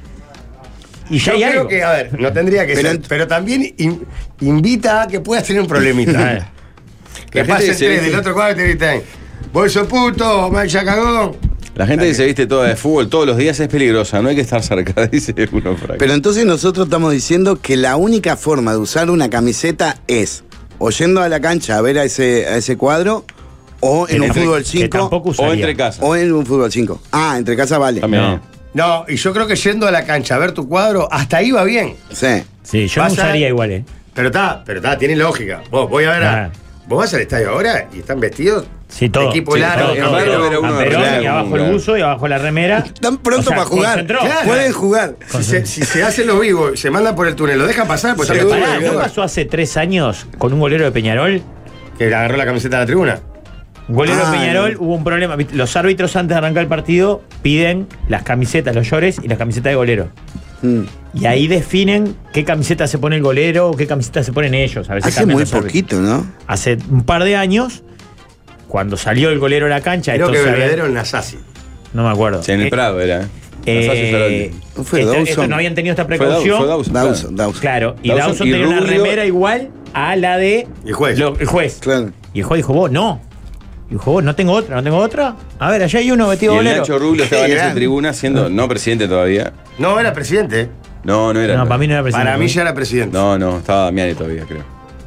Speaker 8: Y ya
Speaker 7: Yo
Speaker 8: hay
Speaker 7: creo
Speaker 8: algo.
Speaker 7: que, a ver, no tendría que
Speaker 6: Pero
Speaker 7: ser,
Speaker 6: ent-
Speaker 7: pero también in- invita a que puedas tener un problemita. que
Speaker 5: La gente
Speaker 7: pase
Speaker 5: que
Speaker 7: el
Speaker 5: se
Speaker 7: tres
Speaker 5: viste-
Speaker 7: del otro cuadro y te gritan, bolso puto, mancha cagón.
Speaker 5: La gente que se viste toda de fútbol todos los días es peligrosa, no hay que estar cerca, dice uno por ahí.
Speaker 6: Pero entonces nosotros estamos diciendo que la única forma de usar una camiseta es o yendo a la cancha a ver a ese, a ese cuadro o en un
Speaker 5: Entre-
Speaker 6: fútbol
Speaker 8: Que
Speaker 6: cinco
Speaker 8: tampoco
Speaker 5: o
Speaker 8: usaría.
Speaker 5: entre casa.
Speaker 6: o en un fútbol cinco. Ah, entre casa vale.
Speaker 5: También.
Speaker 8: No.
Speaker 7: No, y yo creo que yendo a la cancha a ver tu cuadro, hasta ahí va bien.
Speaker 6: Sí.
Speaker 8: Sí, yo no
Speaker 7: Vas a-
Speaker 8: usaría igual, ¿eh?
Speaker 7: Pero está, pero está, tiene lógica. Vos, voy a ver a.
Speaker 8: Ah.
Speaker 7: Vos vas al estadio ahora y están vestidos.
Speaker 8: Sí, todo.
Speaker 7: Equipo
Speaker 8: Sí,
Speaker 7: largo,
Speaker 8: todo,
Speaker 5: es
Speaker 8: todo,
Speaker 5: raro
Speaker 8: todo.
Speaker 5: ver a uno de
Speaker 8: Camperón
Speaker 5: Real,
Speaker 8: y abajo el
Speaker 5: claro.
Speaker 8: buzo y abajo la remera.
Speaker 6: Están pronto
Speaker 8: O sea,
Speaker 6: para jugar.
Speaker 8: concentró.
Speaker 7: Claro.
Speaker 6: Pueden jugar.
Speaker 7: Si se, si se hacen los vivos y se mandan por el túnel, lo dejan pasar, pues
Speaker 8: Pero
Speaker 7: están
Speaker 8: pará,
Speaker 7: vestidos
Speaker 8: ¿no
Speaker 7: de
Speaker 8: pasó hace tres años con un golero de Peñarol?
Speaker 7: que agarró la camiseta de la tribuna.
Speaker 8: Un golero
Speaker 6: Ah,
Speaker 8: de Peñarol,
Speaker 6: no.
Speaker 8: hubo un problema. ¿Viste? Los árbitros antes de arrancar el partido piden las camisetas, los llores y las camisetas de golero.
Speaker 6: Mm.
Speaker 8: Y ahí definen qué camiseta se pone el golero o qué camiseta se ponen ellos. A veces
Speaker 6: Hace
Speaker 8: cambian
Speaker 6: muy
Speaker 8: los árbitros.
Speaker 6: poquito, ¿no?
Speaker 8: Hace un par de años, cuando salió el golero a la cancha,
Speaker 7: Creo
Speaker 8: esto
Speaker 7: que
Speaker 8: se había-
Speaker 7: Belvedere en Nasasi.
Speaker 8: no me acuerdo.
Speaker 5: Sí, en el
Speaker 8: Eh,
Speaker 5: Prado era. ¿eh?
Speaker 8: eh,
Speaker 5: Nazario Cerati.
Speaker 6: ¿No fue
Speaker 8: esto-
Speaker 6: Dawson?
Speaker 8: esto no habían tenido esta
Speaker 5: Fue
Speaker 8: precaución.
Speaker 5: Dawson, fue Dawson,
Speaker 6: Dawson, Dawson.
Speaker 8: Claro, y
Speaker 5: Dawson
Speaker 8: Dawson
Speaker 5: y
Speaker 8: tenía una
Speaker 5: Rubio.
Speaker 8: remera igual a la de
Speaker 7: El juez.
Speaker 8: lo- el juez.
Speaker 6: Claro.
Speaker 8: Y el juez dijo, vos, no. Y dijo, vos, no tengo otra, no tengo otra. A ver, allá hay uno
Speaker 5: Y
Speaker 8: vestido de
Speaker 5: el
Speaker 8: golero.
Speaker 5: Nacho Rubio estaba en
Speaker 6: Qué
Speaker 5: esa
Speaker 6: grande.
Speaker 5: tribuna siendo, no presidente todavía.
Speaker 7: No, era presidente.
Speaker 5: No, no era.
Speaker 8: No, para mí no era presidente.
Speaker 7: Para mí ya era presidente.
Speaker 5: No, no, estaba Damiani todavía, creo.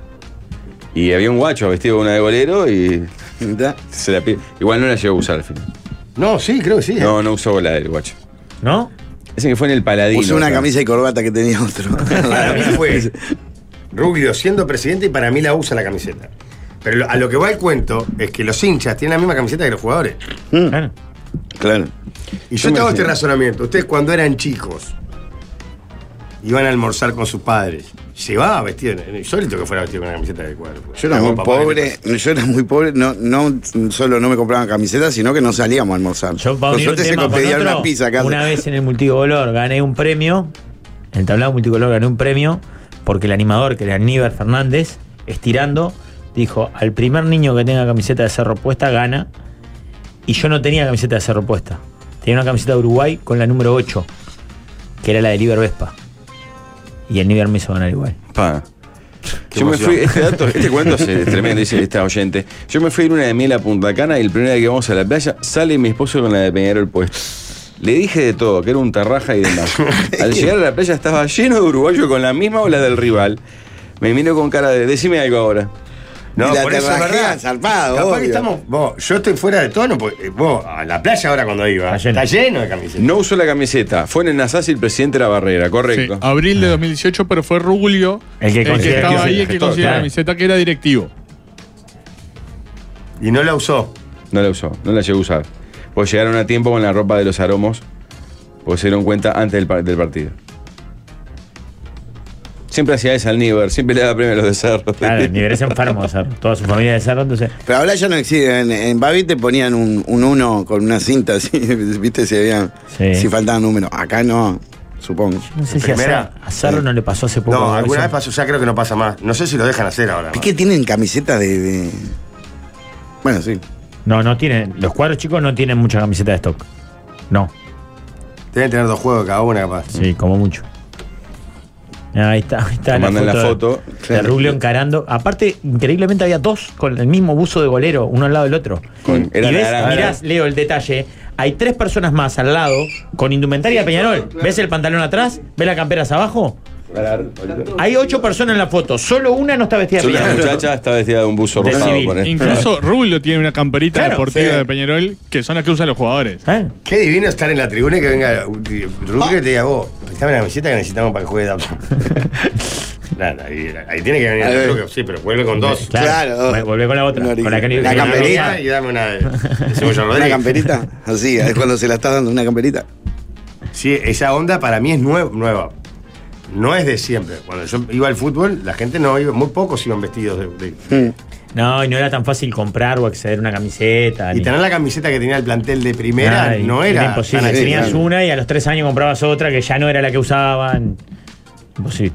Speaker 5: Y había un guacho vestido con una de golero y
Speaker 6: ¿Está?
Speaker 5: se la pide. Igual no la llegó a usar al final.
Speaker 7: No, sí, creo que sí. ¿eh?
Speaker 5: No, no usó la del guacho.
Speaker 8: ¿No?
Speaker 5: Ese que fue en el Paladino.
Speaker 6: Usó una
Speaker 5: ¿no?
Speaker 6: camisa y corbata que tenía otro.
Speaker 7: Para mí fue Rubio siendo presidente y para mí la usa la camiseta. Pero lo- a lo que va el cuento es que los hinchas tienen la misma camiseta que los jugadores.
Speaker 8: Claro.
Speaker 6: Claro.
Speaker 7: Y
Speaker 5: Yo
Speaker 7: yo
Speaker 5: me
Speaker 7: te hago este
Speaker 5: imagino.
Speaker 7: razonamiento. Ustedes cuando eran chicos iban a almorzar con sus padres. llevaba vestido, insólito que fuera vestido con una camiseta de cuadro.
Speaker 6: Yo era muy pobre, yo era muy pobre, no, no solo no me compraban camisetas, sino que no salíamos a almorzar.
Speaker 8: Yo, para
Speaker 6: Por
Speaker 8: unir un
Speaker 6: suerte se
Speaker 8: tema con
Speaker 6: pedían
Speaker 8: otro,
Speaker 6: una pizza acá.
Speaker 8: una vez en el multicolor gané un premio, en el tablado multicolor gané un premio, porque el animador, que era Aníbal Fernández, estirando, dijo, al primer niño que tenga camiseta de Cerro puesta, gana. Y yo no tenía camiseta de Cerro puesta. Tenía una camiseta de Uruguay con la número ocho, que era la de Liber Vespa. Y el Níber me hizo ganar igual.
Speaker 5: Pa. Yo me fui, este dato, este cuento es tremendo, dice esta oyente. Yo me fui a ir una de miel a Punta Cana y el primer día que vamos a la playa, sale mi esposo con la de Peñarol puesta. Le dije de todo, que era un tarraja y demás. Al llegar a la playa estaba lleno de uruguayos con la misma o la del rival. Me miró con cara de, decime algo ahora.
Speaker 7: No,
Speaker 6: Y la
Speaker 7: por eso es
Speaker 6: terrajea,
Speaker 7: verdad.
Speaker 6: zarpado,
Speaker 7: Capaz
Speaker 6: obvio.
Speaker 7: que estamos. Vos, yo estoy fuera de tono, porque vos, a la playa ahora cuando iba,
Speaker 8: Está lleno.
Speaker 7: está lleno de camisetas.
Speaker 5: No usó la camiseta, fue en el Nasaz y el presidente era Barrera,
Speaker 12: Sí,
Speaker 5: correcto.
Speaker 12: abril de dos mil dieciocho, pero fue Rubio
Speaker 8: El que
Speaker 12: el que
Speaker 8: considera
Speaker 12: estaba
Speaker 8: que-
Speaker 12: ahí, el que
Speaker 5: gestor,
Speaker 12: consiguió la
Speaker 8: claro.
Speaker 12: camiseta, que era directivo.
Speaker 7: Y no la usó.
Speaker 5: No la usó, no la llegó a usar. Pues llegaron a tiempo con la ropa de los aromos, porque se dieron cuenta antes del, par- del partido. Siempre hacía esa al Níber, siempre le daba premio a los de Cerro.
Speaker 8: Claro, el Níber es enfermo de Cerro. Toda su familia de Cerro, entonces.
Speaker 6: Pero ahora ya no existe. En, en Babi te ponían un, un uno con una cinta así, viste, si había,
Speaker 8: Sí.
Speaker 6: si faltaban números. Acá no, supongo.
Speaker 8: No sé si a
Speaker 7: Primera.
Speaker 8: Cerro, a Cerro no le pasó hace poco.
Speaker 7: No, alguna
Speaker 8: eso.
Speaker 7: vez pasó, ya creo que no pasa más. No sé si lo dejan hacer ahora.
Speaker 6: Es
Speaker 7: ¿no?
Speaker 6: que tienen camiseta de, de- Bueno, sí.
Speaker 8: No, no tienen. Los cuadros chicos no tienen mucha camiseta de stock. No,
Speaker 7: Deben tener dos juegos cada una, capaz.
Speaker 8: sí, como mucho. Ahí está, ahí está
Speaker 5: Te mandan la
Speaker 8: de-
Speaker 5: foto.
Speaker 8: de Rubio encarando. Aparte, increíblemente había dos con el mismo buzo de golero, uno al lado del otro.
Speaker 5: Con-
Speaker 8: y
Speaker 5: era
Speaker 8: ves,
Speaker 5: naranja.
Speaker 8: mirás, Leo, el detalle. Hay tres personas más al lado con indumentaria de Peñarol. ¿Ves el pantalón atrás? ¿Ves las camperas abajo? Hay ocho personas en la foto. Solo una no está vestida de
Speaker 5: Solo la
Speaker 8: Peñarol.
Speaker 5: muchacha está vestida de un buzo
Speaker 8: De
Speaker 5: rosado.
Speaker 8: civil.
Speaker 5: por ahí.
Speaker 12: Incluso Rubio tiene una camperita
Speaker 8: Claro,
Speaker 12: deportiva
Speaker 7: sí.
Speaker 12: de Peñarol, que son las que usan los jugadores.
Speaker 8: ¿Eh?
Speaker 7: Qué divino estar en la tribuna y que venga Rubio y te diga, vos, prestame la camiseta que necesitamos para que juegue Dawson. Nada, ahí, ahí tiene que venir
Speaker 6: A
Speaker 7: el
Speaker 6: ver.
Speaker 7: Rubio, sí, pero vuelve con dos.
Speaker 6: Claro.
Speaker 8: Vol- Volvé con la otra.
Speaker 6: Una
Speaker 8: Con la, que
Speaker 6: La
Speaker 8: con
Speaker 6: camperita.
Speaker 7: Y dame una de, de Cebolla
Speaker 6: Una
Speaker 7: Rodríguez.
Speaker 6: camperita. Así, es cuando se la estás dando una camperita.
Speaker 7: Sí, esa onda para mí es nueva. nueva. No es de siempre. Cuando yo iba al fútbol, la gente no iba, muy pocos iban vestidos de. de-
Speaker 6: Mm.
Speaker 8: No, y no era tan fácil comprar o acceder a una camiseta.
Speaker 7: y
Speaker 8: ni-
Speaker 7: tener la camiseta que tenía el plantel de primera
Speaker 8: Ay,
Speaker 7: no era.
Speaker 8: imposible.
Speaker 7: tan
Speaker 8: Tenías
Speaker 7: accesible.
Speaker 8: una y a los tres años comprabas otra que ya no era la que usaban. Imposible.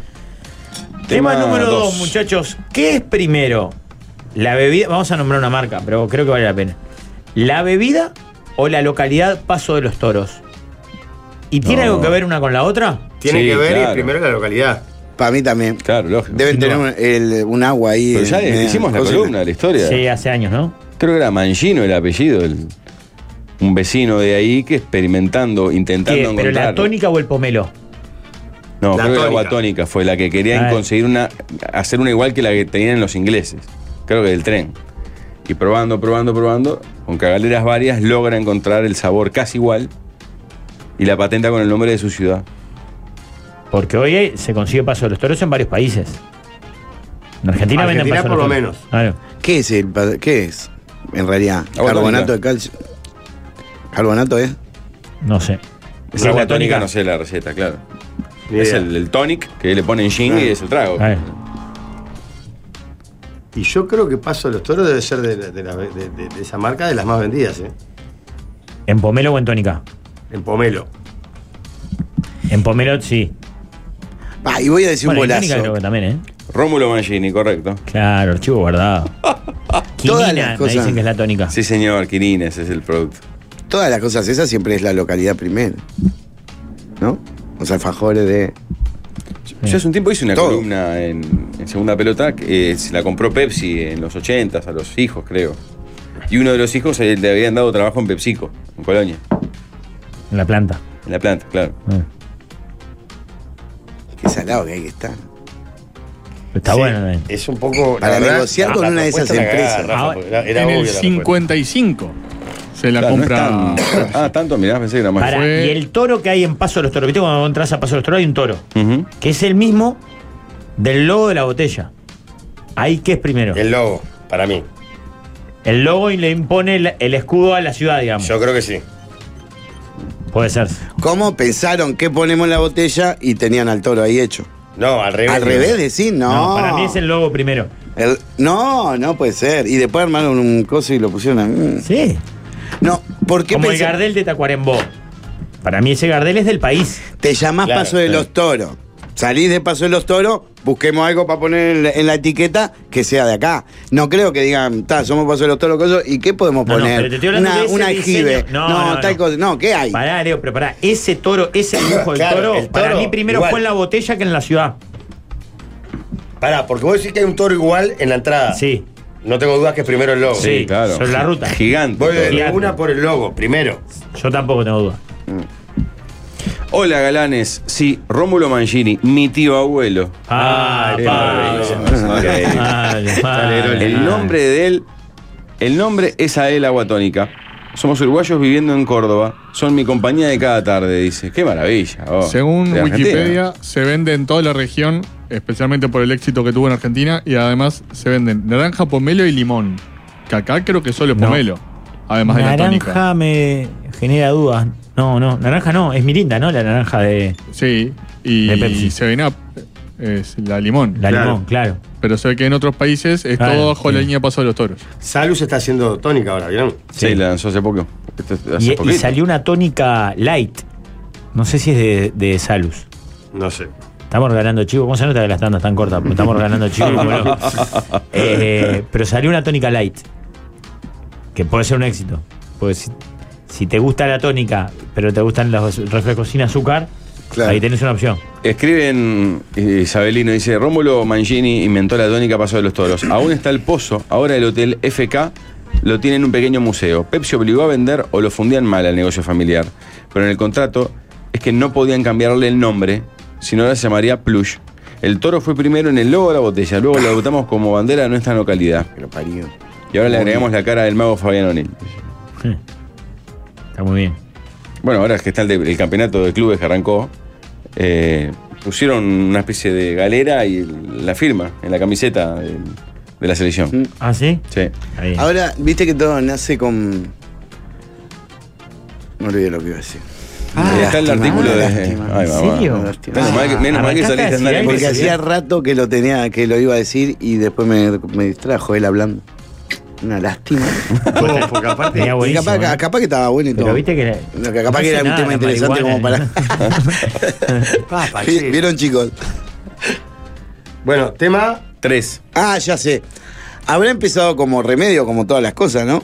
Speaker 8: Tema,
Speaker 5: Tema
Speaker 8: número dos,
Speaker 5: dos.
Speaker 8: muchachos. ¿Qué es primero? La bebida. Vamos a nombrar una marca, pero creo que vale la pena. ¿La bebida o la localidad Paso de los Toros? ¿Y tiene
Speaker 5: No.
Speaker 8: algo que ver una con la otra?
Speaker 7: Tiene
Speaker 5: Sí,
Speaker 7: que ver
Speaker 5: claro.
Speaker 7: y primero la localidad.
Speaker 6: Para mí también.
Speaker 5: Claro, lógico.
Speaker 6: Deben
Speaker 8: Sin
Speaker 6: tener
Speaker 8: duda.
Speaker 6: un, el- un agua ahí.
Speaker 5: Pero ya
Speaker 6: media
Speaker 5: hicimos la
Speaker 6: cosa.
Speaker 5: columna de la historia.
Speaker 8: Sí, hace años, ¿no?
Speaker 5: Creo que era Mangino el apellido, el- un vecino de ahí que experimentando, intentando
Speaker 8: ¿Qué? ¿Pero
Speaker 5: encontrar.
Speaker 8: la tónica o el pomelo?
Speaker 5: No,
Speaker 7: La
Speaker 5: creo que la
Speaker 7: tónica.
Speaker 5: agua tónica fue la que querían
Speaker 8: Ah.
Speaker 5: conseguir una. Hacer una igual que la que tenían los ingleses. Creo que del tren. Y probando, probando, probando, con cagaleras varias, logra encontrar el sabor casi igual y la patenta con el nombre de su ciudad.
Speaker 8: Porque hoy se consigue Paso de los Toros en varios países. En Argentina, venden
Speaker 7: Argentina
Speaker 8: Paso de
Speaker 7: por
Speaker 8: los
Speaker 7: lo
Speaker 8: Toros.
Speaker 7: menos.
Speaker 8: Claro.
Speaker 6: ¿Qué es el pa- qué es? En realidad,
Speaker 5: Agua
Speaker 6: carbonato
Speaker 5: tónica.
Speaker 6: de calcio. ¿Carbonato es?
Speaker 8: No sé.
Speaker 5: Es
Speaker 8: Sí,
Speaker 5: agua
Speaker 8: la
Speaker 5: tónica,
Speaker 8: tónica.
Speaker 5: no sé la receta, claro.
Speaker 7: Ni
Speaker 5: Es
Speaker 7: idea.
Speaker 5: el, el tonic que le ponen gin
Speaker 7: Ah.
Speaker 5: y es el trago.
Speaker 8: A ver.
Speaker 7: Y yo creo que Paso de los Toros debe ser de, la- de la- de- de- de esa marca de las más vendidas, ¿eh?
Speaker 8: ¿En pomelo o en tónica?
Speaker 7: En Pomelo.
Speaker 8: En pomelo, sí.
Speaker 6: Ah, y voy a decir
Speaker 8: Bueno,
Speaker 6: un
Speaker 8: en tónica
Speaker 6: bolazo.
Speaker 8: creo que también, ¿eh?
Speaker 5: Rómulo Mangini, correcto.
Speaker 8: Claro, archivo guardado.
Speaker 6: Todas
Speaker 8: Quinina,
Speaker 6: las
Speaker 8: me
Speaker 6: cosas.
Speaker 8: dicen que es la tónica.
Speaker 5: Sí, señor, Quirines es el producto.
Speaker 6: Todas las cosas esas siempre es la localidad primero. ¿No? Los alfajores de.
Speaker 5: Yo hace un tiempo hice una
Speaker 6: Todo.
Speaker 5: columna en, en Segunda Pelota que eh, se la compró Pepsi en los ochentas a los hijos, creo. Y uno de los hijos eh, le habían dado trabajo en PepsiCo, en Colonia,
Speaker 8: En la planta.
Speaker 5: en la planta, claro.
Speaker 8: Eh.
Speaker 6: Qué salado que hay que estar.
Speaker 8: Está
Speaker 7: Sí,
Speaker 8: bueno también.
Speaker 7: Es un poco.
Speaker 6: Para
Speaker 7: la verdad,
Speaker 6: negociar
Speaker 7: la-
Speaker 6: con
Speaker 7: la
Speaker 6: una de esas
Speaker 7: propuesta la cagada,
Speaker 6: empresas.
Speaker 7: Rafa,
Speaker 8: Ahora,
Speaker 7: porque era, era
Speaker 12: en
Speaker 7: obvio
Speaker 12: el
Speaker 7: la respuesta.
Speaker 12: cincuenta y cinco se la
Speaker 5: Claro, no es
Speaker 12: compra.
Speaker 5: tan- ah, tanto, mirá, pensé que era más.
Speaker 8: Pará,
Speaker 12: fue-
Speaker 8: y el toro que hay en Paso de los Toros, ¿viste cuando entras a Paso de los Toros hay un toro?
Speaker 5: Ujú.
Speaker 8: Que es el mismo del logo de la botella. Ahí, ¿qué es primero?
Speaker 7: El logo, para mí.
Speaker 8: El logo y le impone el, el escudo a la ciudad, digamos.
Speaker 7: Yo creo que sí.
Speaker 8: Puede ser.
Speaker 6: ¿Cómo pensaron qué ponemos en la botella y tenían al toro ahí hecho?
Speaker 7: No, al revés.
Speaker 6: Al revés, decir, no.
Speaker 8: No, para mí es el logo primero.
Speaker 6: El- no, no puede ser. Y después armaron un coso y lo pusieron a mí.
Speaker 8: Sí.
Speaker 6: No, ¿por qué
Speaker 8: Como el
Speaker 6: pensé-
Speaker 8: Gardel de Tacuarembó. Para mí ese Gardel es del país.
Speaker 6: Te llamás
Speaker 8: Claro,
Speaker 6: Paso de
Speaker 8: claro.
Speaker 6: los Toros. Salís de Paso de los Toros, busquemos algo para poner en la, en la etiqueta que sea de acá. No creo que digan, ta, somos Paso de los Toros, coso, ¿y qué podemos
Speaker 8: No, no,
Speaker 6: poner?
Speaker 8: pero te estoy hablando
Speaker 6: una
Speaker 8: de ese
Speaker 6: un
Speaker 8: diseño.
Speaker 6: aljibe.
Speaker 8: No,
Speaker 6: No,
Speaker 8: no,
Speaker 6: tal
Speaker 8: no.
Speaker 6: cosa. No, ¿qué hay?
Speaker 8: Pará, Leo, pero pará. Ese toro, ese dibujo del
Speaker 7: Claro,
Speaker 8: toro,
Speaker 7: el
Speaker 8: para
Speaker 7: toro,
Speaker 8: mí primero
Speaker 7: igual.
Speaker 8: fue en la botella que en la ciudad.
Speaker 7: Pará, porque vos decís que hay un toro igual en la entrada.
Speaker 8: Sí.
Speaker 7: No tengo dudas que es primero el logo.
Speaker 8: Sí, claro. Sobre la ruta.
Speaker 5: Gigante.
Speaker 7: Voy de
Speaker 8: Gigante.
Speaker 7: una por el logo, primero.
Speaker 8: Yo tampoco tengo duda.
Speaker 5: Hola, galanes. Sí, Rómulo Mangini, mi tío abuelo.
Speaker 8: Ay,
Speaker 5: Qué
Speaker 8: Pablo.
Speaker 5: maravilla. Increíble.
Speaker 8: Vale, vale.
Speaker 5: El nombre de él, el nombre es Ael Aguatónica. Somos uruguayos viviendo en Córdoba. Son mi compañía de cada tarde, dice. Qué maravilla. oh.
Speaker 12: Según
Speaker 5: De Argentina.
Speaker 12: Wikipedia, se vende en toda la región, especialmente por el éxito que tuvo en Argentina, y además se venden naranja, pomelo y limón. Que acá creo que solo es
Speaker 8: No.
Speaker 12: pomelo, además de la tónica.
Speaker 8: Naranja me genera dudas. No, no, naranja no, es Mirinda, ¿no? La naranja de.
Speaker 12: Sí, y
Speaker 8: De Pepsi.
Speaker 12: seven up es la limón.
Speaker 8: La limón, claro.
Speaker 12: Pero sé que en otros países es
Speaker 8: Claro,
Speaker 12: todo bajo
Speaker 8: sí.
Speaker 12: la línea Paso de los Toros.
Speaker 7: Salus está haciendo tónica ahora, ¿vieron?
Speaker 5: Sí, la lanzó hace poco. Esto es hace
Speaker 8: Y, y
Speaker 5: poquito.
Speaker 8: salió una tónica light. No sé si es de, de Salus.
Speaker 7: No sé.
Speaker 8: Estamos regalando chivos. ¿Cómo se nota que las tandas están cortas? Porque estamos regalando chivos. como locos. Eh, pero salió una tónica light. Que puede ser un éxito. Pues si, si te gusta la tónica, pero te gustan los refrescos sin azúcar,
Speaker 6: Claro.
Speaker 8: ahí tenés una opción.
Speaker 5: Escriben Isabelino, dice, Rómulo Mangini inventó la tónica Paso de los Toros. Aún está el pozo, ahora el hotel F K lo tiene en un pequeño museo. Pepsi obligó a vender o lo fundían mal al negocio familiar. Pero en el contrato es que no podían cambiarle el nombre, sino ahora se llamaría Plush. El toro fue primero en el logo de la botella, luego lo adoptamos como bandera de nuestra localidad.
Speaker 6: Pero parió.
Speaker 5: Y ahora le agregamos la cara del mago Fabián O'Neill.
Speaker 8: Está muy bien.
Speaker 5: Bueno, ahora es que está el, de- el campeonato de clubes que arrancó, eh, pusieron una especie de galera y el- la firma en la camiseta de, de la selección.
Speaker 8: ¿Ah, sí?
Speaker 5: Sí.
Speaker 8: Ahí.
Speaker 6: Ahora, viste que todo nace con. No olvidé lo que iba a decir.
Speaker 5: Ahí está el
Speaker 6: Lástima,
Speaker 5: artículo de.
Speaker 6: lástima.
Speaker 5: Ay,
Speaker 8: ¿En
Speaker 5: mamá.
Speaker 8: serio?
Speaker 6: Lástima.
Speaker 5: Menos mal que, menos mal que
Speaker 8: Arrancaste
Speaker 5: saliste a
Speaker 8: a
Speaker 5: andar en
Speaker 8: decir
Speaker 6: Porque
Speaker 8: algo.
Speaker 5: bici.
Speaker 6: hacía rato que lo tenía, que lo iba a decir y después me, me distrajo él hablando. Una lástima.
Speaker 7: No, porque aparte.
Speaker 8: Tenía
Speaker 6: Y
Speaker 8: buenísimo,
Speaker 6: capaz,
Speaker 8: ¿eh?
Speaker 6: capaz que estaba bueno y
Speaker 8: Pero
Speaker 6: todo.
Speaker 8: viste que.
Speaker 6: No, que capaz
Speaker 8: no
Speaker 6: que era
Speaker 8: hace
Speaker 6: un
Speaker 8: nada
Speaker 6: tema
Speaker 8: la
Speaker 6: interesante como para.
Speaker 8: marihuana.
Speaker 7: Papa,
Speaker 6: Vi-
Speaker 7: che.
Speaker 6: ¿Vieron, chicos?
Speaker 7: Bueno, tema.
Speaker 5: Tres.
Speaker 6: Ah, ya sé. Habrá empezado como remedio, como todas las cosas, ¿no?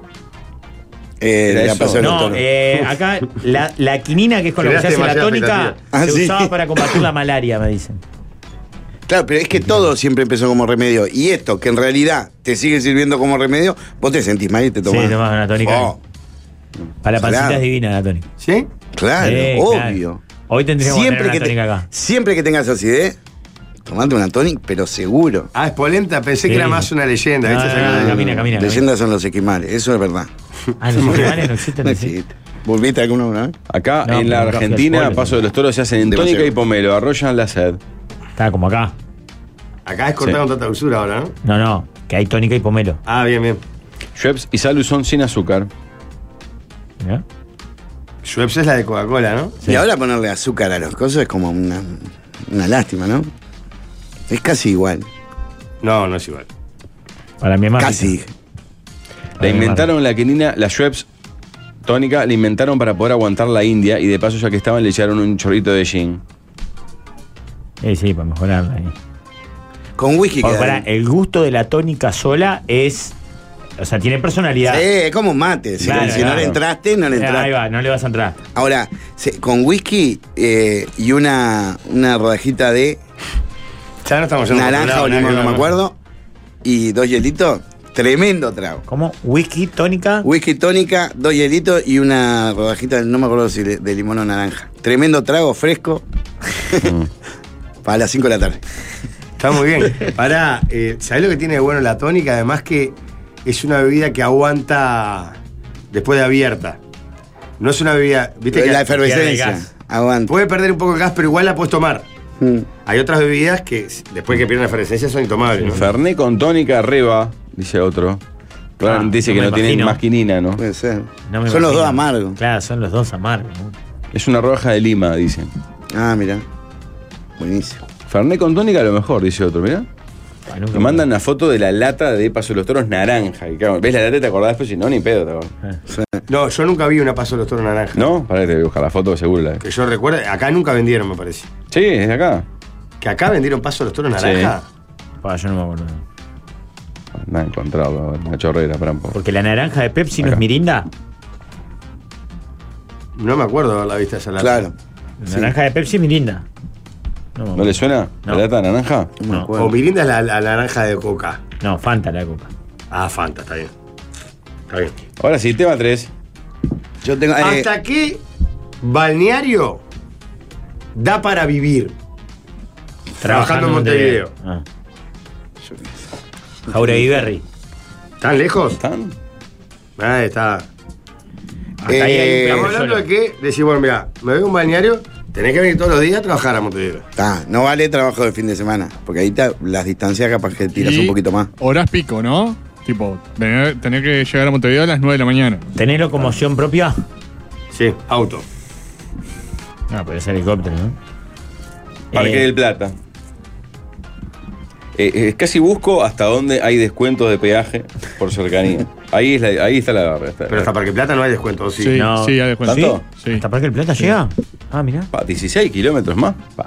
Speaker 6: Eh,
Speaker 5: Era
Speaker 6: la
Speaker 5: eso.
Speaker 6: Paso de los
Speaker 8: No,
Speaker 6: Toros.
Speaker 8: eh, acá la, la quinina, que es con la que se
Speaker 7: Creaste
Speaker 8: hace la
Speaker 7: demasiada
Speaker 8: tónica,
Speaker 6: expectativa.
Speaker 8: se
Speaker 6: Ah, sí.
Speaker 8: usaba para combatir la malaria, me dicen.
Speaker 6: Claro, pero es que todo siempre empezó como remedio. Y esto, que en realidad te sigue sirviendo como remedio, vos te sentís mal y te tomás.
Speaker 8: Sí, tomás una tónica.
Speaker 6: Oh,
Speaker 8: Para la pancita
Speaker 6: Claro.
Speaker 8: es divina la tónica.
Speaker 7: ¿Sí?
Speaker 6: claro,
Speaker 8: Sí,
Speaker 6: obvio.
Speaker 8: claro. Hoy tendríamos
Speaker 6: Siempre
Speaker 8: que
Speaker 6: que,
Speaker 8: tener una
Speaker 6: te-
Speaker 8: tónica acá.
Speaker 6: siempre que tengas acidez, tomate una tónica, pero seguro.
Speaker 7: Ah, es polenta. Pensé
Speaker 8: Sí.
Speaker 7: que era más una leyenda.
Speaker 8: No,
Speaker 7: ¿viste?
Speaker 8: no,
Speaker 7: Esa
Speaker 8: no,
Speaker 7: cosa de-
Speaker 8: camina, camina.
Speaker 6: Leyendas son los esquimales, eso es verdad.
Speaker 8: Ah, los animales no existen.
Speaker 6: No
Speaker 8: ¿sí?
Speaker 6: existe. ¿Volviste alguna vez?
Speaker 5: Acá
Speaker 8: No,
Speaker 5: en la
Speaker 8: nunca fui al
Speaker 5: Argentina,
Speaker 8: pueblo,
Speaker 5: Paso
Speaker 8: sí.
Speaker 5: de los Toros se hacen en
Speaker 6: Demasiado.
Speaker 5: tónica y pomelo, arrollan la sed.
Speaker 8: Está como acá.
Speaker 7: Acá es cortar
Speaker 5: Sí.
Speaker 7: con tanta usura ahora, ¿no?
Speaker 8: No, no, que hay tónica y pomelo.
Speaker 7: Ah, bien, bien.
Speaker 5: Schweppes y Salus son sin azúcar.
Speaker 8: ¿Ya?
Speaker 7: Schweppes es la de Coca-Cola, ¿no?
Speaker 6: Y ahora ponerle azúcar a los cosas es como una, una lástima, ¿no? Es casi igual.
Speaker 7: No, no es igual.
Speaker 8: Para mí es más.
Speaker 6: Casi.
Speaker 5: La inventaron la quinina, la Schweppes tónica, la inventaron para poder aguantar la India y de paso ya que estaban le echaron un chorrito de gin.
Speaker 8: Sí, sí, para mejorarla. ahí.
Speaker 6: Con whisky
Speaker 8: Porque,
Speaker 6: queda
Speaker 8: pará,
Speaker 6: bien.
Speaker 8: el gusto de la tónica sola es. O sea, tiene personalidad.
Speaker 6: Sí, es como un mate. Si,
Speaker 8: Claro,
Speaker 6: si no
Speaker 8: claro.
Speaker 6: le entraste, no le
Speaker 8: Eh,
Speaker 6: entraste.
Speaker 8: Ahí va, no le vas a entrar.
Speaker 6: Ahora, se- con whisky eh, y una, una rodajita de
Speaker 7: Ya no estamos yendo por
Speaker 6: naranja
Speaker 7: otro
Speaker 6: o
Speaker 7: lado,
Speaker 6: limón,
Speaker 7: nada
Speaker 6: no
Speaker 7: que
Speaker 6: me
Speaker 7: ver.
Speaker 6: acuerdo, y dos hielitos, tremendo trago.
Speaker 8: ¿Cómo? ¿Whisky, tónica?
Speaker 6: Whisky tónica, dos hielitos y una rodajita, no me acuerdo si de, de limón o naranja. Tremendo trago fresco para las cinco de la tarde.
Speaker 7: Está muy bien. Pará, eh, ¿sabés lo que tiene de bueno la tónica? Además que es una bebida que aguanta después de abierta. No es una bebida. ¿Viste que
Speaker 6: La
Speaker 7: que
Speaker 6: efervescencia,
Speaker 7: gas.
Speaker 6: aguanta.
Speaker 7: Puede perder un poco el gas, pero igual la puedes tomar.
Speaker 6: Mm.
Speaker 7: Hay otras bebidas que después que pierden la efervescencia son intomables. ¿no?
Speaker 5: Fernet con tónica arriba, dice otro. Claramente
Speaker 8: Ah,
Speaker 5: dice
Speaker 8: no
Speaker 5: que
Speaker 8: me
Speaker 5: no tienen
Speaker 8: imagino.
Speaker 5: más quinina, ¿no?
Speaker 6: Puede ser.
Speaker 8: No me
Speaker 6: Son los
Speaker 8: imagino.
Speaker 6: dos amargos.
Speaker 8: Claro, son los dos amargos. ¿no?
Speaker 5: Es una roja de lima, dicen.
Speaker 6: Ah, mira. Buenísimo.
Speaker 5: Fernet con tónica a lo mejor, dice otro, mirá.
Speaker 8: Ah, nunca
Speaker 5: Me mandan una foto de la lata de Paso de los Toros naranja. Y claro, ves la lata y te acordás después y no, ni pedo, te acordás.
Speaker 7: No, yo nunca vi una Paso de los Toros naranja.
Speaker 5: ¿No? Pará que te voy a buscar la foto, seguro la
Speaker 7: Que yo recuerde, acá nunca vendieron, me parece.
Speaker 5: Sí, es de acá.
Speaker 7: ¿Que acá vendieron Paso de los Toros naranja?
Speaker 8: Pa, yo no me acuerdo.
Speaker 5: No he encontrado una chorrera, para un poco.
Speaker 8: Porque la naranja de Pepsi no
Speaker 5: Acá.
Speaker 8: es Mirinda.
Speaker 7: No me acuerdo de haberla vista esa lata.
Speaker 6: Claro.
Speaker 8: La naranja de Pepsi es Mirinda. No, me
Speaker 5: ¿No
Speaker 8: acuerdo.
Speaker 5: le suena?
Speaker 8: No.
Speaker 5: ¿La lata naranja?
Speaker 8: No.
Speaker 7: O Mirinda es la, la naranja de Coca.
Speaker 8: No, Fanta la coca.
Speaker 7: Ah, Fanta, está bien. Está bien.
Speaker 5: Ahora sí, tema tres.
Speaker 6: Yo tengo. eh,
Speaker 7: ¿Hasta qué balneario da para vivir? Trabajando en Montevideo.
Speaker 8: Ah. Jauregui Berry.
Speaker 7: ¿Están lejos?
Speaker 5: ¿Están?
Speaker 7: Ah, está.
Speaker 8: Hasta ahí hay un
Speaker 6: Eh,
Speaker 7: Estamos
Speaker 8: pedazo
Speaker 7: hablando
Speaker 8: solo.
Speaker 7: de que decís, bueno, mira, me voy a un balneario, tenés que venir todos los días a trabajar a Montevideo.
Speaker 6: Está, no vale trabajo de fin de semana, porque ahí te- las distancias capaz que tiras
Speaker 12: Y
Speaker 6: un poquito más.
Speaker 12: Horas pico, ¿no? Tipo, tener, tener que llegar a Montevideo a las nueve de la mañana.
Speaker 8: ¿Tenés locomoción propia?
Speaker 7: Sí, auto.
Speaker 8: No, pero es helicóptero, ¿no?
Speaker 5: Parque
Speaker 8: Eh,
Speaker 5: del Plata. Eh, eh, casi busco hasta dónde hay descuentos de peaje por cercanía. Ahí, es la- ahí está la barra. Está,
Speaker 7: Pero hasta Parque Plata no hay descuento, ¿o sí?
Speaker 12: Sí,
Speaker 8: No.
Speaker 12: sí, hay descuento.
Speaker 5: ¿Tanto?
Speaker 12: Sí.
Speaker 8: ¿Hasta Parque del Plata llega? Ah, mirá.
Speaker 5: Pa, dieciséis kilómetros más. Pa.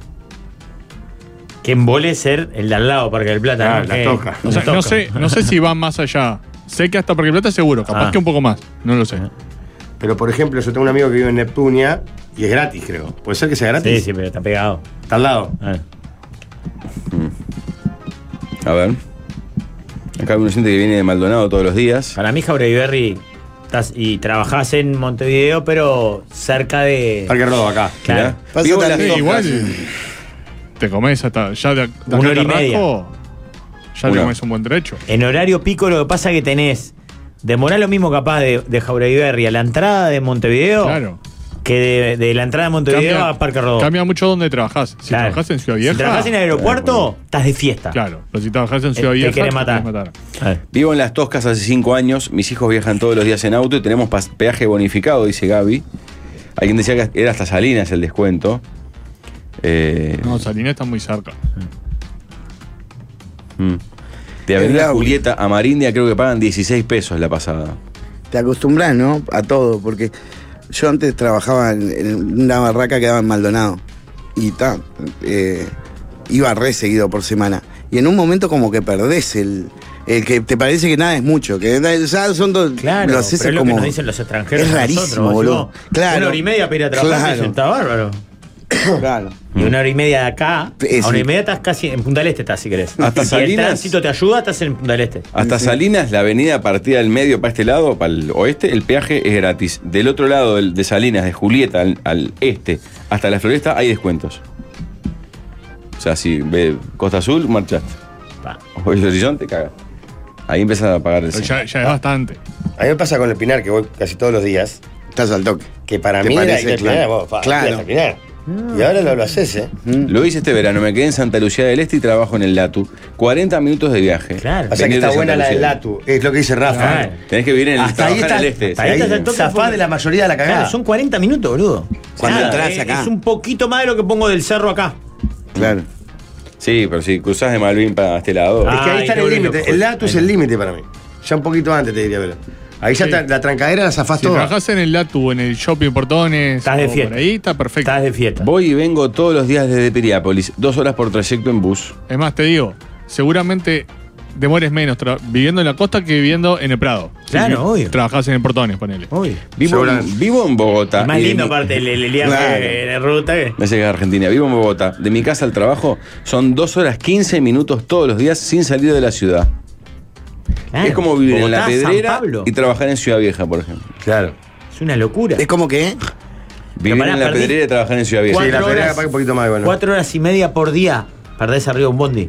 Speaker 8: Que embole ser el de al lado, Parque del Plata.
Speaker 7: Ah,
Speaker 8: ¿no?
Speaker 7: la
Speaker 8: Que-
Speaker 7: toca.
Speaker 12: O sea,
Speaker 8: la
Speaker 12: no
Speaker 8: toca.
Speaker 12: sé, no sé si va más allá. Sé que hasta Parque Plata seguro, capaz
Speaker 8: Ah.
Speaker 12: que un poco más. No lo sé.
Speaker 7: Pero, por ejemplo, yo tengo un amigo que vive en Neptunia y es gratis, creo. ¿Puede ser que sea gratis?
Speaker 8: Sí, sí, pero está pegado.
Speaker 7: Está al lado.
Speaker 8: Ah.
Speaker 5: A ver. Acá uno siente que viene de Maldonado todos los días.
Speaker 8: Para mí, Jauregui Berry, estás y trabajás en Montevideo, pero cerca de.
Speaker 7: Parque Rodó, acá.
Speaker 8: Claro.
Speaker 5: Mirá.
Speaker 6: Pasa
Speaker 5: Vivo en
Speaker 6: también-
Speaker 5: las
Speaker 12: Sí,
Speaker 5: dos
Speaker 12: igual
Speaker 5: casas.
Speaker 12: te comes hasta ya de, de acá
Speaker 8: Una hora
Speaker 12: al
Speaker 8: y media.
Speaker 12: Carrasco, ya te
Speaker 5: Una.
Speaker 12: comes un buen trecho.
Speaker 8: En horario pico, lo que pasa es que tenés. Demorá lo mismo capaz de, de Jauregui Berry a la entrada de Montevideo
Speaker 12: Claro.
Speaker 8: que de, de la entrada de Montevideo
Speaker 12: Cambia,
Speaker 8: a Parque Rodó.
Speaker 12: cambia mucho donde trabajás. Si
Speaker 8: Claro.
Speaker 12: trabajás en Ciudad Vieja.
Speaker 8: Si trabajás en aeropuerto, estás de fiesta.
Speaker 12: Claro, pero si trabajás en Ciudad
Speaker 8: Te
Speaker 12: Vieja.
Speaker 8: querés
Speaker 12: te
Speaker 8: matar.
Speaker 12: querés matar.
Speaker 8: Ah.
Speaker 5: Vivo en Las Toscas hace cinco años. Mis hijos viajan todos los días en auto y tenemos pas- peaje bonificado, dice Gaby. Alguien decía que era hasta Salinas el descuento. Eh,
Speaker 12: No, Salinas está muy cerca.
Speaker 5: mm. De Avenida Julieta a Marindia creo que pagan dieciséis pesos la pasada.
Speaker 6: Te acostumbras, ¿no? A todo, porque yo antes trabajaba en, en una barraca que daba en Maldonado. Y ta, eh, iba re seguido por semana. Y en un momento como que perdés el, el que te parece que nada es mucho. Que ya son dos.
Speaker 8: Claro,
Speaker 6: lo haces
Speaker 8: pero es lo
Speaker 6: como.
Speaker 8: que nos dicen los extranjeros.
Speaker 6: Es
Speaker 8: a
Speaker 6: rarísimo,
Speaker 8: nosotros,
Speaker 6: boludo.
Speaker 8: vos,
Speaker 6: Claro.
Speaker 8: Una hora y media para ir a trabajar,
Speaker 6: Claro.
Speaker 8: dicen, está bárbaro.
Speaker 6: Claro.
Speaker 8: Y una hora y media de acá,
Speaker 6: Es-
Speaker 8: a una y media estás casi en Punta del Este, estás, si querés.
Speaker 5: Hasta
Speaker 8: si el
Speaker 5: Salinas-
Speaker 8: tránsito te ayuda, estás en Punta del Este.
Speaker 5: Hasta Salinas, la avenida partida del medio para este lado, para el oeste, el peaje es gratis. Del otro lado del- de Salinas, de Julieta al, al este, hasta la Floresta, hay descuentos. O sea, si ve Costa Azul, marchaste.
Speaker 8: Pa.
Speaker 5: O el Horizonte, cagas. Ahí empiezas a pagar el
Speaker 12: Pero
Speaker 5: cien.
Speaker 12: ya, ya es bastante.
Speaker 7: A mí me pasa con el Pinar, que voy casi todos los días,
Speaker 6: Estás al toque.
Speaker 7: que para
Speaker 6: ¿Te
Speaker 7: mí era
Speaker 6: parece?
Speaker 7: ir al
Speaker 6: Claro.
Speaker 7: Pinar, vos, fa,
Speaker 6: Claro.
Speaker 7: ir al Pinar. Y ahora lo, lo haces, ¿eh?
Speaker 5: Lo hice este verano, me quedé en Santa Lucía del Este y trabajo en el Latu. cuarenta minutos de viaje.
Speaker 8: Claro.
Speaker 7: O sea que
Speaker 5: Venir de
Speaker 7: está buena
Speaker 5: Santa
Speaker 7: la del
Speaker 5: Lucía.
Speaker 7: Latu, es lo que dice Rafa.
Speaker 8: Claro.
Speaker 5: Tenés que vivir en el,
Speaker 7: Hasta ahí
Speaker 5: trabajar
Speaker 7: está,
Speaker 5: en el este.
Speaker 8: hasta ahí
Speaker 5: sí.
Speaker 8: estás al toque.
Speaker 7: Zafá de la mayoría de la cagada.
Speaker 8: Claro, son cuarenta minutos, boludo.
Speaker 6: Cuando
Speaker 8: Nada,
Speaker 6: entras
Speaker 8: es,
Speaker 6: acá.
Speaker 8: es un poquito más de lo que pongo del cerro acá.
Speaker 6: Claro.
Speaker 5: Sí, pero si cruzás de Malvin para este lado.
Speaker 8: Ah.
Speaker 7: Es que ahí
Speaker 8: Ay,
Speaker 7: está
Speaker 8: qué
Speaker 7: el
Speaker 8: bueno,
Speaker 7: límite.
Speaker 8: loco.
Speaker 7: El Latu es el límite para mí. Ya un poquito antes te diría, pero. Ahí ya
Speaker 12: Sí.
Speaker 7: está, la trancadera la zafás
Speaker 12: Si
Speaker 7: toda.
Speaker 12: trabajás en el Latu, en el shopping Portones,
Speaker 8: Estás de
Speaker 12: o
Speaker 8: fiesta.
Speaker 12: por ahí, está perfecto.
Speaker 8: Estás de fiesta.
Speaker 5: Voy y vengo todos los días desde Piriápolis, dos horas por trayecto en bus.
Speaker 12: Es más, te digo, seguramente demores menos tra- viviendo en la costa que viviendo en el Prado.
Speaker 8: Claro,
Speaker 12: Si
Speaker 8: obvio.
Speaker 12: Trabajás en el Portones, ponele.
Speaker 8: Uy.
Speaker 5: Vivo, en, vivo en Bogotá.
Speaker 8: Y más
Speaker 5: y de
Speaker 8: lindo
Speaker 5: mi-
Speaker 8: aparte el, el viaje
Speaker 6: Claro.
Speaker 8: de ruta. que-
Speaker 5: Me sé que es Argentina. Vivo en Bogotá. De mi casa al trabajo son dos horas quince minutos todos los días sin salir de la ciudad.
Speaker 8: Claro.
Speaker 5: Es como vivir en la
Speaker 8: Bogotá, San
Speaker 5: Pedrera
Speaker 8: Pablo.
Speaker 5: y trabajar en Ciudad Vieja, por ejemplo.
Speaker 7: Claro.
Speaker 8: Es una locura.
Speaker 6: Es como que.
Speaker 5: Vivir
Speaker 8: pará,
Speaker 5: en la
Speaker 8: perdí.
Speaker 5: Pedrera y trabajar en Ciudad Vieja.
Speaker 7: Sí, la
Speaker 8: Cuatro
Speaker 7: pelea
Speaker 8: horas-
Speaker 7: capaz que un poquito más, bueno.
Speaker 8: Cuatro horas y media por día perdés arriba un bondi.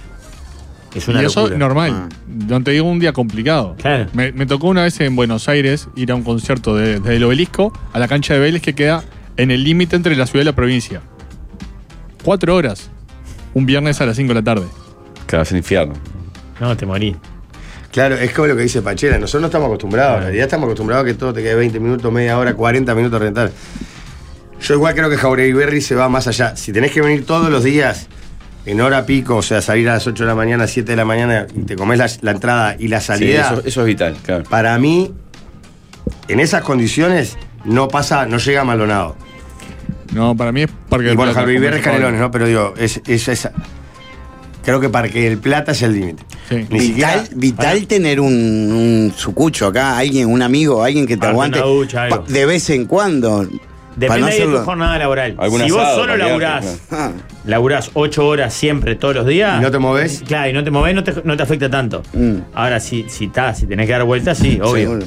Speaker 8: Es una
Speaker 12: Y eso
Speaker 8: locura.
Speaker 12: es normal.
Speaker 6: Ah.
Speaker 12: No te digo un día complicado.
Speaker 8: Claro.
Speaker 12: Me, me tocó una vez en Buenos Aires ir a un concierto de- desde el Obelisco a la cancha de Vélez que queda en el límite entre la ciudad y la provincia. Cuatro horas. Un viernes a las cinco de la tarde.
Speaker 5: Claro, es el infierno.
Speaker 8: No, te morí.
Speaker 7: Claro, es como lo que dice Pachela. Nosotros no estamos acostumbrados. En realidad estamos acostumbrados a que todo te quede veinte minutos, media hora, cuarenta minutos a rentar. Yo igual creo que Jauregui Berry se va más allá. Si tenés que venir todos los días en hora pico, o sea, salir a las ocho de la mañana, siete de la mañana, y te comes la, la entrada y la
Speaker 5: Sí,
Speaker 7: salida.
Speaker 5: eso, eso es vital, claro.
Speaker 7: Para mí, en esas condiciones, no pasa, no llega a Maldonado.
Speaker 12: No, para mí es Parque
Speaker 7: Y
Speaker 12: del
Speaker 7: bueno,
Speaker 12: Plata.
Speaker 7: Javi
Speaker 12: como
Speaker 7: Vierres
Speaker 12: se llama.
Speaker 7: Canelones, ¿no? Pero digo, es, es esa. Creo que Parque del Plata es el límite.
Speaker 12: Sí.
Speaker 7: Ni siquiera.
Speaker 6: Vital, vital tener un, un sucucho acá, alguien, un amigo, alguien que te
Speaker 8: Darte
Speaker 6: aguante
Speaker 8: una ducha, algo.
Speaker 6: pa- de vez en cuando. para
Speaker 8: Depende
Speaker 6: no
Speaker 8: ahí de tu
Speaker 6: hacerlo-
Speaker 8: jornada laboral.
Speaker 5: Algún
Speaker 8: Si vos
Speaker 5: asado,
Speaker 8: solo
Speaker 5: para
Speaker 8: laburás,
Speaker 5: quedarte,
Speaker 6: Ah,
Speaker 8: laburás ocho horas siempre, todos los días.
Speaker 7: ¿Y no te movés?
Speaker 8: Claro, y no te movés, no te, no te afecta tanto.
Speaker 6: mm,
Speaker 8: Ahora, si, si, ta, si tenés que dar vueltas, sí, obvio.
Speaker 6: seguro.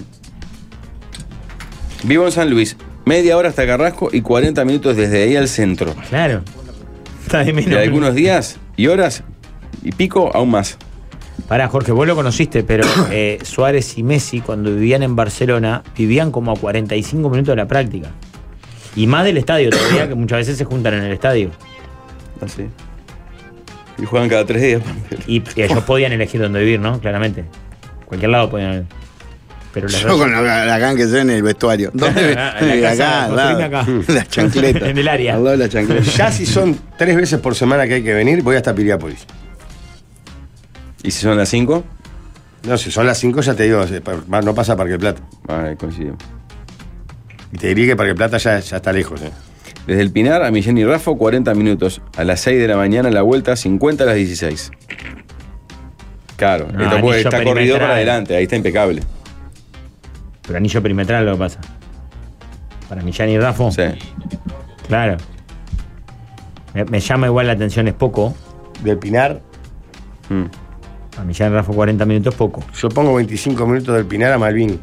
Speaker 5: Vivo en San Luis, media hora hasta Carrasco y cuarenta minutos desde ahí al centro.
Speaker 8: Claro. Está de menos.
Speaker 5: Y algunos días y horas y pico aún más.
Speaker 8: Pará, Jorge, vos lo conociste, pero eh, Suárez y Messi, cuando vivían en Barcelona, vivían como a cuarenta y cinco minutos de la práctica. Y más del estadio todavía, que muchas veces se juntan en el estadio.
Speaker 5: Así. Y juegan cada tres días.
Speaker 8: Y, y ellos podían elegir dónde vivir, ¿no? Claramente. Cualquier lado podían ir. Pero las
Speaker 6: Yo con la, la can que soy en el vestuario. ¿Dónde?
Speaker 8: En la casa,
Speaker 6: acá, al
Speaker 8: construime
Speaker 6: lado.
Speaker 8: acá.
Speaker 6: La chancleta.
Speaker 8: En el área.
Speaker 6: Al lado de la chancleta.
Speaker 7: Ya si son tres veces por semana que hay que venir, voy hasta Piriápolis.
Speaker 5: ¿Y si son las cinco?
Speaker 7: No, si son las cinco, ya te digo, se- pa- no pasa Parque del Plata.
Speaker 5: Ah, coincidimos.
Speaker 7: Y te diría que Parque del Plata ya, ya está lejos. ¿eh?
Speaker 5: Desde el Pinar a Millán y Rafo, cuarenta minutos. A las seis de la mañana la vuelta, cincuenta a las dieciséis. Claro,
Speaker 8: No,
Speaker 5: esto puede
Speaker 8: anillo
Speaker 5: estar corrido
Speaker 8: perimetral.
Speaker 5: para adelante, ahí está impecable.
Speaker 8: Pero anillo perimetral lo que pasa. Para Millán y Rafo.
Speaker 5: Sí.
Speaker 8: Claro. Me, me llama igual la atención, es poco.
Speaker 7: Del Pinar,
Speaker 5: Mm.
Speaker 8: A Millán y Rafo cuarenta minutos es poco.
Speaker 7: yo pongo veinticinco minutos del Pinar a Malvin.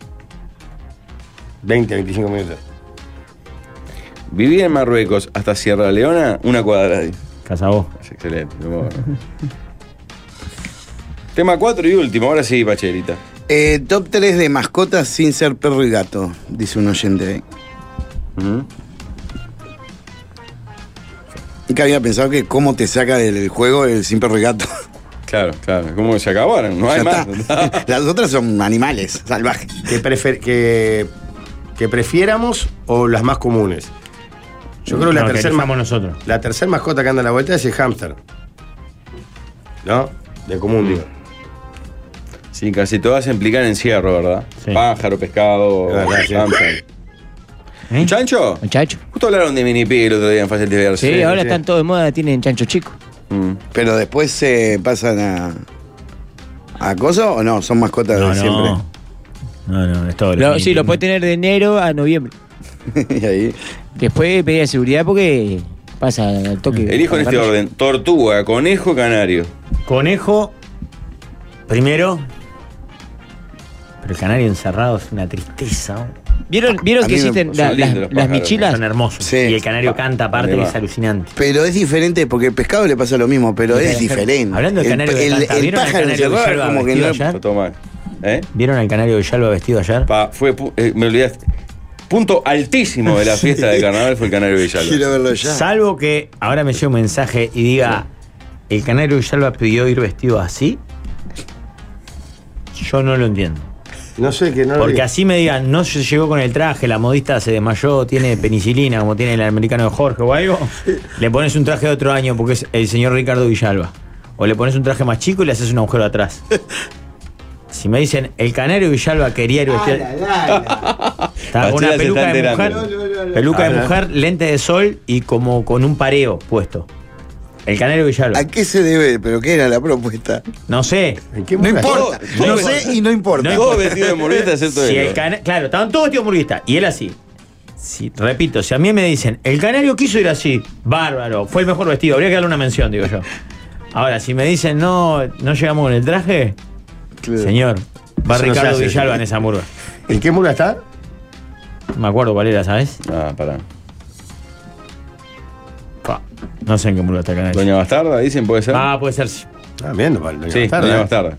Speaker 7: veinte, veinticinco minutos.
Speaker 5: Viví en Marruecos hasta Sierra Leona, una cuadra ahí.
Speaker 8: Casabó.
Speaker 5: Es excelente. muy bueno. Tema cuatro y último, ahora sí, Pacherita.
Speaker 6: Eh, top tres de mascotas sin ser perro y gato, dice un oyente ahí.
Speaker 5: Ujú.
Speaker 6: Y que había pensado que cómo te saca del juego el sin perro y gato.
Speaker 5: Claro, claro. ¿Cómo se acabaron? No hay
Speaker 6: Ya
Speaker 5: más.
Speaker 6: está. Las otras son animales salvajes.
Speaker 7: ¿Que, prefer- que, que prefiéramos o las más comunes? Yo creo que la
Speaker 8: No, que
Speaker 7: tercera
Speaker 8: elijamos nosotros.
Speaker 7: la tercer mascota que anda a la vuelta es el hámster. ¿No? De común, digo.
Speaker 5: Sí, casi todas implican encierro, ¿verdad?
Speaker 8: Sí.
Speaker 5: Pájaro, pescado,
Speaker 7: Es verdad, sí.
Speaker 5: hámster.
Speaker 8: ¿Eh?
Speaker 5: ¿Chancho?
Speaker 11: Muchacho.
Speaker 5: Justo hablaron de mini pig el otro día en Fácil de Verse.
Speaker 11: Sí, ahora están todos de moda, tienen chancho chico.
Speaker 5: Mm.
Speaker 6: Pero después se pasan a. ¿A coso o no? Son mascotas
Speaker 8: No,
Speaker 6: de siempre.
Speaker 8: no. No, no, es todo.
Speaker 11: Lo- sí, lo puede tener de enero a noviembre.
Speaker 6: Y ahí.
Speaker 11: Después pedía seguridad porque pasa al toque.
Speaker 5: Elijo en este orden: tortuga, conejo, canario.
Speaker 8: Conejo, primero. Pero el canario encerrado es una tristeza. ¿no?
Speaker 11: ¿Vieron, ¿vieron
Speaker 6: A
Speaker 11: que
Speaker 6: mí me-
Speaker 11: existen
Speaker 5: son
Speaker 11: la-
Speaker 5: lindos
Speaker 11: las,
Speaker 5: los
Speaker 11: las
Speaker 5: pájaros,
Speaker 11: michilas?
Speaker 8: Son hermosos.
Speaker 6: Sí.
Speaker 8: Y el canario canta aparte,
Speaker 5: Ahí
Speaker 8: que
Speaker 5: va.
Speaker 8: es alucinante.
Speaker 6: Pero es diferente porque el pescado le pasa lo mismo, pero
Speaker 8: Pero,
Speaker 6: es diferente.
Speaker 8: hablando del
Speaker 6: El-
Speaker 8: canario que
Speaker 6: el,
Speaker 8: canta,
Speaker 6: el
Speaker 8: ¿vieron al
Speaker 6: pájaro
Speaker 8: canario
Speaker 6: encerrado
Speaker 8: Villalba
Speaker 6: como que
Speaker 8: vestido
Speaker 6: no.
Speaker 8: ayer?
Speaker 5: Está todo mal. ¿Eh?
Speaker 8: ¿Vieron al canario Villalba vestido ayer?
Speaker 5: Pa, fue, pu- eh, me olvidaste. Punto altísimo de la fiesta de carnaval fue el canario Villalba.
Speaker 6: Quiero verlo ya.
Speaker 8: Salvo que ahora me llegue un mensaje y diga, ¿el canario Villalba pidió ir vestido así? Yo no lo entiendo.
Speaker 7: No sé, que no lo
Speaker 8: Porque
Speaker 7: vi.
Speaker 8: así me digan, no se llegó con el traje, la modista se desmayó, tiene penicilina, como tiene el americano de Jorge o algo, le pones un traje de otro año porque es el señor Ricardo Villalba. O le pones un traje más chico y le haces un agujero atrás. Si me dicen, el canario Villalba quería ir vestido. Estaba con
Speaker 5: Pachela
Speaker 8: una
Speaker 5: se
Speaker 8: peluca
Speaker 5: está
Speaker 8: de
Speaker 5: enterando.
Speaker 8: mujer, peluca de
Speaker 7: Ah,
Speaker 8: mujer, lente de sol y como con un pareo puesto. El canario Villalba.
Speaker 6: ¿A qué se debe? ¿Pero qué era la propuesta?
Speaker 8: No sé.
Speaker 7: ¿En qué
Speaker 6: No
Speaker 7: mujer?
Speaker 6: importa.
Speaker 5: Todo-
Speaker 6: No
Speaker 5: todo-
Speaker 6: sé y no importa.
Speaker 8: No
Speaker 5: Todo vestido de murguista excepto
Speaker 8: Si
Speaker 5: él.
Speaker 8: el cana- claro, estaban todos vestidos murguistas. Y él así. Si, repito, si a mí me dicen, el canario quiso ir así, bárbaro, fue el mejor vestido, habría que darle una mención, digo yo. Ahora, si me dicen, no, no llegamos con el traje,
Speaker 6: Claro.
Speaker 8: señor, va
Speaker 7: Eso no se
Speaker 8: Ricardo
Speaker 7: hace,
Speaker 8: Villalba
Speaker 7: sí.
Speaker 8: en esa murga.
Speaker 7: ¿En qué murga está?
Speaker 8: No me acuerdo cuál era, ¿sabes?
Speaker 5: Ah, pará.
Speaker 8: Pa, no sé en qué murga está el canario.
Speaker 5: Doña Bastarda, dicen, puede ser.
Speaker 8: Ah, puede ser. sí.
Speaker 7: Ah, bien, no, no,
Speaker 5: sí,
Speaker 7: está,
Speaker 5: Doña
Speaker 7: ¿eh?
Speaker 5: Bastarda.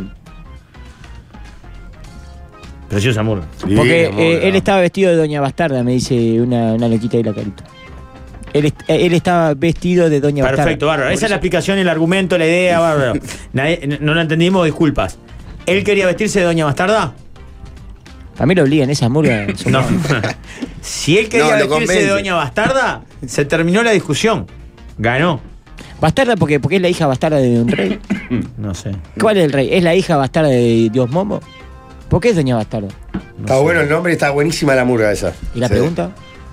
Speaker 8: Preciosa murga.
Speaker 7: Divina
Speaker 11: Porque
Speaker 7: murga.
Speaker 11: eh, él estaba vestido de Doña Bastarda, me dice una, una loquita ahí la carita. Él, est- eh, él estaba vestido de Doña Bastarda.
Speaker 8: Perfecto, bárbaro. Esa es la explicación, el argumento, la idea, bárbaro. Nadie- no lo entendimos, disculpas. ¿Él quería vestirse de Doña Bastarda?
Speaker 11: A mí lo obligan, esas murgas. son-
Speaker 8: No. Si él quería
Speaker 6: No, lo
Speaker 8: vestirse
Speaker 6: convence.
Speaker 8: de Doña Bastarda, se terminó la discusión. Ganó.
Speaker 11: ¿Bastarda porque, porque es la hija bastarda de un rey?
Speaker 8: No sé.
Speaker 11: ¿Cuál es el rey? ¿Es la hija bastarda de Dios Momo? ¿Por qué es doña bastarda?
Speaker 7: Está bueno el nombre y está buenísima la murga esa.
Speaker 11: ¿Y la
Speaker 7: Sí.
Speaker 11: pregunta?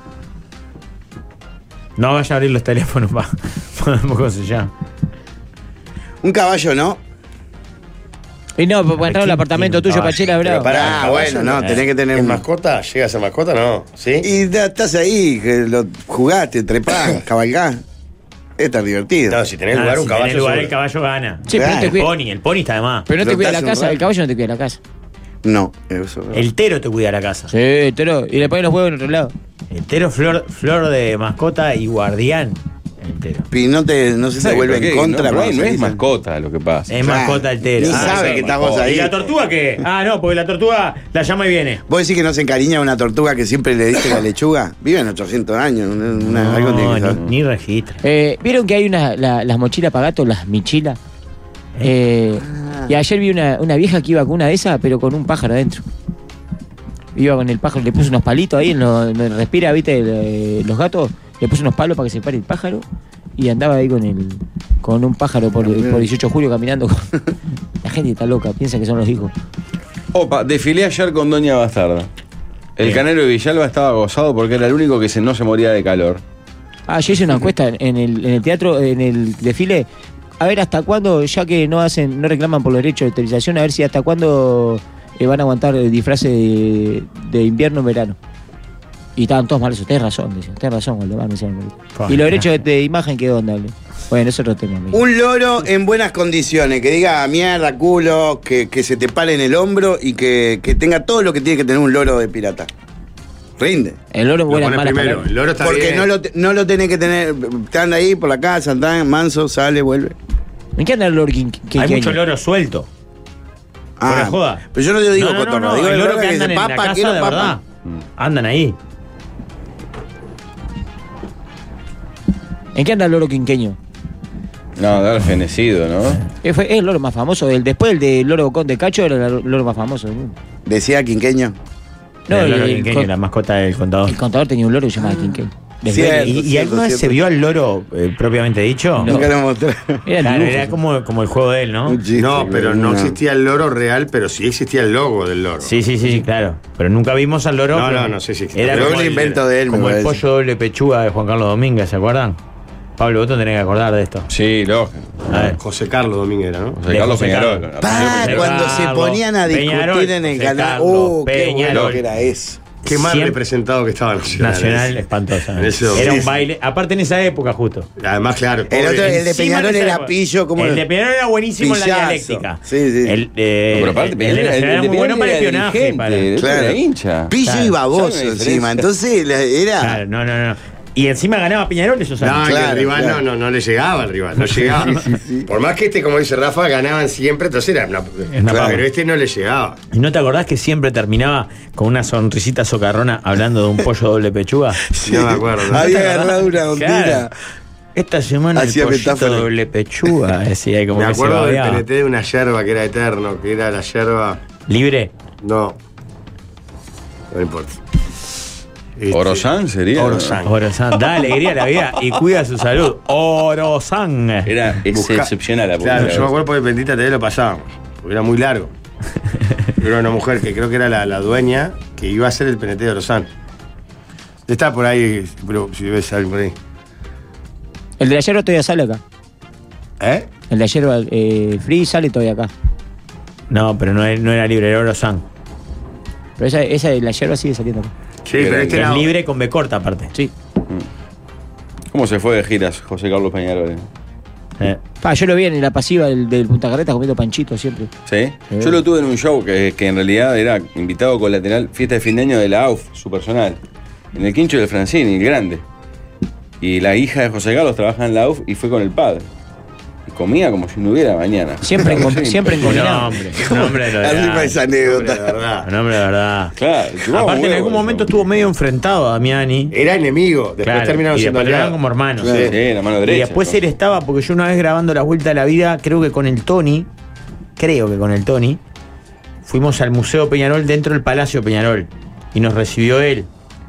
Speaker 8: No vaya a abrir los teléfonos para cómo se llama.
Speaker 6: Un caballo, ¿no?
Speaker 11: Y no, para entrar al apartamento tuyo,
Speaker 7: Caballo.
Speaker 11: Pachela,
Speaker 7: Pero
Speaker 11: bravo.
Speaker 7: pará,
Speaker 6: Ah,
Speaker 7: caballo,
Speaker 6: bueno, no, tenés que tener
Speaker 7: ¿Es
Speaker 6: un-
Speaker 7: mascota? ¿Llega a ser mascota? No. ¿Sí?
Speaker 6: Y ya estás ahí, que lo jugaste, trepás, cabalgás. Está divertido.
Speaker 7: No, si tenés
Speaker 8: Ah,
Speaker 7: lugar, un
Speaker 8: si
Speaker 7: caballo.
Speaker 8: tenés lugar,
Speaker 7: seguro.
Speaker 8: el caballo gana.
Speaker 11: Sí, pero no te
Speaker 8: El
Speaker 11: cuida,
Speaker 8: pony, el pony está de más.
Speaker 11: pero no te
Speaker 6: Lo
Speaker 11: cuida
Speaker 6: estás
Speaker 11: la
Speaker 6: un
Speaker 11: casa,
Speaker 6: rato.
Speaker 11: el caballo no te cuida la casa.
Speaker 6: No, eso.
Speaker 8: El tero te cuida la casa.
Speaker 11: Sí, pero y le ponen los huevos en otro lado.
Speaker 8: El tero, flor, flor de mascota y guardián. El tero.
Speaker 6: Y no, te, no se te
Speaker 5: ¿Sabe
Speaker 6: vuelve
Speaker 5: por qué?
Speaker 6: en contra.
Speaker 5: No, por ahí
Speaker 6: cuando
Speaker 5: no es
Speaker 6: salís.
Speaker 5: mascota lo que pasa.
Speaker 8: Es
Speaker 6: Claro.
Speaker 8: mascota el tero.
Speaker 6: Ni
Speaker 8: Ah,
Speaker 6: sabe
Speaker 8: sí,
Speaker 6: que estás vos
Speaker 8: mascota.
Speaker 6: ahí.
Speaker 8: ¿Y la tortuga qué? Ah, no, porque la tortuga la llama y viene.
Speaker 6: ¿Vos decís que no se encariña una tortuga que siempre le diste la lechuga? Viven ochocientos años. Una, una-
Speaker 8: No,
Speaker 6: algo tiene que
Speaker 8: ni,
Speaker 6: saber.
Speaker 8: ni registra.
Speaker 11: Eh, ¿Vieron que hay una, la- las mochilas para gatos, las michilas? Eh, y ayer vi una, una vieja que iba con una de esas, pero con un pájaro adentro. Iba con el pájaro, le puso unos palitos ahí, en lo- donde respira, viste, el- los gatos, le puso unos palos para que se pare el pájaro y andaba ahí con el con un pájaro por, por dieciocho de julio caminando. con- La gente está loca, piensa que son los hijos.
Speaker 5: Opa, desfilé ayer con Doña Bastarda. El
Speaker 8: Bien.
Speaker 5: canero de Villalba estaba gozado porque era el único que se, no se moría de calor.
Speaker 11: Ah, yo hice una encuesta en el, en el teatro, en el desfile. A ver hasta cuándo, ya que no hacen, no reclaman por los derechos de esterilización, a ver si hasta cuándo eh, van a aguantar el disfraz de, de invierno en verano. Y estaban todos mal eso. Tenés razón, decían. Tenés razón, Waldemar, me decían. Y los derechos de, de imagen, ¿qué onda? Ale? Bueno, eso es otro tema. amigo.
Speaker 6: Un loro en buenas condiciones, que diga mierda, culo, que, que se te pare en el hombro y que, que tenga todo lo que tiene que tener un loro de pirata. Rinde.
Speaker 11: El loro en
Speaker 7: Lo
Speaker 11: buenas
Speaker 7: pone
Speaker 11: malas
Speaker 7: primero.
Speaker 11: palabras.
Speaker 7: El loro está
Speaker 6: Porque
Speaker 7: bien.
Speaker 6: no lo, te- no lo tenés que tener. Están ahí por la casa, están manso, sale, vuelve.
Speaker 11: ¿En qué anda el loro quin-
Speaker 8: Hay
Speaker 11: quinqueño?
Speaker 8: mucho loro suelto. Fuera joda.
Speaker 6: Pero yo no te digo
Speaker 8: No, no,
Speaker 6: cotorra,
Speaker 8: no, no,
Speaker 6: digo
Speaker 8: el
Speaker 6: el
Speaker 8: loro
Speaker 6: loro
Speaker 8: que
Speaker 6: que dice
Speaker 8: andan en la
Speaker 6: papa,
Speaker 8: casa
Speaker 6: quiero
Speaker 8: de
Speaker 6: papa.
Speaker 8: verdad. Andan ahí.
Speaker 11: ¿En qué anda el loro quinqueño?
Speaker 5: No, de haber fenecido, ¿no?
Speaker 11: Eh, fue- Es el loro más famoso. El, después el del loro Conde Cacho era el loro más famoso del mundo.
Speaker 6: Decía quinqueño.
Speaker 11: No,
Speaker 8: el
Speaker 11: el-
Speaker 8: loro
Speaker 11: el
Speaker 8: quinqueño,
Speaker 11: con-
Speaker 8: la mascota del contador.
Speaker 11: El contador tenía un loro que se llamaba quinqueño.
Speaker 6: Cierto,
Speaker 8: ¿Y, y
Speaker 6: cierto,
Speaker 8: alguna vez
Speaker 6: cierto.
Speaker 8: se vio al loro eh, propiamente dicho?
Speaker 11: No.
Speaker 6: Nunca lo mostré.
Speaker 11: Era el
Speaker 8: Claro,
Speaker 11: dibujo.
Speaker 8: era como, como el juego de él, ¿no?
Speaker 6: Un chiste,
Speaker 7: No, pero no
Speaker 6: no.
Speaker 7: existía el loro real, pero sí existía el logo del loro.
Speaker 8: Sí, sí, sí, claro. Pero nunca vimos al loro.
Speaker 7: No,
Speaker 8: pero
Speaker 7: no, no sé si existe.
Speaker 8: Era
Speaker 6: Pero
Speaker 8: como
Speaker 6: un
Speaker 8: el-
Speaker 6: invento de él, me
Speaker 8: Como el
Speaker 6: parece.
Speaker 8: pollo doble pechuga de Juan Carlos Domínguez, ¿se acuerdan? Pablo, vos te tenés que acordar de esto.
Speaker 5: Sí, lógico.
Speaker 8: A ver.
Speaker 7: José Carlos Domínguez era, ¿no?
Speaker 5: José
Speaker 8: De
Speaker 5: Carlos
Speaker 8: José
Speaker 5: Peñarol.
Speaker 8: Carlos.
Speaker 6: Pa,
Speaker 8: José
Speaker 6: cuando se
Speaker 8: Carlos,
Speaker 6: ponían a discutir
Speaker 8: Peñarol,
Speaker 6: en el
Speaker 8: José
Speaker 6: canal.
Speaker 8: Carlos,
Speaker 6: Uh, qué bueno
Speaker 8: Peñarol.
Speaker 6: que era eso.
Speaker 7: Qué mal
Speaker 8: Siempre-
Speaker 7: representado que estaba Nacional.
Speaker 8: Nacional
Speaker 7: ese.
Speaker 8: espantosa.
Speaker 7: En ese
Speaker 8: Era
Speaker 7: domingo.
Speaker 8: un baile. Aparte en esa época, justo.
Speaker 7: Además, claro.
Speaker 6: El
Speaker 7: pobre.
Speaker 6: otro, el de
Speaker 8: Encima
Speaker 6: Peñarol
Speaker 8: en esa
Speaker 6: era
Speaker 8: época.
Speaker 6: pillo, como
Speaker 8: El de Peñarol era buenísimo en la
Speaker 6: Pillazo.
Speaker 8: dialéctica.
Speaker 6: Sí, sí.
Speaker 8: El, eh,
Speaker 5: No, pero aparte,
Speaker 8: el-
Speaker 5: Peñarol
Speaker 8: el de
Speaker 5: era-
Speaker 8: Nacional
Speaker 5: el
Speaker 8: era
Speaker 5: de
Speaker 8: muy bueno
Speaker 5: Peñarol
Speaker 8: para
Speaker 5: era
Speaker 8: espionaje.
Speaker 5: dirigente,
Speaker 8: Para,
Speaker 5: el otro
Speaker 6: Claro.
Speaker 5: era hincha.
Speaker 6: pillo
Speaker 8: Claro,
Speaker 6: y baboso
Speaker 5: ¿sabe la
Speaker 6: encima.
Speaker 5: diferencia?
Speaker 6: Entonces la- era.
Speaker 8: Claro, no, no, no. Y encima ganaba Peñarol esos
Speaker 7: No,
Speaker 8: años.
Speaker 7: que
Speaker 6: Claro,
Speaker 7: el rival
Speaker 6: claro.
Speaker 7: no, no, no le llegaba al rival, no llegaba. Por más que este, como dice Rafa, ganaban siempre, entonces era una,
Speaker 8: una papa.
Speaker 7: pero este no le llegaba.
Speaker 8: ¿Y no te acordás que siempre terminaba con una sonrisita socarrona hablando de un pollo doble pechuga?
Speaker 7: No me acuerdo. ¿no?
Speaker 6: Había agarrado una ondina.
Speaker 8: Claro. Esta semana
Speaker 6: Hacía
Speaker 8: el pollito
Speaker 6: metáfora.
Speaker 8: doble pechuga. Decía, y como
Speaker 7: Me
Speaker 8: que se
Speaker 7: acuerdo del
Speaker 8: babeaba.
Speaker 7: P N T de una yerba que era eterno, que era la yerba.
Speaker 8: ¿Libre?
Speaker 7: No. No importa. Este,
Speaker 5: ¿Orozán sería?
Speaker 7: Orozán.
Speaker 8: Orozán. Da alegría a la vida y cuida su salud. Orozán.
Speaker 5: Era
Speaker 7: Busca-
Speaker 5: excepcional la
Speaker 7: Claro,
Speaker 5: publicidad.
Speaker 7: yo me acuerdo porque Bendita T V lo pasábamos, porque era muy largo. Era una mujer que creo que era la, la dueña que iba a ser el P N T de Orozán. Está por ahí, pero si ves algo por ahí.
Speaker 11: El de la yerba todavía sale acá.
Speaker 7: ¿Eh?
Speaker 11: El de la yerba eh, free sale todavía acá.
Speaker 8: No, pero no, es- no era libre, era Orozán.
Speaker 11: Pero esa, esa de la yerba sigue saliendo acá.
Speaker 7: Sí, pero este
Speaker 8: Es
Speaker 7: era.
Speaker 8: libre con B corta aparte.
Speaker 11: Sí.
Speaker 5: ¿Cómo se fue de giras José Carlos Peñarol?
Speaker 8: Eh.
Speaker 11: Pa, yo lo vi en la pasiva del, del Punta Carretas comiendo panchito siempre.
Speaker 5: ¿Sí?
Speaker 11: Sí.
Speaker 5: Yo lo tuve en un show que, que en realidad era invitado colateral, fiesta de fin de año de la A U F, su personal, en el quincho del Francini, el grande. Y la hija de José Carlos trabaja en la A U F y fue con el padre. Y comía como si no hubiera mañana.
Speaker 11: Siempre en, com-
Speaker 5: Sí.
Speaker 11: siempre en
Speaker 8: Un
Speaker 11: combinado.
Speaker 8: hombre, un hombre de lo
Speaker 6: Arriba
Speaker 8: de
Speaker 6: esa
Speaker 7: Hombre, de
Speaker 6: anécdota.
Speaker 7: verdad.
Speaker 8: Un hombre de verdad.
Speaker 5: Claro, chupaba
Speaker 8: Aparte, en
Speaker 5: huevo,
Speaker 8: algún
Speaker 5: eso.
Speaker 8: momento estuvo medio enfrentado a Damiani.
Speaker 7: Era enemigo, después
Speaker 8: Claro,
Speaker 7: terminaron
Speaker 8: y
Speaker 7: siendo
Speaker 8: después eran
Speaker 7: aliados.
Speaker 8: como hermanos.
Speaker 5: Sí, sí, la mano derecha.
Speaker 8: Y después
Speaker 5: ¿no?
Speaker 8: él estaba, porque yo una vez grabando La Vuelta a la Vida, creo que con el Tony, creo que con el Tony, fuimos al Museo Peñarol dentro del Palacio Peñarol. Y nos recibió él.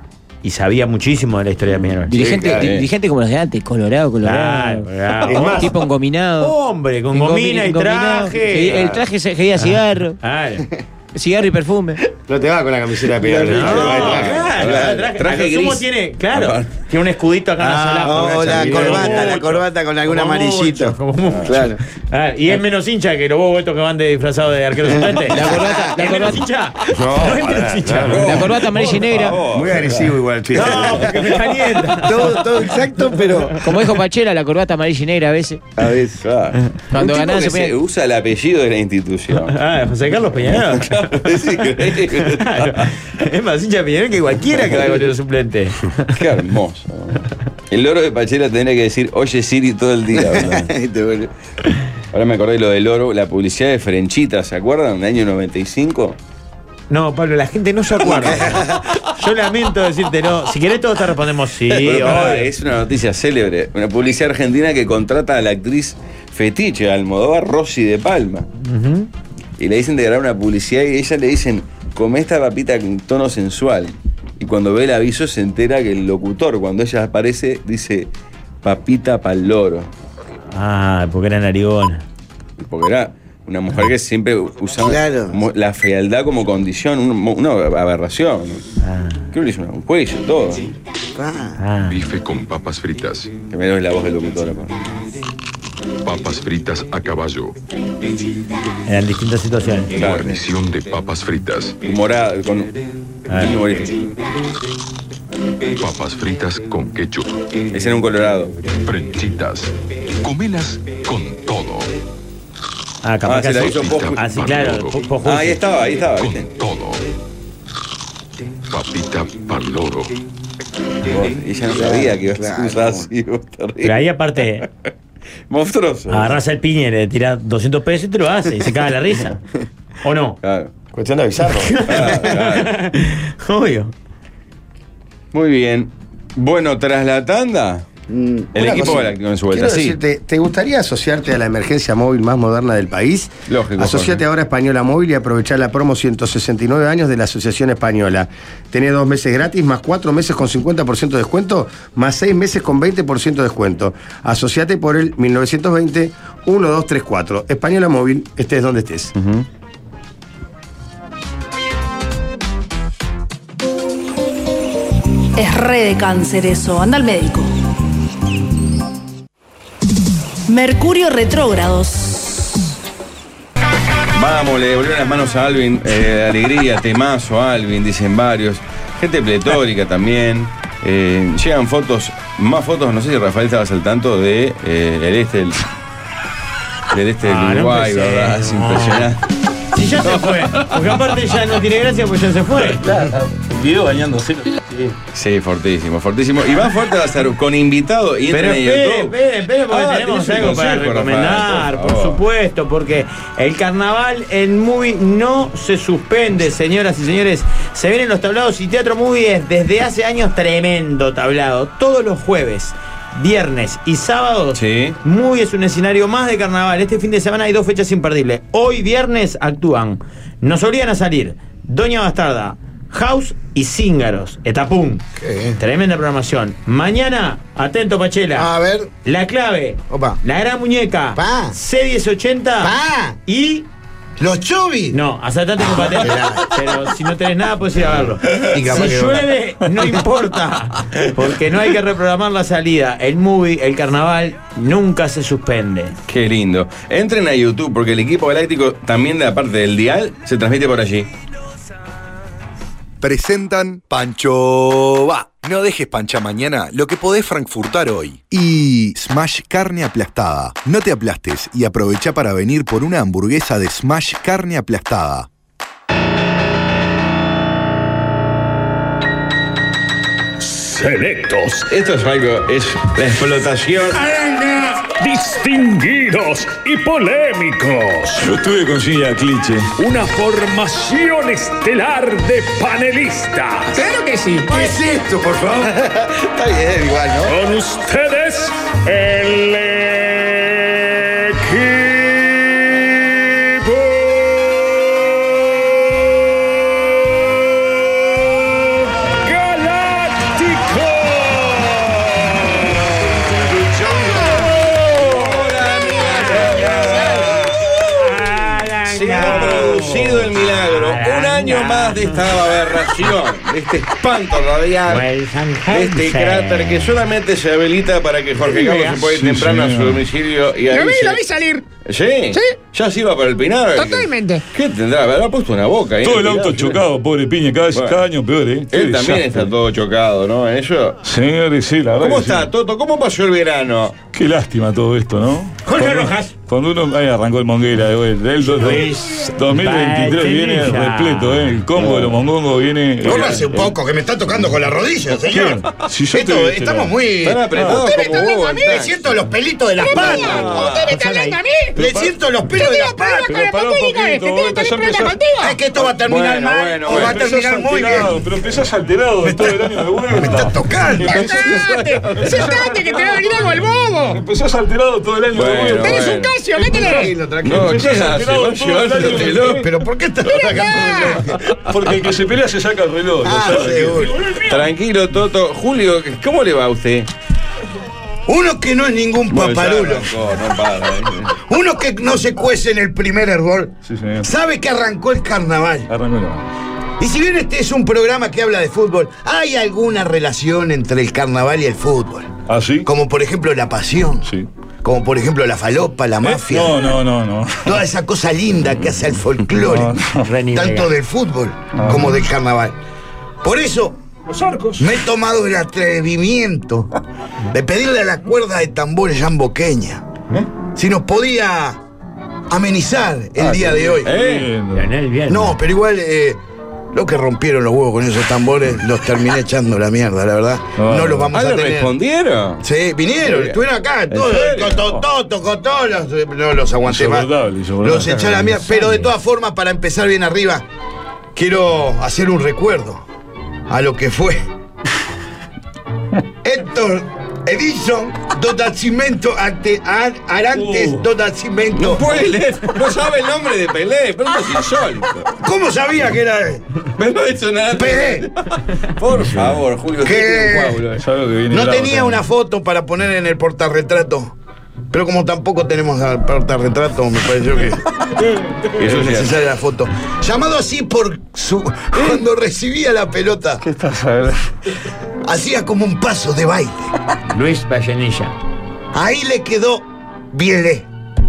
Speaker 8: y sabía muchísimo de la historia de Peñarol.
Speaker 11: Dirigente,
Speaker 5: claro,
Speaker 11: di-
Speaker 5: eh.
Speaker 11: dirigente como los de antes, colorado, colorado.
Speaker 8: Claro, claro.
Speaker 11: Es más,
Speaker 8: Oh,
Speaker 11: tipo engominado.
Speaker 8: Hombre, con
Speaker 11: Engomina-
Speaker 8: gomina y
Speaker 11: engominado.
Speaker 8: traje.
Speaker 11: El, el traje se veía cigarro.
Speaker 8: Claro.
Speaker 11: Cigarro y perfume.
Speaker 7: No te va con la camiseta de Peñarol.
Speaker 8: No,
Speaker 7: te va de traje.
Speaker 8: claro,
Speaker 5: Claro,
Speaker 8: traje,
Speaker 5: traje
Speaker 8: a lo sumo
Speaker 5: gris.
Speaker 8: tiene, claro,
Speaker 5: Aparte.
Speaker 8: tiene un escudito acá en la
Speaker 6: Ah,
Speaker 8: solapa.
Speaker 6: o la
Speaker 8: Como
Speaker 6: corbata, la
Speaker 8: mucho,
Speaker 6: corbata con algún
Speaker 8: como
Speaker 6: amarillito.
Speaker 8: mucho, como mucho.
Speaker 6: Claro.
Speaker 8: Ah, y es menos hincha que los bobos estos que van de disfrazados de arqueros suplentes.
Speaker 11: La corbata- la
Speaker 8: ¿Es menos
Speaker 11: corbata-
Speaker 8: hincha?
Speaker 7: No,
Speaker 8: No, es
Speaker 7: para,
Speaker 8: menos hincha.
Speaker 7: no, no.
Speaker 11: La corbata amarilla y negra.
Speaker 7: Muy agresivo igual, Twitter.
Speaker 8: No, porque me calienta.
Speaker 6: Todo, todo exacto, pero
Speaker 11: Como dijo Pachela, la corbata amarilla y negra a veces.
Speaker 6: a veces.
Speaker 5: Claro.
Speaker 11: Cuando
Speaker 5: Un tipo
Speaker 11: ganaba
Speaker 5: que
Speaker 11: se ponía-
Speaker 5: se usa el apellido de la institución.
Speaker 8: Ah, José Carlos Peñarol.
Speaker 5: Es increíble.
Speaker 8: Claro. Es más hincha de Peñarol que cualquiera que va de arquero suplente.
Speaker 5: Qué hermoso. El loro de Pachela tendría que decir, oye Siri todo el día. ¿verdad? Ahora me acordé de lo del loro, la publicidad de Frenchita, ¿se acuerdan? Del año noventa y cinco.
Speaker 8: No, Pablo, la gente no se acuerda. Yo lamento decirte no. Si querés todos te respondemos sí.
Speaker 5: Bueno, pará,
Speaker 8: obvio.
Speaker 5: es una noticia célebre. Una publicidad argentina que contrata a la actriz fetiche de Almodóvar, Rosy de Palma.
Speaker 8: Ujú.
Speaker 5: Y le dicen de grabar una publicidad y ella le dicen, come esta papita con tono sensual. Y cuando ve el aviso se entera que el locutor, cuando ella aparece, dice papita pa'l loro.
Speaker 8: Ah, porque era narigona.
Speaker 5: Porque era una mujer que siempre usaba
Speaker 6: Claro.
Speaker 5: como la frialdad como condición, un- una, aberración.
Speaker 8: Ah,
Speaker 5: Creo que le hizo un cuello, todo.
Speaker 6: Ah,
Speaker 8: ah.
Speaker 13: Bife con papas fritas.
Speaker 5: Que me es la voz del locutor. aparte.
Speaker 13: Papas fritas a caballo.
Speaker 8: Eran distintas situaciones.
Speaker 5: Claro.
Speaker 13: Guarnición de papas fritas.
Speaker 5: Humorada, con.
Speaker 8: Ah.
Speaker 5: humorístico.
Speaker 13: Papas fritas con ketchup.
Speaker 5: Ese era un colorado.
Speaker 13: Frenchitas. Comelas con todo.
Speaker 8: Ah, capaz
Speaker 5: Ah,
Speaker 8: que
Speaker 5: se la
Speaker 8: así-
Speaker 5: hizo post-
Speaker 8: Ah, sí, claro. po- po-
Speaker 5: Ah, ahí estaba, ahí estaba,
Speaker 13: Con
Speaker 5: ¿viste?
Speaker 13: todo. Papita pa'l loro.
Speaker 5: Y ella no sabía que iba a
Speaker 6: Claro.
Speaker 5: usar así. vos te ríes.
Speaker 8: Pero ahí aparte,
Speaker 5: Monstruoso.
Speaker 8: agarrás el piñe, le tirás doscientos pesos y te lo hace y se caga la risa. ¿O no?
Speaker 5: Claro.
Speaker 7: Cuestión de avisarlo.
Speaker 5: Claro, claro.
Speaker 8: Obvio.
Speaker 5: Muy bien. Bueno, tras la tanda,
Speaker 6: mm,
Speaker 5: el
Speaker 7: Una
Speaker 5: equipo
Speaker 7: cosa,
Speaker 5: galáctico en su vuelta.
Speaker 7: Quiero
Speaker 5: Sí,
Speaker 7: decirte, ¿te gustaría asociarte a la emergencia móvil más moderna del país?
Speaker 5: Lógico,
Speaker 7: Asociate
Speaker 5: Jorge.
Speaker 7: ahora a Española Móvil y aprovechar la promo ciento sesenta y nueve años de la Asociación Española. Tenés dos meses gratis, más cuatro meses con cincuenta por ciento de descuento, más seis meses con veinte por ciento de descuento. Asociate por el mil novecientos veinte uno dos tres cuatro. Española Móvil, estés donde estés.
Speaker 5: Ujú.
Speaker 9: Es re de cáncer eso. Anda al médico. Mercurio retrógrados.
Speaker 5: Vamos, le devolvieron las manos a Alvin. Eh, alegría, temazo, Alvin, dicen varios. Gente pletórica también. Eh, llegan fotos, más fotos, no sé si Rafael estabas al tanto de eh, el este del, del este del
Speaker 8: Ah, no
Speaker 5: Uruguay,
Speaker 8: empecé.
Speaker 5: ¿verdad? Es
Speaker 8: No.
Speaker 5: impresionante.
Speaker 8: Si ya se fue. Porque aparte ya no tiene gracia porque ya se fue.
Speaker 14: Video bañándose.
Speaker 5: Sí, fortísimo, fortísimo. Y más fuerte va a ser con invitado y
Speaker 8: Pero
Speaker 5: entren en
Speaker 8: espere,
Speaker 5: YouTube.
Speaker 8: espere, espere, porque
Speaker 5: Ah,
Speaker 8: tenemos
Speaker 5: tenés un
Speaker 8: algo para
Speaker 5: consejo,
Speaker 8: recomendar,
Speaker 5: Rafael,
Speaker 8: por,
Speaker 5: favor.
Speaker 8: supuesto, porque el carnaval en Movie no se suspende, señoras y señores. Se vienen los tablados y Teatro Movie es desde hace años tremendo tablado. Todos los jueves, viernes y sábados,
Speaker 5: Sí.
Speaker 8: Movie es un escenario más de carnaval. Este fin de semana hay dos fechas imperdibles. Hoy viernes actúan, nos obligan a salir, Doña Bastarda, House y Cíngaros, Etapum. Tremenda programación. Mañana, atento Pachela.
Speaker 6: A ver.
Speaker 8: La Clave.
Speaker 6: Opa.
Speaker 8: La Gran Muñeca.
Speaker 6: Pa.
Speaker 8: C diez ochenta.
Speaker 6: Pa.
Speaker 8: Y.
Speaker 6: Los Chubis.
Speaker 8: No, asaltante con patente. Pero si no tenés nada, puedes ir a verlo.
Speaker 6: Y capaz
Speaker 8: Si
Speaker 6: que
Speaker 8: llueve, no importa. Porque no hay que reprogramar la salida. El movie, el carnaval, nunca se suspende.
Speaker 5: Qué lindo. Entren a YouTube porque el equipo galáctico también de la parte del dial se transmite por allí.
Speaker 15: Presentan Pancho Va. No dejes pancha mañana lo que podés frankfurtar hoy. Y Smash Carne Aplastada. No te aplastes y aprovecha para venir por una hamburguesa de Smash Carne Aplastada.
Speaker 16: Selectos.
Speaker 5: Esto es algo, es la explotación.
Speaker 16: Distinguidos y polémicos.
Speaker 17: Yo estuve con Silvia Cliche.
Speaker 16: Una formación estelar de panelistas.
Speaker 17: Claro que sí.
Speaker 16: ¿Qué es esto, por favor?
Speaker 6: Está bien, igual, ¿no?
Speaker 16: Con ustedes, el equipo galáctico.
Speaker 5: sido el milagro. Un año más de esta aberración, de este espanto radial, de este cráter que solamente se habilita para que Jorge Carlos se pueda ir
Speaker 18: Sí,
Speaker 5: temprano a su
Speaker 18: señor.
Speaker 5: domicilio y ahí
Speaker 18: Lo vi,
Speaker 5: se-
Speaker 18: lo vi salir.
Speaker 5: ¿Sí?
Speaker 18: Sí.
Speaker 5: Ya se iba para el Pinar.
Speaker 18: Totalmente.
Speaker 5: ¿Qué tendrá? Habrá puesto una boca ahí.
Speaker 17: Todo el
Speaker 5: Pinar,
Speaker 17: auto
Speaker 5: ¿sí?
Speaker 17: chocado, pobre piña, cada, vez-
Speaker 5: Bueno.
Speaker 17: cada año peor, ¿eh? Qué
Speaker 5: Él también
Speaker 17: desastre.
Speaker 5: está todo chocado, ¿no? En eso.
Speaker 17: Señores, sí, la verdad.
Speaker 5: ¿Cómo
Speaker 17: que
Speaker 5: está,
Speaker 17: sí.
Speaker 5: Toto? ¿Cómo pasó el verano?
Speaker 17: Qué lástima todo esto, ¿no?
Speaker 8: Jorge
Speaker 17: Cuando-
Speaker 8: Rojas.
Speaker 17: Cuando uno. Ahí arrancó el Monguera de vuelta. El do-
Speaker 8: Luis
Speaker 17: dos mil veintitrés viene
Speaker 8: Vallenilla.
Speaker 17: repleto, ¿eh? El combo de los mongongos viene.
Speaker 7: Córrase un poco, que me está tocando con la rodilla, señor.
Speaker 17: Si yo
Speaker 7: Esto,
Speaker 17: te- te
Speaker 7: estamos
Speaker 17: la-
Speaker 7: muy.
Speaker 5: Están apretados
Speaker 7: ¿Usted me
Speaker 5: como
Speaker 7: está hablando
Speaker 5: vos,
Speaker 7: a mí?
Speaker 5: están.
Speaker 7: Le siento los pelitos de las patas.
Speaker 18: ¿Usted me está hablando a mí?
Speaker 7: Le siento los pelos de las patas.
Speaker 18: Con el
Speaker 17: pará un
Speaker 18: poquito
Speaker 17: poquito,
Speaker 18: este, ¿tiene
Speaker 17: vos
Speaker 18: que
Speaker 17: ya
Speaker 18: tener
Speaker 17: empezás-
Speaker 18: contigo?
Speaker 7: Es que esto va a terminar
Speaker 5: Bueno,
Speaker 7: mal
Speaker 5: bueno,
Speaker 7: o
Speaker 5: bueno.
Speaker 7: va a terminar muy
Speaker 17: alterado,
Speaker 7: bien.
Speaker 17: pero empezás alterado de todo el año de vuelta.
Speaker 7: Me está tocando.
Speaker 18: Sentate, sentate, que te va a venir algo al bobo.
Speaker 17: Empezás alterado todo el año
Speaker 5: Bueno,
Speaker 17: de vuelta.
Speaker 18: Tenés
Speaker 5: bueno.
Speaker 18: un Casio, métele.
Speaker 7: Tranquilo, tranquilo.
Speaker 5: No, ¿qué
Speaker 17: Empezás
Speaker 5: hace?
Speaker 17: alterado
Speaker 5: Va
Speaker 17: todo el año.
Speaker 5: llevándotelo.
Speaker 7: Pero ¿por qué está sacando el
Speaker 17: Porque el que se pelea se saca el reloj.
Speaker 7: Ah,
Speaker 17: lo sabe.
Speaker 7: seguro.
Speaker 5: Tranquilo, Toto. Julio, ¿cómo le va a usted?
Speaker 7: Uno que no es ningún
Speaker 5: Bueno, ya
Speaker 7: paparulo.
Speaker 5: arrancó, no para, ¿eh?
Speaker 7: Uno que no se cuece en el primer hervor.
Speaker 17: Sí, señor.
Speaker 7: Sabe que arrancó el carnaval.
Speaker 17: Arrancó la-
Speaker 7: Y si bien este es un programa que habla de fútbol, hay alguna relación entre el carnaval y el fútbol.
Speaker 17: ¿Ah, sí?
Speaker 7: Como por ejemplo la pasión.
Speaker 17: Sí.
Speaker 7: Como por ejemplo la falopa, la mafia.
Speaker 17: No, no, no, no.
Speaker 7: Toda esa cosa linda que hace el folclore.
Speaker 17: No, no.
Speaker 7: Tanto del fútbol
Speaker 17: No.
Speaker 7: como del carnaval. Por eso
Speaker 18: Los arcos.
Speaker 7: me he tomado el atrevimiento de pedirle a la cuerda de tambores jamboqueña si nos podía amenizar el
Speaker 17: Ah,
Speaker 7: día
Speaker 17: qué
Speaker 7: de hoy.
Speaker 5: ¿Eh?
Speaker 8: Lionel, bien.
Speaker 7: No, pero igual eh, lo que rompieron los huevos con esos tambores los terminé echando la mierda, la verdad.
Speaker 17: No.
Speaker 7: No los vamos
Speaker 5: ¿Ah,
Speaker 7: a
Speaker 5: le
Speaker 7: tener.
Speaker 5: respondieron?
Speaker 7: Sí, vinieron,
Speaker 5: Sí.
Speaker 7: estuvieron acá,
Speaker 5: ¿En
Speaker 7: todos,
Speaker 5: serio?
Speaker 7: con to- Toto, con todos los, no los aguanté más.
Speaker 17: Insoportable, insoportable.
Speaker 7: Los eché a la mierda. Pero de todas formas, para empezar bien arriba, quiero hacer un recuerdo a lo que fue Héctor Edison do Nascimento ante Ar- Arantes
Speaker 17: Uh.
Speaker 7: do Nascimento.
Speaker 5: No puede leer, no sabe el nombre de Pelé, pero esto es insólito.
Speaker 7: ¿Cómo sabía que era
Speaker 5: Pero no hizo nada.
Speaker 7: Pelé?
Speaker 5: Por favor, Julio,
Speaker 7: ¿Qué?
Speaker 5: usted tiene un coágulo.
Speaker 17: Es algo que viene
Speaker 7: No
Speaker 17: bravo
Speaker 7: tenía
Speaker 17: también.
Speaker 7: una foto para poner en el portarretrato. Pero como tampoco tenemos al portarretrato, me pareció que
Speaker 5: Eso
Speaker 7: es
Speaker 5: sí.
Speaker 7: necesaria la foto. Llamado así por su. Cuando recibía la pelota,
Speaker 17: ¿Qué estás hablando?
Speaker 7: hacía como un paso de baile.
Speaker 8: Luis Vallenilla.
Speaker 7: Ahí le quedó Bielé.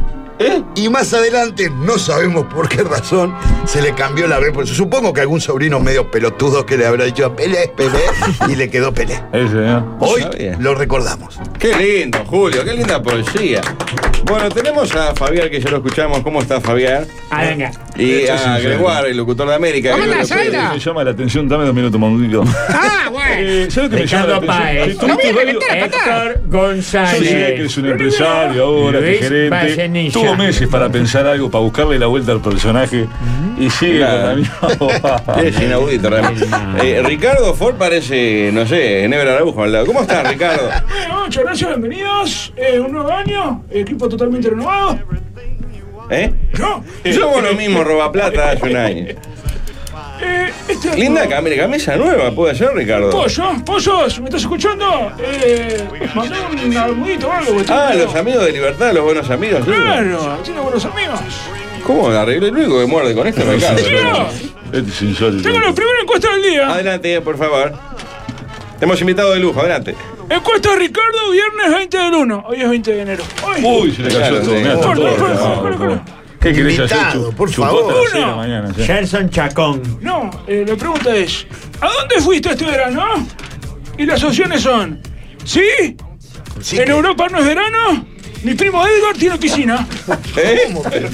Speaker 7: Y más adelante, no sabemos por qué razón, se le cambió la B. Pues supongo que algún sobrino medio pelotudo que le habrá dicho Pelé, Pelé, y le quedó Pelé.
Speaker 17: Ese, señor.
Speaker 7: Hoy
Speaker 5: Sabía.
Speaker 7: lo recordamos.
Speaker 5: Qué lindo, Julio, qué linda poesía. Bueno, tenemos a Fabián, que ya lo escuchamos. ¿Cómo está Fabián?
Speaker 8: Ah, venga.
Speaker 5: Y
Speaker 17: Eso es
Speaker 5: a
Speaker 17: increíble.
Speaker 5: Gregoire, el locutor de América.
Speaker 18: ¿Cómo
Speaker 5: que
Speaker 18: andás,
Speaker 5: lo-
Speaker 18: Alda?
Speaker 17: Me llama la atención, dame dos minutos, Monguito.
Speaker 18: Ah, bueno.
Speaker 17: Eh, ¿Sabes lo que me llama la
Speaker 8: Ricardo
Speaker 17: atención?
Speaker 8: Páez.
Speaker 17: Que
Speaker 18: No
Speaker 17: tuviste
Speaker 18: voy a
Speaker 17: varios-
Speaker 18: reventar a patada.
Speaker 8: Héctor
Speaker 17: Yo
Speaker 8: González.
Speaker 17: sé que es un empresario ahora, que
Speaker 8: Luis
Speaker 17: gerente.
Speaker 8: Vallenilla.
Speaker 17: Tuvo meses para pensar algo, para buscarle la vuelta al personaje. Y sigue
Speaker 5: Claro.
Speaker 17: con la misma bobada.
Speaker 5: Es inaudito, realmente. Eh, Ricardo Ford parece, no sé, Nebra Araujo al lado. ¿Cómo estás, Ricardo?
Speaker 19: Bueno, muchas gracias, bienvenidos. Eh, un nuevo año, equipo totalmente renovado.
Speaker 5: ¿Eh?
Speaker 19: No,
Speaker 5: Somos lo mismo, robaplata hace un año.
Speaker 19: eh, este
Speaker 5: Linda cam- camisa nueva, ¿puede ser, Ricardo?
Speaker 19: Pollo, Pollos, ¿me estás escuchando? Eh, mandé un almohadito o algo. porque
Speaker 5: Ah,
Speaker 19: estoy-
Speaker 5: los amigos de Libertad, los buenos amigos. ¿sí?
Speaker 19: Claro, tiene buenos amigos.
Speaker 5: ¿Cómo la arreglé? El único que muerde con esto es Ricardo.
Speaker 19: Tío,
Speaker 17: Este es insólito.
Speaker 19: tengo la primera encuesta del día.
Speaker 5: Adelante, por favor. Te hemos invitado de lujo, adelante.
Speaker 19: Encuesta de Ricardo, viernes veinte del uno. Hoy es veinte de enero. Hoy.
Speaker 17: Uy, se le cayó
Speaker 5: Claro,
Speaker 17: todo.
Speaker 5: sí.
Speaker 17: Mirá, está
Speaker 19: Corta,
Speaker 17: todo.
Speaker 19: corta,
Speaker 17: No,
Speaker 19: corta,
Speaker 17: no.
Speaker 19: corta.
Speaker 17: ¿Qué querés hacer?
Speaker 7: Invitado,
Speaker 17: Chu-
Speaker 7: por
Speaker 17: chupota
Speaker 7: favor.
Speaker 17: a las seis de la
Speaker 19: Uno.
Speaker 17: mañana, sí.
Speaker 8: Gerson Chacón.
Speaker 19: No, eh, la pregunta es, ¿a dónde fuiste este verano? Y las opciones son, ¿sí?
Speaker 7: Sí
Speaker 19: ¿En
Speaker 7: que-
Speaker 19: Europa no es verano? Mi primo Edgar tiene piscina.
Speaker 5: ¿Eh?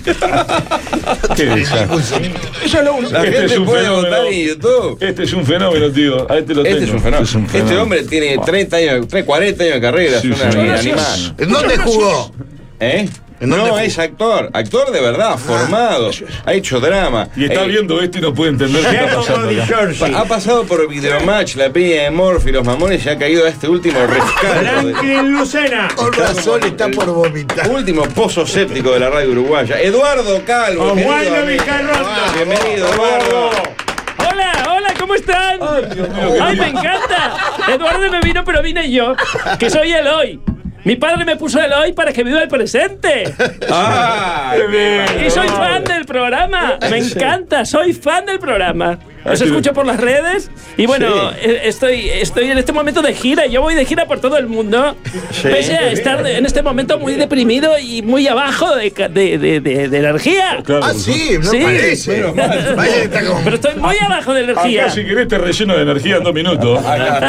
Speaker 17: Qué desastre.
Speaker 19: Esa es la uno.
Speaker 5: La
Speaker 17: Este
Speaker 5: gente
Speaker 17: es un
Speaker 5: puede
Speaker 17: fenómeno.
Speaker 5: votar en YouTube.
Speaker 17: Este es un fenómeno, tío. A este lo tengo.
Speaker 5: Este es un fenómeno.
Speaker 17: Es un
Speaker 5: Este
Speaker 17: fenómeno.
Speaker 5: hombre tiene treinta años, cuarenta años de carrera,
Speaker 17: Sí,
Speaker 5: es una
Speaker 17: sí.
Speaker 5: animal.
Speaker 19: Gracias.
Speaker 7: ¿En dónde jugó?
Speaker 5: ¿Eh?
Speaker 7: ¿En dónde
Speaker 5: No,
Speaker 7: jugó?
Speaker 5: es actor, actor de verdad, formado, ha hecho drama.
Speaker 17: Y está
Speaker 5: Eh,
Speaker 17: viendo esto y no puede entender qué está pasando acá.
Speaker 5: Ha pasado por Videomatch, la piña de Morphy, los mamones y ha caído a este último rescate. de-
Speaker 8: Franklin Lucena.
Speaker 7: Con razón está por vomitar.
Speaker 5: Último pozo séptico de la radio uruguaya. Eduardo Calvo. querido
Speaker 8: Osvaldo
Speaker 5: amigo.
Speaker 8: Vizcarrondo.
Speaker 5: Bienvenido, Eduardo.
Speaker 20: Hola, hola, ¿cómo están? Ay, me encanta. Eduardo me vino, pero vine yo, que soy el hoy. Mi padre me puso el hoy para que viva el presente.
Speaker 5: ¡Ah!
Speaker 20: Y soy fan del programa. Me encanta, soy fan del programa. Os escucho por las redes y bueno, sí. estoy, estoy en este momento de gira. Yo voy de gira por todo el mundo. Sí. Pese a estar en este momento muy deprimido y muy abajo de, de, de, de, de energía.
Speaker 7: Claro,
Speaker 6: ah, sí, no sí. parece. Pero,
Speaker 20: como... Pero estoy muy abajo de energía.
Speaker 17: Acá si querés te relleno de energía en dos minutos.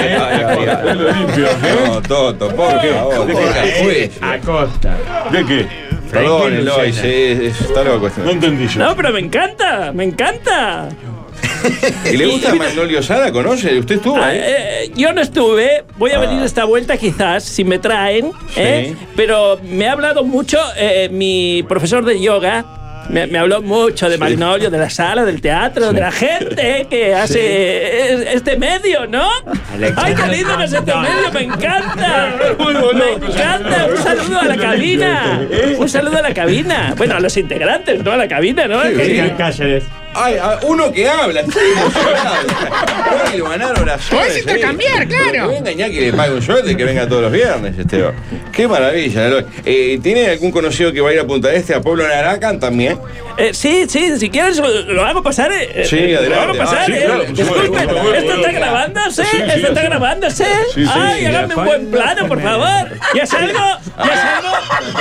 Speaker 20: Lo
Speaker 17: limpio.
Speaker 5: No, Toto, por favor.
Speaker 8: A costa.
Speaker 17: ¿De qué?
Speaker 5: Perdón, Eloy, está loco.
Speaker 17: No entendí yo.
Speaker 20: No, pero me encanta, me encanta.
Speaker 5: ¿Y le gusta Magnolio Sala? ¿Conoce? ¿Usted estuvo ahí?
Speaker 20: Ah, eh, yo no estuve. Voy a ah. venir esta vuelta quizás, si me traen. Sí. ¿eh? Pero me ha hablado mucho eh, mi profesor de yoga. Me, me habló mucho de Magnolio, de la sala, del teatro, sí. de la gente que hace sí. este medio, ¿no? ¡Ay, qué lindo que es este medio! ¡Me encanta! ¡Me encanta! Un saludo a la cabina. Un saludo a la cabina. Bueno, a los integrantes, no a la cabina, ¿no?
Speaker 8: Sí, sí. Cáceres.
Speaker 5: Ay, uno que habla, estoy emocionado. Que lo ganaron las
Speaker 18: Podés intercambiar, claro.
Speaker 5: Voy a engañar que le pague un sueldo y que venga todos los viernes, Esteban. Qué maravilla, Eloy. Eh, ¿Tiene algún conocido que va a ir a Punta Este, a Pueblo Naracan también?
Speaker 20: Eh, sí, sí, si quieres lo hago pasar. Eh,
Speaker 5: sí, adelante.
Speaker 20: Lo hago pasar. Ah, sí, claro, eh. Disculpen, bueno, bueno, ¿esto está grabándose? Sí, ¿Esto sí, está sí. grabándose? Sí, sí, Ay, háganme un buen plano, por favor. ¿Ya salgo? ¿Ya salgo?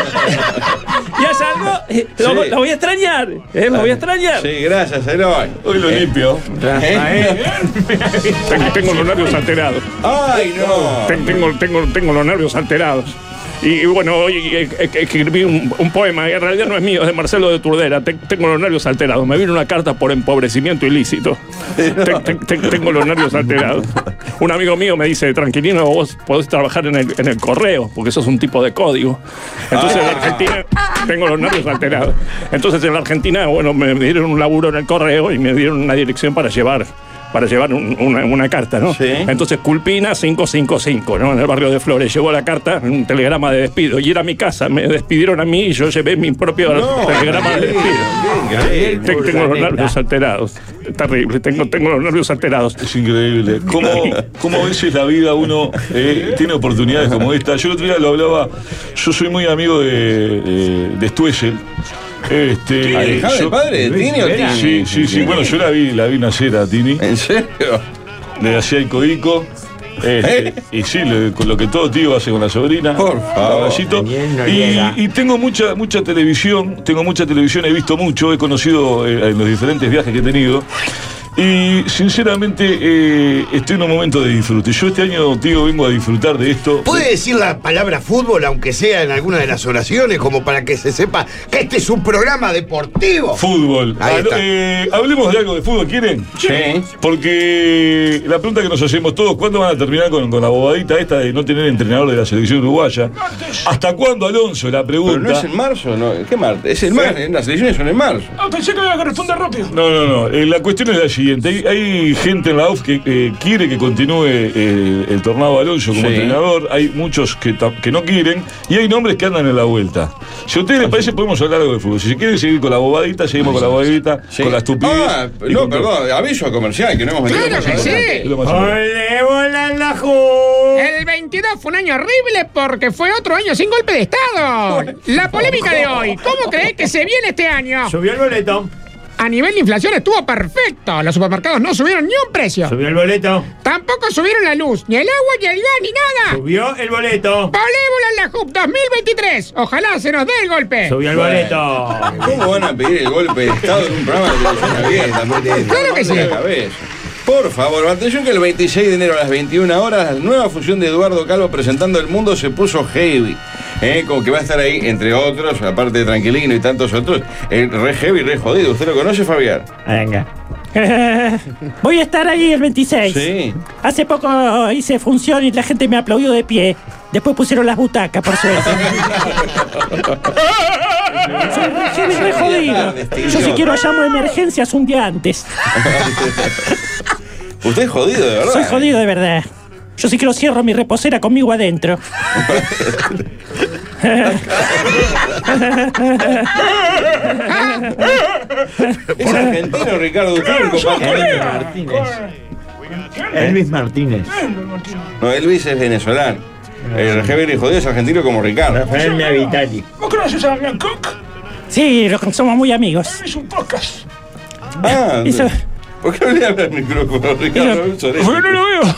Speaker 20: ¿Ya salgo? Eh, sí. lo, lo voy a extrañar. Eh, lo voy a extrañar.
Speaker 5: Sí, gracias.
Speaker 17: Hoy lo eh. limpio.
Speaker 16: ¿Eh? tengo, tengo los nervios alterados.
Speaker 5: ¡Ay, no!
Speaker 16: Tengo, tengo, tengo los nervios alterados. Y, y bueno, hoy escribí un, un poema, y en realidad no es mío, es de Marcelo de Turdera. Te, tengo los nervios alterados. Me vino una carta por empobrecimiento ilícito. Te, te, te, tengo los nervios alterados. Un amigo mío me dice, tranquilino, vos podés trabajar en el, en el correo, porque sos un tipo de código. Entonces en la Argentina tengo los nervios alterados. Entonces en la Argentina, bueno, me dieron un laburo en el correo y me dieron una dirección para llevar para llevar un, una, una carta, ¿no? Sí. Entonces, Culpina cinco cinco cinco, ¿no? En el barrio de Flores. Llegó la carta, un telegrama de despido. Y era mi casa. Me despidieron a mí y yo llevé mi propio no, telegrama de despido. Bien, bien, tengo los nervios alterados. Terrible, tengo, tengo los nervios alterados.
Speaker 17: Es increíble. ¿Cómo, cómo a veces la vida uno eh, tiene oportunidades como esta? Yo el otro día lo hablaba, yo soy muy amigo de, de, de Stuessel. Este,
Speaker 5: ¿Alejado del padre de Tini o Tini?
Speaker 17: Sí, sí, sí. Bueno, yo la vi, la vi nacer a Tini.
Speaker 5: ¿En serio?
Speaker 17: Le hacía el coico. Este, ¿Eh? Y sí, le, con lo que todo tío hace con la sobrina.
Speaker 5: Por favor.
Speaker 17: No y, y tengo mucha, mucha televisión, tengo mucha televisión, he visto mucho, he conocido eh, en los diferentes viajes que he tenido. Y sinceramente eh, estoy en un momento de disfrute. Yo este año, tío, vengo a disfrutar de esto.
Speaker 6: ¿Puede decir la palabra fútbol, aunque sea en alguna de las oraciones, como para que se sepa que este es un programa deportivo?
Speaker 17: Fútbol. Ahí está. Eh, hablemos de algo de fútbol, ¿quieren?
Speaker 5: Sí.
Speaker 17: Porque la pregunta que nos hacemos todos, ¿cuándo van a terminar con, con la bobadita esta de no tener entrenador de la selección uruguaya? ¿Hasta cuándo, Alonso? La pregunta.
Speaker 5: Pero no es en marzo, ¿no? ¿Qué marzo? Es el marzo, las elecciones son en marzo.
Speaker 19: Ah, pensé que iba a responder rápido.
Speaker 17: No, no, no. Eh, la cuestión es la siguiente. Hay, hay gente en la U F que eh, quiere que continúe eh, el Tornado Alonso como sí. entrenador. Hay muchos que, que no quieren. Y hay nombres que andan en la vuelta. Si a ustedes les parece, podemos hablar algo de fútbol. Si se quieren seguir con la bobadita, seguimos con la bobadita, sí. con la estupidez.
Speaker 5: Ah, no, perdón. Todo. Aviso comercial, que no hemos metido.
Speaker 18: Claro que sí.
Speaker 8: ¡Ole, bola la ju!
Speaker 18: El veintidós fue un año horrible porque fue otro año sin golpe de Estado. La polémica de hoy. ¿Cómo crees que se viene este año?
Speaker 8: Subió el boleto.
Speaker 18: A nivel de inflación estuvo perfecto. Los supermercados no subieron ni un precio.
Speaker 8: Subió el boleto.
Speaker 18: Tampoco subieron la luz, ni el agua, ni el gas, ni nada.
Speaker 8: Subió el boleto.
Speaker 18: Volébola en la J U P dos mil veintitrés. Ojalá se nos dé el golpe.
Speaker 8: Subió el boleto.
Speaker 5: ¿Cómo van a pedir el golpe de Estado en un programa de televisión abierta?
Speaker 18: Claro que sí.
Speaker 5: Por favor, atención que el veintiséis de enero a las veintiuna horas, la nueva función de Eduardo Calvo presentando El Mundo se puso heavy. ¿Eh? Como que va a estar ahí, entre otros, aparte de Tranquilino y tantos otros, eh, re heavy, re jodido. ¿Usted lo conoce, Fabián?
Speaker 20: Venga. Voy a estar ahí el veintiséis.
Speaker 5: Sí.
Speaker 20: Hace poco hice función y la gente me aplaudió de pie. Después pusieron las butacas, por suerte. Soy re heavy, re jodido. Yo si quiero llamo a emergencias un día antes.
Speaker 5: Usted es jodido, de verdad.
Speaker 20: Soy jodido, de verdad. Yo sí quiero cierro mi reposera conmigo adentro.
Speaker 5: Es argentino, Ricardo. Usted es
Speaker 8: Elvis Martínez. Elvis Martínez.
Speaker 5: No, Elvis es venezolano. El heavy jodido es argentino como Ricardo.
Speaker 8: Rafael Meavitali.
Speaker 19: ¿Vos conoces a Damián Cook?
Speaker 20: Sí, los- somos muy amigos.
Speaker 19: Es un podcast.
Speaker 5: Ah,
Speaker 20: Eso-
Speaker 5: ¿por qué no le habla al micrófono, Ricardo?
Speaker 19: ¿Por qué no lo veo?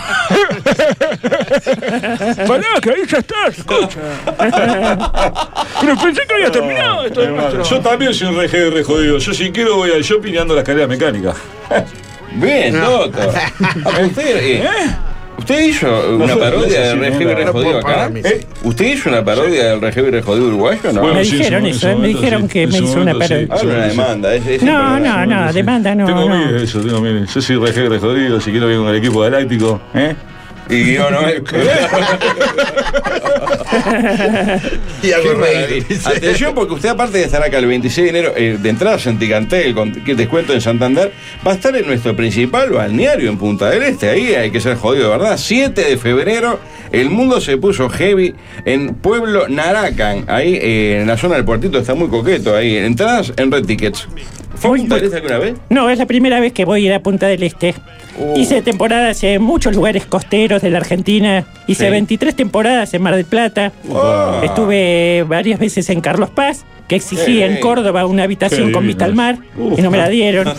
Speaker 19: Pará, que ahí ya estás, escucha. Pero pensé que había terminado esto de nuestro.
Speaker 17: Yo también soy un re heavy re jodido. Yo si quiero voy al shopping y ando a la escalera mecánica.
Speaker 5: Bien, Toto. Ah, ¿Usted, eh, ¿Usted hizo una parodia del Re Heavy Re Jodido acá? ¿Eh? ¿Usted hizo una parodia del Re Heavy Re Jodido uruguayo o no?
Speaker 20: Bueno, Me sí, dijeron eso, eso, me dijeron que me hizo una parodia.
Speaker 5: Ah, una demanda. es- es
Speaker 20: No,
Speaker 5: un
Speaker 20: no,
Speaker 5: problema.
Speaker 20: no, demanda no.
Speaker 17: Tengo
Speaker 20: no.
Speaker 17: miedo de eso, tengo miedo. Yo soy re heavy re jodido. Si quiero ir con el equipo galáctico, ¿eh?
Speaker 5: Y yo no Y algo reír. Atención, porque usted, aparte de estar acá el veintiséis de enero, eh, de entrada a Santicantel, con que descuento en Santander, va a estar en nuestro principal balneario en Punta del Este. Ahí hay que ser jodido, ¿verdad? siete de febrero, el mundo se puso heavy en Pueblo Naracan. Ahí eh, en la zona del puertito está muy coqueto. Ahí, entradas en Red Tickets. ¿Fue a Punta del Este alguna vez?
Speaker 20: No, es la primera vez que voy a ir a Punta del Este.
Speaker 5: Uh.
Speaker 20: Hice temporadas en muchos lugares costeros de la Argentina. Hice
Speaker 5: Sí.
Speaker 20: veintitrés temporadas en Mar del Plata.
Speaker 5: Wow.
Speaker 20: Estuve varias veces en Carlos Paz, que exigí
Speaker 5: Qué
Speaker 20: en
Speaker 5: lindo.
Speaker 20: Córdoba una habitación
Speaker 5: Qué
Speaker 20: con vista al mar
Speaker 5: lindo.
Speaker 20: y no me la dieron.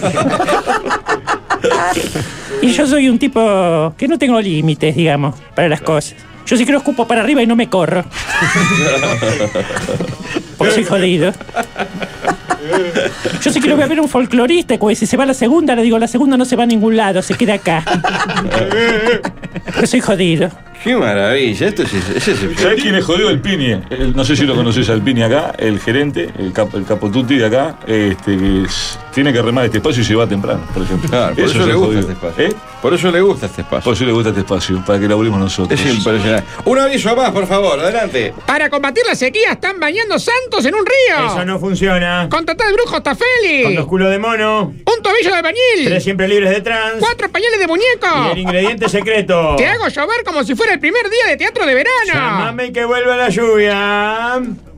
Speaker 20: Y yo soy un tipo que no tengo límites, digamos, para las cosas. Yo sí que lo escupo para arriba y no me corro. Porque soy jodido. Yo sí quiero ver a un folclorista, porque si se va a la segunda, le digo, la segunda no se va a ningún lado, se queda acá. Porque soy jodido.
Speaker 5: Qué maravilla, esto es, es, es
Speaker 17: ¿Sabés quién es jodido? El Pini. El- no sé si lo conoces al Pini acá, el gerente, el, cap, el capotuti de acá, este, que es- tiene que remar este espacio y se va temprano, por ejemplo.
Speaker 5: Claro, por eso,
Speaker 17: es
Speaker 5: le
Speaker 17: el
Speaker 5: gusta
Speaker 17: jodido.
Speaker 5: este espacio.
Speaker 17: ¿Eh?
Speaker 5: Por eso le gusta este espacio.
Speaker 17: Por eso le gusta este espacio, para que lo abrimos nosotros.
Speaker 5: Es impresionante. Un aviso más, por favor, adelante.
Speaker 18: Para combatir la sequía están bañando santos en un río.
Speaker 8: Eso no funciona.
Speaker 18: Contratá al brujo Tafeli.
Speaker 8: Con dos culos de mono.
Speaker 18: Un tobillo de albañil.
Speaker 8: Tres siempre libres de trans.
Speaker 18: Cuatro pañales de muñeco.
Speaker 8: Y el ingrediente secreto.
Speaker 18: Te hago llover como si fuera el primer día de teatro de verano.
Speaker 8: Llámame que vuelva la lluvia.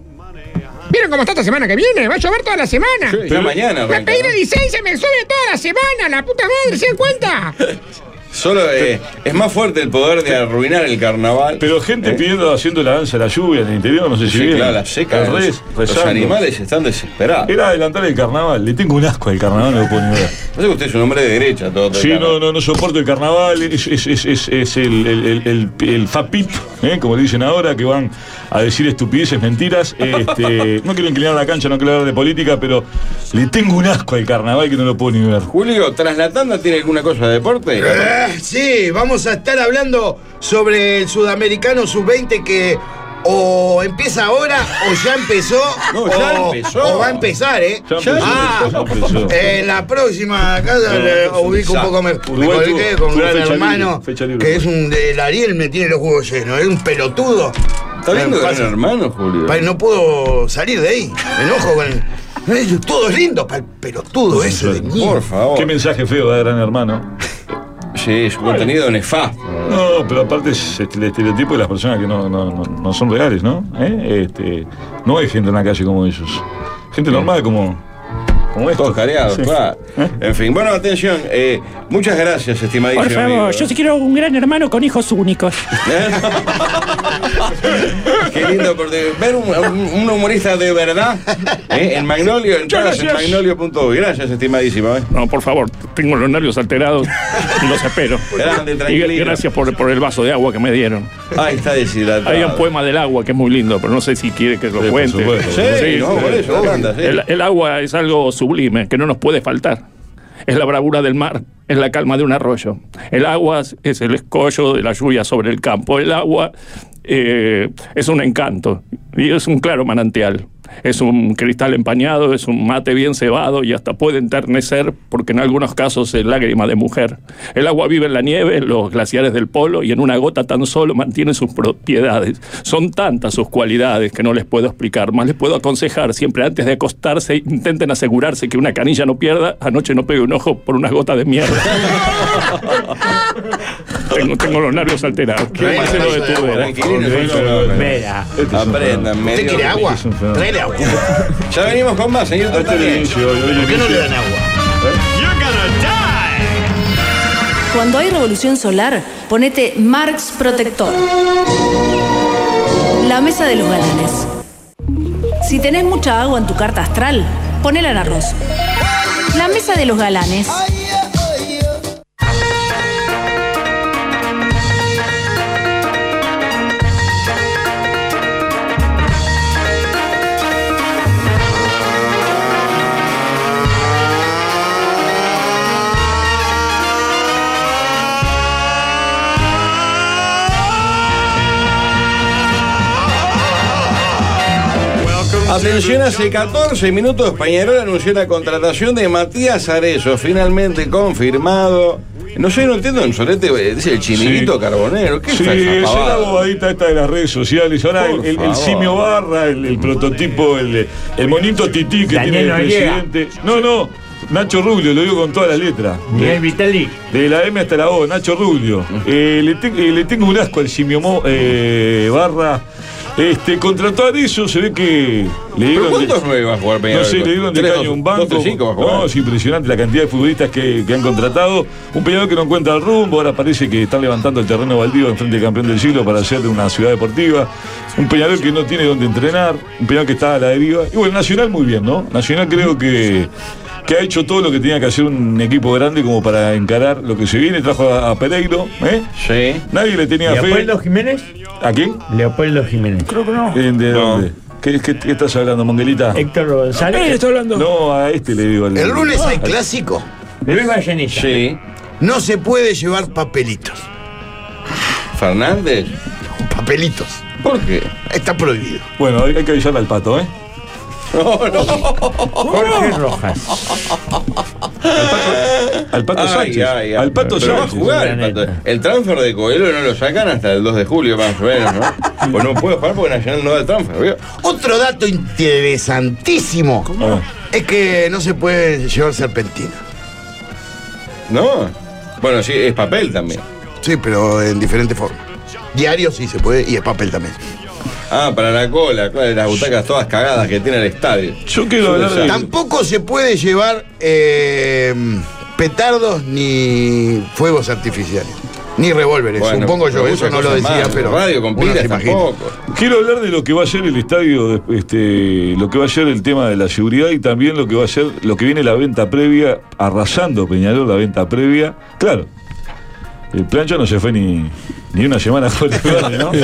Speaker 18: ¿Vieron cómo está esta semana que viene? Va a llover toda la semana.
Speaker 5: Sí, ya mañana
Speaker 18: Me
Speaker 5: arranca,
Speaker 18: pedí
Speaker 5: ¿no?
Speaker 18: la licencia y me sube toda la semana. La puta madre, ¿se dan cuenta?
Speaker 5: Solo eh, es más fuerte el poder de arruinar el carnaval.
Speaker 17: Pero gente
Speaker 5: ¿Eh?
Speaker 17: pidiendo, haciendo la danza de la lluvia en el interior, no sé si
Speaker 5: Sí,
Speaker 17: vieron.
Speaker 5: claro, la seca.
Speaker 17: El
Speaker 5: Los,
Speaker 17: res-
Speaker 5: los
Speaker 17: rezando.
Speaker 5: animales están desesperados.
Speaker 17: Era adelantar el carnaval. Le tengo un asco al carnaval, no lo puedo ni ver.
Speaker 5: No sé que usted es un hombre de derecha, todo. todo
Speaker 17: Sí,
Speaker 5: el
Speaker 17: no, no, no soporto el carnaval. Es, es, es, es, es el, el, el, el, el fapip, ¿eh? Como le dicen ahora, que van a decir estupideces, mentiras. Este, no quiero inclinar la cancha, no quiero hablar de política, pero le tengo un asco al carnaval que no lo puedo ni ver.
Speaker 5: Julio, ¿tras la tanda tiene alguna cosa de deporte?
Speaker 6: Eh, sí, vamos a estar hablando sobre el sudamericano sub veinte que o empieza ahora o ya empezó,
Speaker 5: No, ya
Speaker 6: o,
Speaker 5: empezó.
Speaker 6: o va a empezar, ¿eh?
Speaker 17: Ya empezó,
Speaker 6: ah,
Speaker 17: ya empezó.
Speaker 6: en la próxima casa
Speaker 17: No,
Speaker 6: le
Speaker 17: es un
Speaker 6: ubico un poco, me, me
Speaker 17: Uruguay
Speaker 6: colgué
Speaker 17: tuvo-
Speaker 6: con
Speaker 17: tuvo
Speaker 6: Gran
Speaker 17: fecha
Speaker 6: Hermano,
Speaker 17: libre, fecha libre.
Speaker 6: que es un del Ariel, me tiene los juegos llenos, es un pelotudo.
Speaker 5: ¿Está viendo
Speaker 6: Me
Speaker 5: Gran
Speaker 6: pasa-
Speaker 5: Hermano, Julio?
Speaker 6: Pa- No puedo salir de ahí, me enojo con el... Todo es lindo para el pelotudo ese de mierda.
Speaker 5: Por favor.
Speaker 17: Qué mensaje feo da Gran Hermano.
Speaker 5: Sí, su contenido nefasto.
Speaker 17: No, pero aparte es este, el estereotipo de las personas que no, no, no, no son reales, ¿no? ¿Eh? Este, no hay gente en la calle como ellos. Gente normal como, como estos.
Speaker 5: Todos careados,
Speaker 17: Sí.
Speaker 5: claro. En fin, bueno, atención. eh, muchas gracias, estimadísimo
Speaker 20: Por favor,
Speaker 5: amigo.
Speaker 20: yo sí quiero un gran hermano con hijos únicos.
Speaker 5: Qué lindo, porque ver un, un- un humorista de verdad ¿eh? en Magnolio, entradas en
Speaker 19: gracias.
Speaker 5: magnolio punto uy. Gracias, estimadísimo. ¿eh?
Speaker 16: No, por favor, tengo los nervios alterados y los espero.
Speaker 5: Grande,
Speaker 16: Y
Speaker 5: tranquilito.
Speaker 16: gracias por, por el vaso de agua que me dieron.
Speaker 5: Ahí está deshidratado.
Speaker 16: Hay un poema del agua que es muy lindo, pero no sé si quiere que lo
Speaker 17: Sí, por
Speaker 16: cuente.
Speaker 17: supuesto.
Speaker 5: Sí, no, por eso, adelanta, sí.
Speaker 16: El, el agua es algo sublime que no nos puede faltar. Es la bravura del mar, es la calma de un arroyo. El agua es el escollo de la lluvia sobre el campo. El agua eh, es un encanto y es un claro manantial. Es un cristal empañado, es un mate bien cebado y hasta puede enternecer porque en algunos casos es lágrima de mujer. El agua vive en la nieve, en los glaciares del polo y en una gota tan solo mantiene sus propiedades. Son tantas sus cualidades que no les puedo explicar, más les puedo aconsejar siempre antes de acostarse intenten asegurarse que una canilla no pierda, anoche no pegue un ojo por una gota de mierda. tengo, tengo los nervios alterados. Quiero Marcelo de Tudela.
Speaker 5: Tranquilito, soy un fenómeno.
Speaker 8: Mira.
Speaker 5: Aprendan,
Speaker 6: ¿Usted
Speaker 5: medio.
Speaker 6: quiere agua?
Speaker 17: Es un fenómeno.
Speaker 6: Tráele agua.
Speaker 5: Ya venimos con más, señor
Speaker 17: Ahí está el
Speaker 5: Tartaglia.
Speaker 17: inicio, hoy, hoy el
Speaker 6: ¿Por qué no le
Speaker 17: inicio.
Speaker 6: dan agua?
Speaker 9: Cuando hay revolución solar, ponete Marx Protector. La mesa de los galanes. Si tenés mucha agua en tu carta astral, ponela en arroz. La mesa de los galanes.
Speaker 5: Atención, hace catorce minutos Peñarol anunció la contratación de Matías Arezzo, finalmente confirmado. No sé, no entiendo, en Solete dice el chiniguito
Speaker 17: Sí.
Speaker 5: carbonero. ¿Qué
Speaker 17: Sí,
Speaker 5: es esa
Speaker 17: es la
Speaker 5: pavada?
Speaker 17: bobadita esta de las redes sociales. Ahora
Speaker 5: Por
Speaker 17: el, el- el
Speaker 5: favor.
Speaker 17: simio barra, el, el prototipo, el, el monito tití que
Speaker 8: Daniel
Speaker 17: tiene el
Speaker 8: Noriega.
Speaker 17: presidente. No, no, Nacho Rubio, lo digo con todas las letras.
Speaker 8: Miguel Vitali.
Speaker 17: De la M hasta la O, Nacho Rubio. Eh, le, te- eh, le tengo un asco al simio Mo- eh, barra. Este, contrató a Arezzo, se ve que le
Speaker 5: ¿Pero
Speaker 17: dieron.
Speaker 5: cuántos nueve va a jugar Peñarol?
Speaker 17: No sé, le dieron de
Speaker 5: Tres,
Speaker 17: caño
Speaker 5: dos,
Speaker 17: un banco.
Speaker 5: dos, tres, cinco va a jugar.
Speaker 17: No, es impresionante la cantidad de futbolistas que, que han contratado. Un Peñarol que no encuentra el rumbo, ahora parece que están levantando el terreno baldío en frente del campeón del siglo para hacer de una ciudad deportiva. Un Peñarol que no tiene dónde entrenar, un Peñarol que está a la deriva. Y bueno, Nacional muy bien, ¿no? Nacional creo que, que ha hecho todo lo que tenía que hacer un equipo grande como para encarar lo que se viene. Trajo a, a Pereiro, ¿eh?
Speaker 5: Sí.
Speaker 17: Nadie le tenía fe.
Speaker 8: ¿Leopoldo Jiménez?
Speaker 17: ¿A quién?
Speaker 8: Leopoldo Jiménez.
Speaker 19: Creo que no.
Speaker 17: Eh, ¿De dónde? ¿Qué, qué, qué estás hablando, Monguelita?
Speaker 8: Héctor González.
Speaker 19: ¿Qué está hablando?
Speaker 17: No, a este le digo. al-
Speaker 6: El lunes hay clásico.
Speaker 8: Luis Vallenilla.
Speaker 5: Sí.
Speaker 6: No se puede llevar papelitos.
Speaker 5: ¿Fernández?
Speaker 6: Papelitos.
Speaker 5: ¿Por qué?
Speaker 6: Está prohibido.
Speaker 17: Bueno, hay, hay que avisarle al pato, ¿eh?
Speaker 5: No, no.
Speaker 8: Jorge Rojas.
Speaker 17: Al pato
Speaker 5: Ay,
Speaker 17: Sánchez.
Speaker 5: ay, ay.
Speaker 17: Al pato
Speaker 5: Pero va a
Speaker 17: Sánchez.
Speaker 5: jugar el Pato. El transfer de Coelho no lo sacan hasta el dos de julio, más o menos, ¿no? Pues no puede jugar porque Nacional no da el transfer, ¿vio?
Speaker 6: Otro dato interesantísimo
Speaker 17: Ah.
Speaker 6: es que no se puede llevar serpentina.
Speaker 5: ¿No? Bueno, sí, es papel también.
Speaker 6: Sí, pero en diferentes formas. Diario sí se puede y es papel también.
Speaker 5: Ah, para la cola, claro, las butacas todas cagadas que tiene el estadio.
Speaker 17: Yo quiero hablar de.
Speaker 6: Tampoco se puede llevar eh, petardos ni fuegos artificiales. Ni revólveres,
Speaker 5: Bueno,
Speaker 6: supongo yo,
Speaker 5: pero
Speaker 6: eso
Speaker 5: muchas
Speaker 6: no lo
Speaker 5: cosas
Speaker 6: decía,
Speaker 5: más,
Speaker 6: pero
Speaker 5: radio con
Speaker 6: uno
Speaker 5: pilas
Speaker 6: se imagina.
Speaker 5: tampoco.
Speaker 17: Quiero hablar de lo que va a ser el estadio, de- este, lo que va a ser el tema de la seguridad y también lo que va a ser, lo que viene la venta previa, arrasando Peñarol la venta previa. Claro, el plancha no se fue ni, ni una semana por el verde, ¿no?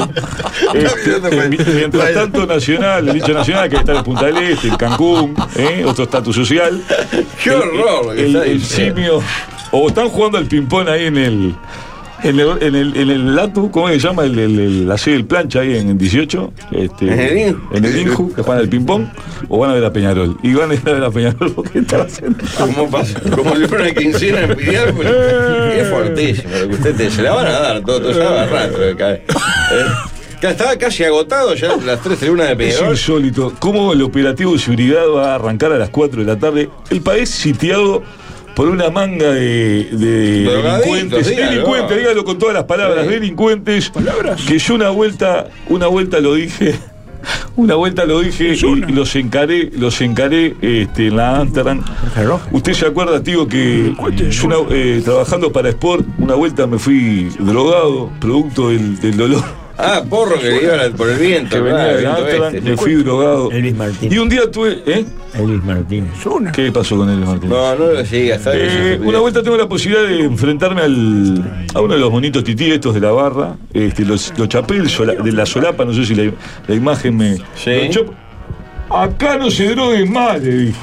Speaker 17: Este, mi- mientras tanto, Nacional, el dicho Nacional, que está en Punta del Este, en Cancún, ¿eh? Otro estatus social.
Speaker 5: Qué
Speaker 17: El-
Speaker 5: horror lo que
Speaker 17: el,
Speaker 5: está
Speaker 17: el
Speaker 5: diciendo.
Speaker 17: simio. O están jugando al ping-pong ahí en el. En el, en el, en el Latu, ¿cómo se llama? El, el, el- la sede del plancha ahí en dieciocho. Este,
Speaker 5: ¿En el Inju?
Speaker 17: En el Inju, que juegan al ping-pong. O van a ver a Peñarol. Y van a ir a ver a Peñarol porque están haciendo.
Speaker 5: ¿Cómo pasa? Como si fuera una quincena en Pidial, pues, es fortísimo lo que usted te, se la van a dar todo, todo se va a agarrar. pero cae. Eh, ya estaba casi agotado ya las tres tribunas de
Speaker 17: Es
Speaker 5: Peñarol.
Speaker 17: insólito. ¿Cómo el operativo de seguridad va a arrancar a las cuatro de la tarde? El país sitiado por una manga de, de
Speaker 5: Drogaditos,
Speaker 17: delincuentes.
Speaker 5: dígalo.
Speaker 17: Delincuentes, dígalo con todas las palabras.
Speaker 5: Sí.
Speaker 17: Delincuentes. Que yo una vuelta, una vuelta lo dije. Una vuelta lo dije y, y los encaré, los encaré este, en la Amsterdam. Usted se acuerda, tío, que yo una- eh, trabajando para Sport, una vuelta me fui drogado, producto del, del dolor.
Speaker 5: Ah, porro que iba por el viento.
Speaker 17: Que venía
Speaker 5: claro, el
Speaker 17: de
Speaker 5: viento
Speaker 17: Amsterdam,
Speaker 5: este.
Speaker 17: me fui drogado.
Speaker 8: Elvis Martínez.
Speaker 17: Y un día tuve. ¿Eh?
Speaker 8: Elvis Martínez.
Speaker 17: ¿Qué pasó con Elvis Martínez?
Speaker 5: No, no lo sigas, está bien,
Speaker 17: Eh,
Speaker 5: eso se
Speaker 17: una vuelta tengo la posibilidad de enfrentarme al, a uno de los monitos tití estos de la barra, este, los, los chapel sola- de la solapa, no sé si la, la imagen me.
Speaker 5: Sí.
Speaker 17: Los chop- Acá no se droguen más, le dije.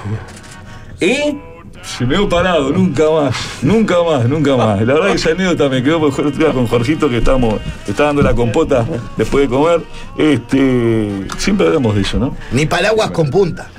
Speaker 5: ¿Y?
Speaker 17: Se me dio parado, nunca más, nunca más, nunca más. La verdad que esa anécdota me quedó porque el otro día con Jorgito que estábamos, está dando la compota después de comer. Este, siempre hablamos de eso, ¿no?
Speaker 6: Ni paraguas con punta.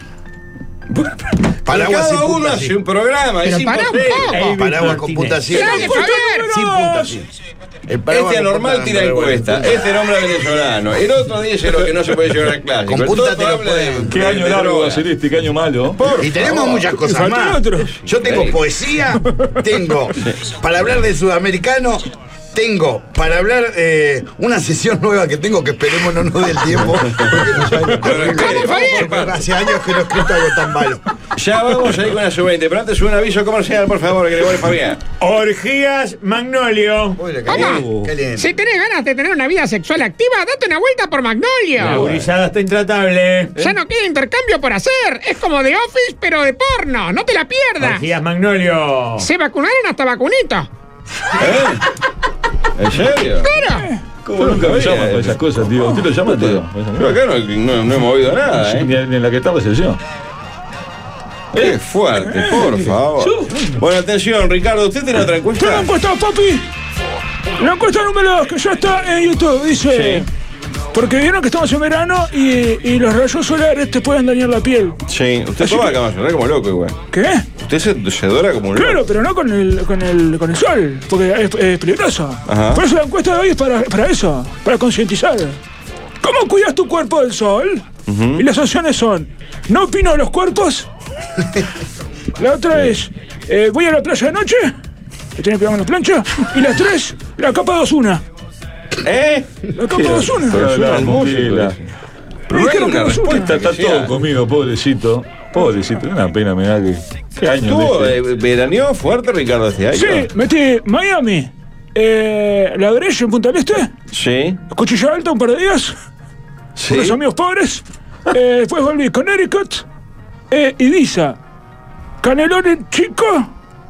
Speaker 6: Paraguas sin
Speaker 5: Cada uno
Speaker 6: punta,
Speaker 5: hace
Speaker 6: sí.
Speaker 5: un programa, es
Speaker 18: Pero pará un
Speaker 5: imposible.
Speaker 18: poco.
Speaker 6: Paraguas con punta sí.
Speaker 18: Dale, Fabián.
Speaker 6: Sin punta sí. El paraguas
Speaker 5: Este
Speaker 6: con
Speaker 5: anormal
Speaker 6: punta
Speaker 5: tira
Speaker 6: no me
Speaker 5: encuesta,
Speaker 6: gusta.
Speaker 5: este nombre venezolano, el otro dice lo que no se puede llevar al clásico.
Speaker 6: Con
Speaker 5: el
Speaker 6: punta
Speaker 5: Toto
Speaker 6: te lo
Speaker 5: habla de-
Speaker 6: pueden-
Speaker 17: ¿Qué
Speaker 5: de-
Speaker 17: año
Speaker 5: de
Speaker 17: largo va
Speaker 5: droga.
Speaker 17: a ser este? ¿Qué año malo?
Speaker 6: Y tenemos muchas cosas
Speaker 19: Falta
Speaker 6: más.
Speaker 19: otro.
Speaker 6: Yo tengo
Speaker 5: Sí.
Speaker 6: poesía, tengo para hablar del sudamericano, tengo para hablar eh, una sesión nueva que tengo que esperemos no nos dé el tiempo. Porque no saben lo que-
Speaker 18: Fabián.
Speaker 6: porque hace años que no he escrito algo tan malo.
Speaker 5: Ya vamos a ir con la sub veinte, pero antes un aviso comercial, por favor, que le voy a Fabián.
Speaker 8: Orgías Magnolio.
Speaker 18: Papá, si tenés ganas de tener una vida sexual activa, date una vuelta por Magnolio.
Speaker 8: La gurizada está intratable.
Speaker 18: Ya no queda intercambio por hacer. Es como The Office, pero de porno. No te la pierdas.
Speaker 8: Orgías Magnolio.
Speaker 18: Se vacunaron hasta vacunito.
Speaker 5: ¿Eh? ¿En serio?
Speaker 18: Claro.
Speaker 17: ¿Cómo nunca me llaman para esas cosas, tío? ¿Usted lo llama, tío?
Speaker 5: Pero acá no, no, no hemos oído nada, ¿eh?
Speaker 17: Ni, ni en la que está recepción.
Speaker 5: Qué fuerte, por favor. Bueno, atención, Ricardo, ¿usted tiene otra encuesta?
Speaker 19: Tengo encuesta, papi. La encuesta número dos, que ya está en YouTube, dice...
Speaker 5: Sí.
Speaker 19: Porque vieron que estamos en verano y, y los rayos solares te pueden dañar la piel.
Speaker 5: Sí, usted
Speaker 19: Así
Speaker 5: toma
Speaker 19: que-
Speaker 5: cama solar como loco, igual.
Speaker 19: ¿Qué?
Speaker 5: Usted se, se dora como un loco.
Speaker 19: Claro, pero no con el, con el, con el sol, porque es, es peligroso.
Speaker 5: Ajá.
Speaker 19: Por eso la encuesta de hoy es para, para eso, para concientizar. ¿Cómo cuidas tu cuerpo del sol?
Speaker 5: Ujú.
Speaker 19: Y las opciones son, no opino de los cuerpos. La otra es, eh, voy a la playa de noche, que tiene que pegar en la plancha. Y las tres, la capa de Ozuna.
Speaker 5: ¿Eh?
Speaker 19: La capa de Ozuna.
Speaker 17: Pero la
Speaker 5: el
Speaker 17: mochila.
Speaker 19: Me dijeron que
Speaker 17: Una
Speaker 19: no Ozuna.
Speaker 17: respuesta, está todo conmigo, pobrecito. Pobrecito, una pena me da que. ¿Qué año
Speaker 5: ¿Estuvo
Speaker 17: de
Speaker 5: eh, veraneó fuerte, Ricardo, este año?
Speaker 19: Sí, metí Miami, eh, La Breche en Punta del Este,
Speaker 5: Sí.
Speaker 19: Cuchilla Alta un par de días,
Speaker 5: Sí.
Speaker 19: con los amigos pobres. Eh, después volví a Connecticut, eh, Ibiza, Canelones Chico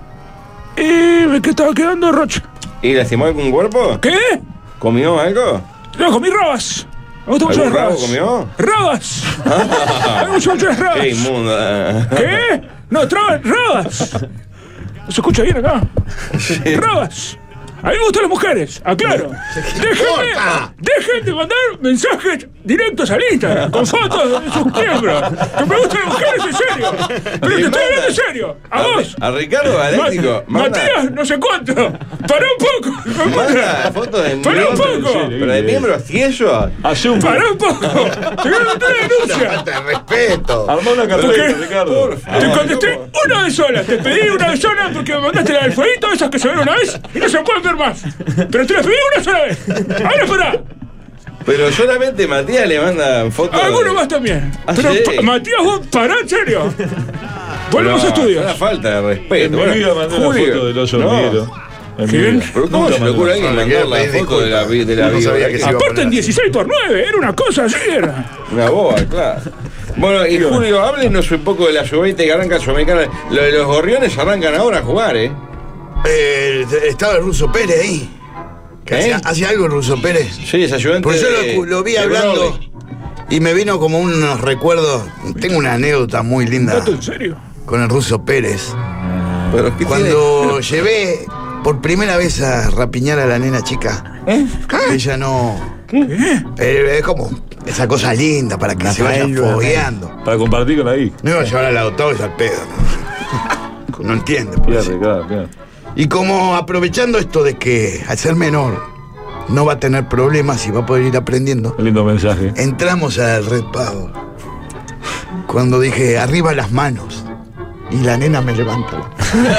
Speaker 19: y me que estaba quedando Rocha.
Speaker 5: ¿Y lastimó algún cuerpo?
Speaker 19: ¿Qué?
Speaker 5: ¿Comió algo?
Speaker 19: No, comí rabas. Me gusta mucho las
Speaker 5: ¿Algún rabo
Speaker 19: rabas.
Speaker 5: comió?
Speaker 19: ¡Rabas! Me gustan mucho las rabas.
Speaker 5: Qué inmunda.
Speaker 19: ¿Qué? No, trabas, rabas. ¿No se escucha bien acá? Rabas. A mí me gustan las mujeres, aclaro. Dejen, dejen de mandar mensajes directos al Instagram con fotos de sus miembros. Que me gustan las mujeres, en serio. Pero te estoy hablando en serio. A vos.
Speaker 5: A Ricardo Galéctico.
Speaker 19: Ma- Matías, no sé cuánto. Pará un poco.
Speaker 5: Manda fotos de
Speaker 19: Pará un poco.
Speaker 5: ¿Pero de miembros tiesos?
Speaker 17: Hace un.
Speaker 19: Pará un poco. Te voy a meter denuncia.
Speaker 6: Falta de respeto.
Speaker 17: Armó una
Speaker 19: ¿Por
Speaker 17: carpeta,
Speaker 19: qué?
Speaker 17: Ricardo.
Speaker 19: Te contesté una vez sola. Te pedí una vez sola porque me mandaste la del fueguito, esas que se ven una vez y no se pueden ver más. Pero te las pedí una sola vez. Ahora pará.
Speaker 5: Pero solamente Matías le manda fotos.
Speaker 19: Alguno más también.
Speaker 5: Ah,
Speaker 19: Pero
Speaker 5: sí.
Speaker 19: pa- Matías, vos pará, en serio. Volvemos a
Speaker 5: Es
Speaker 19: estudios.
Speaker 5: una falta de respeto.
Speaker 17: En mi
Speaker 5: Bueno,
Speaker 17: vida mandé una
Speaker 5: Julio.
Speaker 17: foto del oso
Speaker 5: No.
Speaker 17: hormiguero. En mi
Speaker 19: ¿Quién?
Speaker 17: vida.
Speaker 5: ¿Pero cómo
Speaker 17: Nunca
Speaker 5: se le ocurre a alguien
Speaker 6: No, le
Speaker 5: mandar
Speaker 6: quiero
Speaker 5: la
Speaker 6: pedir
Speaker 5: foto de la,
Speaker 6: disculpas.
Speaker 5: de la
Speaker 6: No sabía que se iba a
Speaker 19: Aparte en dieciséis por nueve, era una cosa así, era.
Speaker 5: Una boba, claro. Bueno, y Julio, háblenos un poco de la sub veinte que arranca en Sudamericana. Lo de los gorriones arrancan ahora a jugar, ¿eh?
Speaker 6: Eh, estaba el Ruso Pérez ahí. Que
Speaker 5: ¿Eh?
Speaker 6: hacía, hacía algo el Ruso Pérez.
Speaker 5: Sí, es ayudante.
Speaker 6: Porque yo
Speaker 5: de-
Speaker 6: lo, lo vi
Speaker 5: de
Speaker 6: hablando
Speaker 5: Broly.
Speaker 6: y me vino como unos recuerdos. Tengo una anécdota muy linda
Speaker 19: ¿Dato en serio?
Speaker 6: con el Ruso Pérez.
Speaker 5: Pero, ¿qué
Speaker 6: Cuando llevé por primera vez a rapiñar a la nena chica,
Speaker 19: ¿Eh?
Speaker 6: ella no.
Speaker 19: ¿Qué?
Speaker 6: eh, es como esa cosa linda para que se vaya fogueando.
Speaker 17: Para compartir con la I.
Speaker 6: No iba a llevar al adoptado y al pedo. No, no entiende. pues.
Speaker 17: Fíjate, claro, claro.
Speaker 6: Y como aprovechando esto de que al ser menor no va a tener problemas y va a poder ir aprendiendo,
Speaker 17: Qué lindo mensaje.
Speaker 6: entramos al Red Power. Cuando dije, arriba las manos. Y la nena me levanta.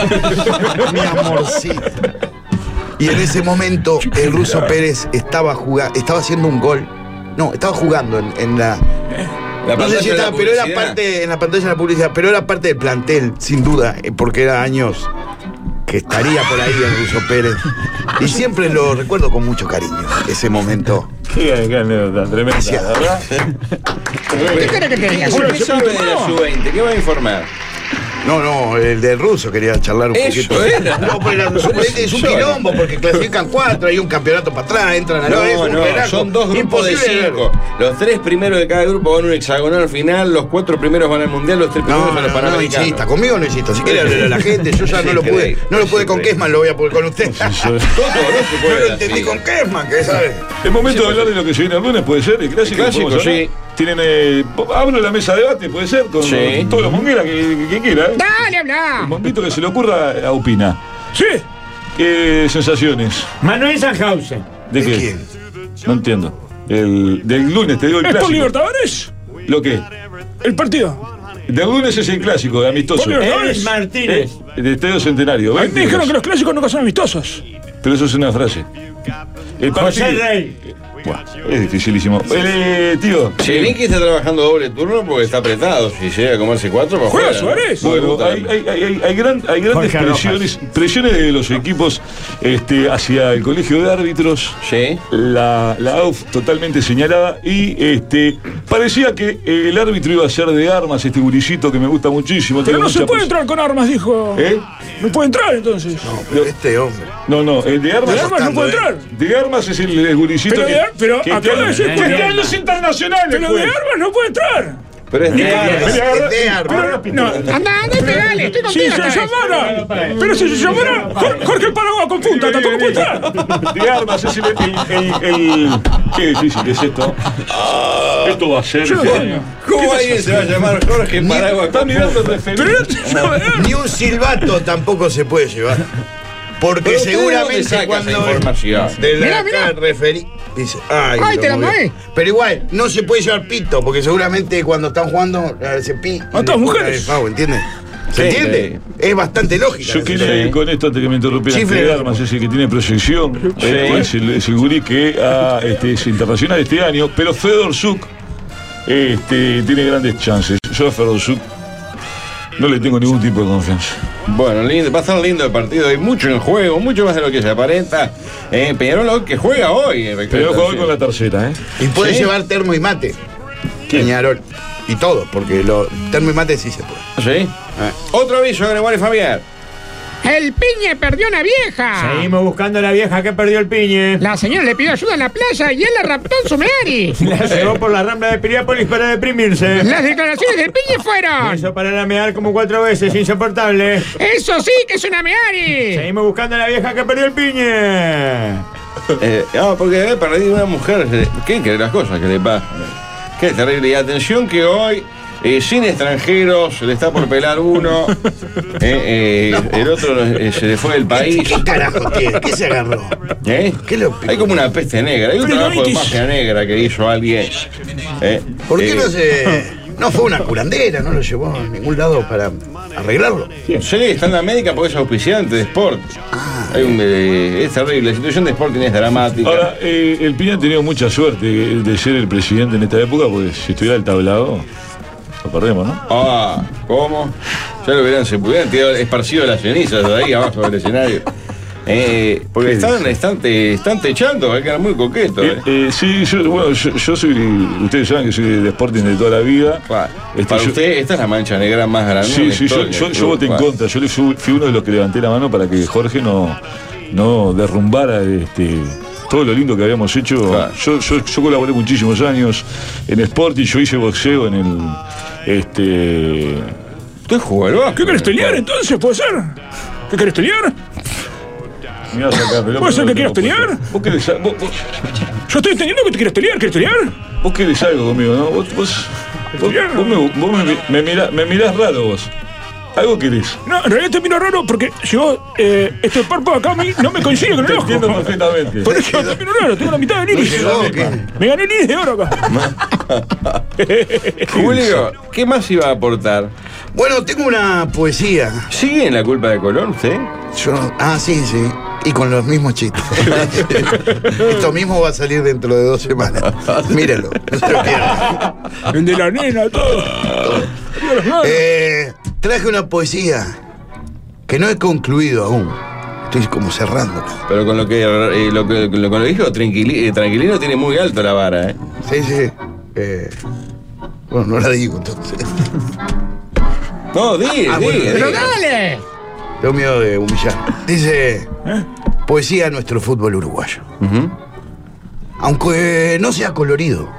Speaker 6: Mi amorcito. Y en ese momento el Ruso Pérez estaba jugando, estaba haciendo un gol. No, estaba jugando en, en la.
Speaker 5: La
Speaker 6: no sé
Speaker 5: pantalla
Speaker 6: si
Speaker 5: de la
Speaker 6: estaba, pero era
Speaker 5: publicidad.
Speaker 6: parte, en la pantalla de la publicidad, pero era parte del plantel, sin duda, eh, porque era años que estaría por ahí el Ruso Pérez. Y siempre lo recuerdo con mucho cariño, ese momento.
Speaker 17: Qué, qué anécdota tremenda,
Speaker 6: Gracias.
Speaker 17: ¿verdad?
Speaker 18: ¿Qué querés que te diga?
Speaker 5: ¿Qué sabe de la sub veinte? ¿Qué va a informar?
Speaker 6: No, no, el del ruso quería charlar un
Speaker 5: Eso
Speaker 6: poquito.
Speaker 5: era.
Speaker 6: No, porque la suplente es un quilombo, porque clasifican cuatro, hay un campeonato para atrás, entran a
Speaker 5: No,
Speaker 6: la es un
Speaker 5: no,
Speaker 6: relajo.
Speaker 5: son dos grupos de
Speaker 6: Imposible
Speaker 5: cinco. Los tres primeros de cada grupo van a un hexagonal final, los cuatro primeros van al mundial, los tres primeros
Speaker 6: No,
Speaker 5: van
Speaker 6: no,
Speaker 5: a los
Speaker 6: no, no
Speaker 5: panamericanos.
Speaker 6: insista, conmigo no insista. Si quiere hablarle a la gente, yo ya
Speaker 5: Sí,
Speaker 6: no lo pude,
Speaker 5: creí.
Speaker 6: no lo pude
Speaker 5: Sí,
Speaker 6: con
Speaker 5: creí.
Speaker 6: Kesman, lo voy a poder con usted.
Speaker 5: Todo no se puede
Speaker 6: No lo entendí
Speaker 5: así.
Speaker 6: con Kesman, que sabe.
Speaker 17: Es momento de hablar de lo que se viene el lunes, puede ser, el clásico.
Speaker 5: El clásico,
Speaker 17: ¿podemos hablar?
Speaker 5: sí.
Speaker 17: Tienen, eh, abro la mesa de debate, puede ser, con
Speaker 5: Sí.
Speaker 17: todos los mongueras que, que quiera. ¿eh?
Speaker 18: Dale, habla.
Speaker 17: Un momentito que se le ocurra, eh, opina.
Speaker 19: Sí.
Speaker 17: ¿Qué sensaciones?
Speaker 8: Manuel Sanhausen.
Speaker 17: ¿De qué?
Speaker 6: quién?
Speaker 17: No entiendo. El, del lunes te digo el
Speaker 19: ¿Es por
Speaker 17: clásico.
Speaker 19: Libertadores?
Speaker 17: ¿Lo qué?
Speaker 19: El partido.
Speaker 17: Del lunes es el clásico, de amistoso.
Speaker 19: Por Libertadores.
Speaker 8: Eres Martínez.
Speaker 17: Eh, de Estadio Centenario.
Speaker 19: A mí
Speaker 17: veinte
Speaker 19: me dijeron
Speaker 17: horas.
Speaker 19: que los clásicos nunca son amistosos.
Speaker 17: Pero eso es una frase. El
Speaker 8: José
Speaker 17: partido,
Speaker 8: Rey.
Speaker 17: Buah, es dificilísimo. Eh, tío.
Speaker 5: Chelinski está trabajando doble turno porque está apretado. Si llega a comerse cuatro, para
Speaker 19: ¡Juega
Speaker 5: afuera.
Speaker 19: Suárez!
Speaker 17: Bueno, hay, hay, hay, hay, hay gran- hay grandes
Speaker 5: Jorge
Speaker 17: presiones, presiones de los equipos este, hacia el colegio de árbitros.
Speaker 5: Sí.
Speaker 17: La, la A U F totalmente señalada. Y este parecía que el árbitro iba a ser de armas, este gurillito que me gusta muchísimo.
Speaker 19: Pero
Speaker 17: tiene
Speaker 19: no se
Speaker 17: mucha
Speaker 19: puede
Speaker 17: pos-
Speaker 19: entrar con armas, dijo.
Speaker 17: ¿Eh?
Speaker 19: No puede entrar entonces.
Speaker 6: Pero este hombre.
Speaker 17: No, no, el de armas.
Speaker 19: De armas no puede entrar.
Speaker 17: De armas es el, el gurillito
Speaker 19: Pero,
Speaker 17: que.
Speaker 19: de ar- pero
Speaker 17: que
Speaker 19: acaba de decir
Speaker 17: que
Speaker 19: que
Speaker 17: tiene
Speaker 19: de
Speaker 17: años internacionales.
Speaker 19: Pero de
Speaker 17: pues.
Speaker 19: armas no puede entrar.
Speaker 5: Pero es de
Speaker 19: Pero-
Speaker 5: armas.
Speaker 19: pero-
Speaker 6: Es de armas.
Speaker 19: pero- no,
Speaker 18: Anda, anda y pegale, estoy
Speaker 19: Si
Speaker 18: contigo.
Speaker 19: se
Speaker 18: esta vez.
Speaker 19: llamara, pero si se llamara Jor- Jorge Paraguay con punta, tampoco puede entrar.
Speaker 17: De armas es el. el, el, el- qué difícil es esto. Esto va a ser.
Speaker 5: ¿Cómo alguien se va a llamar Jorge Paraguay?
Speaker 17: Está mirando
Speaker 19: Pero
Speaker 17: referencia.
Speaker 19: no, no,
Speaker 6: Ni un silbato tampoco se puede llevar. Porque
Speaker 5: Pero usted, ¿de dónde
Speaker 6: seguramente
Speaker 5: saca
Speaker 6: cuando
Speaker 5: esa información?
Speaker 6: de la
Speaker 18: Mirá, mirá.
Speaker 6: acá el referí dice, ay,
Speaker 18: Ay,
Speaker 6: lo
Speaker 18: te la
Speaker 6: movió.
Speaker 18: moví.
Speaker 6: Pero igual, no se puede llevar pito, porque seguramente cuando están jugando eh, se pi.
Speaker 19: A todas mujeres.
Speaker 6: ¿Entiendes? ¿Se
Speaker 5: Sí,
Speaker 6: entiende? Es bastante lógico.
Speaker 17: Yo quería ir con esto antes que me interrumpieran.
Speaker 6: Chifle.
Speaker 17: Este de armas es el que tiene proyección. Eh, es, el, es el gurí que ah, este, es internacional este año. Pero Fedor Suk este, tiene grandes chances. Yo a Fedor Suk no le tengo ningún tipo de confianza.
Speaker 5: Bueno, lindo, va a ser lindo el partido. Hay mucho en juego, mucho más de lo que se aparenta. Eh, Peñarol hoy que juega hoy. eh,
Speaker 17: Pero juego con la tercera, ¿eh?
Speaker 6: Y puede
Speaker 5: ¿Sí?
Speaker 6: llevar termo y mate. Peñarol. Y todo, porque lo, termo y mate sí se puede.
Speaker 5: ¿Sí? Otro aviso, Gregorio y Fabián.
Speaker 18: El piñe perdió una vieja.
Speaker 8: Seguimos buscando a la vieja que perdió el piñe.
Speaker 18: La señora le pidió ayuda en la playa y él la raptó en su meari.
Speaker 8: La llevó por la rambla de Piriápolis para deprimirse.
Speaker 18: Las declaraciones del piñe fueron.
Speaker 8: Hizo parar a mear como cuatro veces, insoportable.
Speaker 18: Eso sí que es una meari.
Speaker 8: Seguimos buscando a la vieja que perdió el piñe.
Speaker 5: Eh, no, porque he perdido una mujer. ¿Qué cree las cosas que le pasan? Qué terrible. Y atención que hoy, eh, sin extranjeros, se le está por pelar uno. Eh, eh, el otro eh, se le fue del país.
Speaker 6: ¿Qué carajo tiene? ¿Qué se agarró?
Speaker 5: ¿Eh?
Speaker 6: ¿Qué lo
Speaker 5: Hay como una peste negra. Hay un trabajo de magia negra que hizo alguien. ¿Eh?
Speaker 6: ¿Por qué
Speaker 5: Eh,
Speaker 6: no se.? No fue una curandera, no lo llevó a ningún lado para arreglarlo.
Speaker 5: Sí, está en la médica porque es auspiciante de Sport. Hay un, eh, es terrible. La situación de Sporting es dramática.
Speaker 17: Ahora, eh, el Piña ha tenido mucha suerte de ser el presidente en esta época, porque si estuviera el tablado, lo perdemos, ¿no?
Speaker 5: Ah, ¿cómo? Ya lo hubieran, se hubieran tirado esparcido las cenizas de ahí abajo del escenario. Eh, porque están, están, te, están techando, hay que era muy coqueto.
Speaker 17: Eh,
Speaker 5: Eh.
Speaker 17: eh, sí, yo, bueno, yo, yo soy, ustedes saben que soy de Sporting de toda la vida. Este,
Speaker 5: Para
Speaker 17: yo-
Speaker 5: usted, esta es la mancha negra más grande.
Speaker 17: Sí,
Speaker 5: de la
Speaker 17: sí, yo,
Speaker 5: historia
Speaker 17: yo,
Speaker 5: del
Speaker 17: yo
Speaker 5: club.
Speaker 17: voté en
Speaker 5: Bueno.
Speaker 17: contra. Yo le fui, fui uno de los que levanté la mano para que Jorge no, no derrumbara este, todo lo lindo que habíamos hecho. Yo, yo, yo colaboré muchísimos años en Sporting, yo hice boxeo en el. Este.
Speaker 5: ¿Usted jugó al básquet?
Speaker 19: ¿Qué querés pelear entonces? ¿Puede ser? ¿Qué querés pelear?
Speaker 17: Me vas a sacar pelota,
Speaker 19: ¿Puede ser
Speaker 17: no
Speaker 19: que
Speaker 17: tengo
Speaker 19: quieras pelear?
Speaker 17: Vos querés, vos, vos,
Speaker 19: Yo estoy entendiendo que te quieres pelear. ¿Quieres pelear?
Speaker 17: vos querés algo conmigo, ¿no? Vos, vos, vos, vos me, vos me, me, mirás, me mirás raro vos. Algo querés.
Speaker 19: No, en realidad te miro raro porque llegó eh, este párpado acá a mí no me coincide con el
Speaker 17: Te
Speaker 19: ojo.
Speaker 17: entiendo perfectamente.
Speaker 19: Por eso te miro raro, tengo la mitad del iris. Me gané el iris de oro acá.
Speaker 5: Julio, ¿qué más iba a aportar?
Speaker 6: Bueno, tengo una poesía.
Speaker 5: ¿Sigue en la culpa de Colón, sí?
Speaker 6: Yo, ah, sí, sí. Y con los mismos chistes. Esto mismo va a salir dentro de dos semanas. Mírenlo, no se lo pierdan.
Speaker 19: El de la nena, todo.
Speaker 6: Eh, traje una poesía que no he concluido aún. Estoy como cerrando.
Speaker 5: Pero con lo que, eh, lo, que lo, con lo que dijo Tranquili- eh, Tranquilino tiene muy alto la vara, ¿eh?
Speaker 6: Sí, sí. Eh, bueno, no la digo entonces.
Speaker 5: No, diga,
Speaker 6: Ah, bueno,
Speaker 5: diga,
Speaker 18: ¡Pero
Speaker 5: diga.
Speaker 18: dale!
Speaker 6: Tengo miedo de humillar. Dice, poesía a nuestro fútbol uruguayo.
Speaker 5: Ujú.
Speaker 6: Aunque no sea colorido,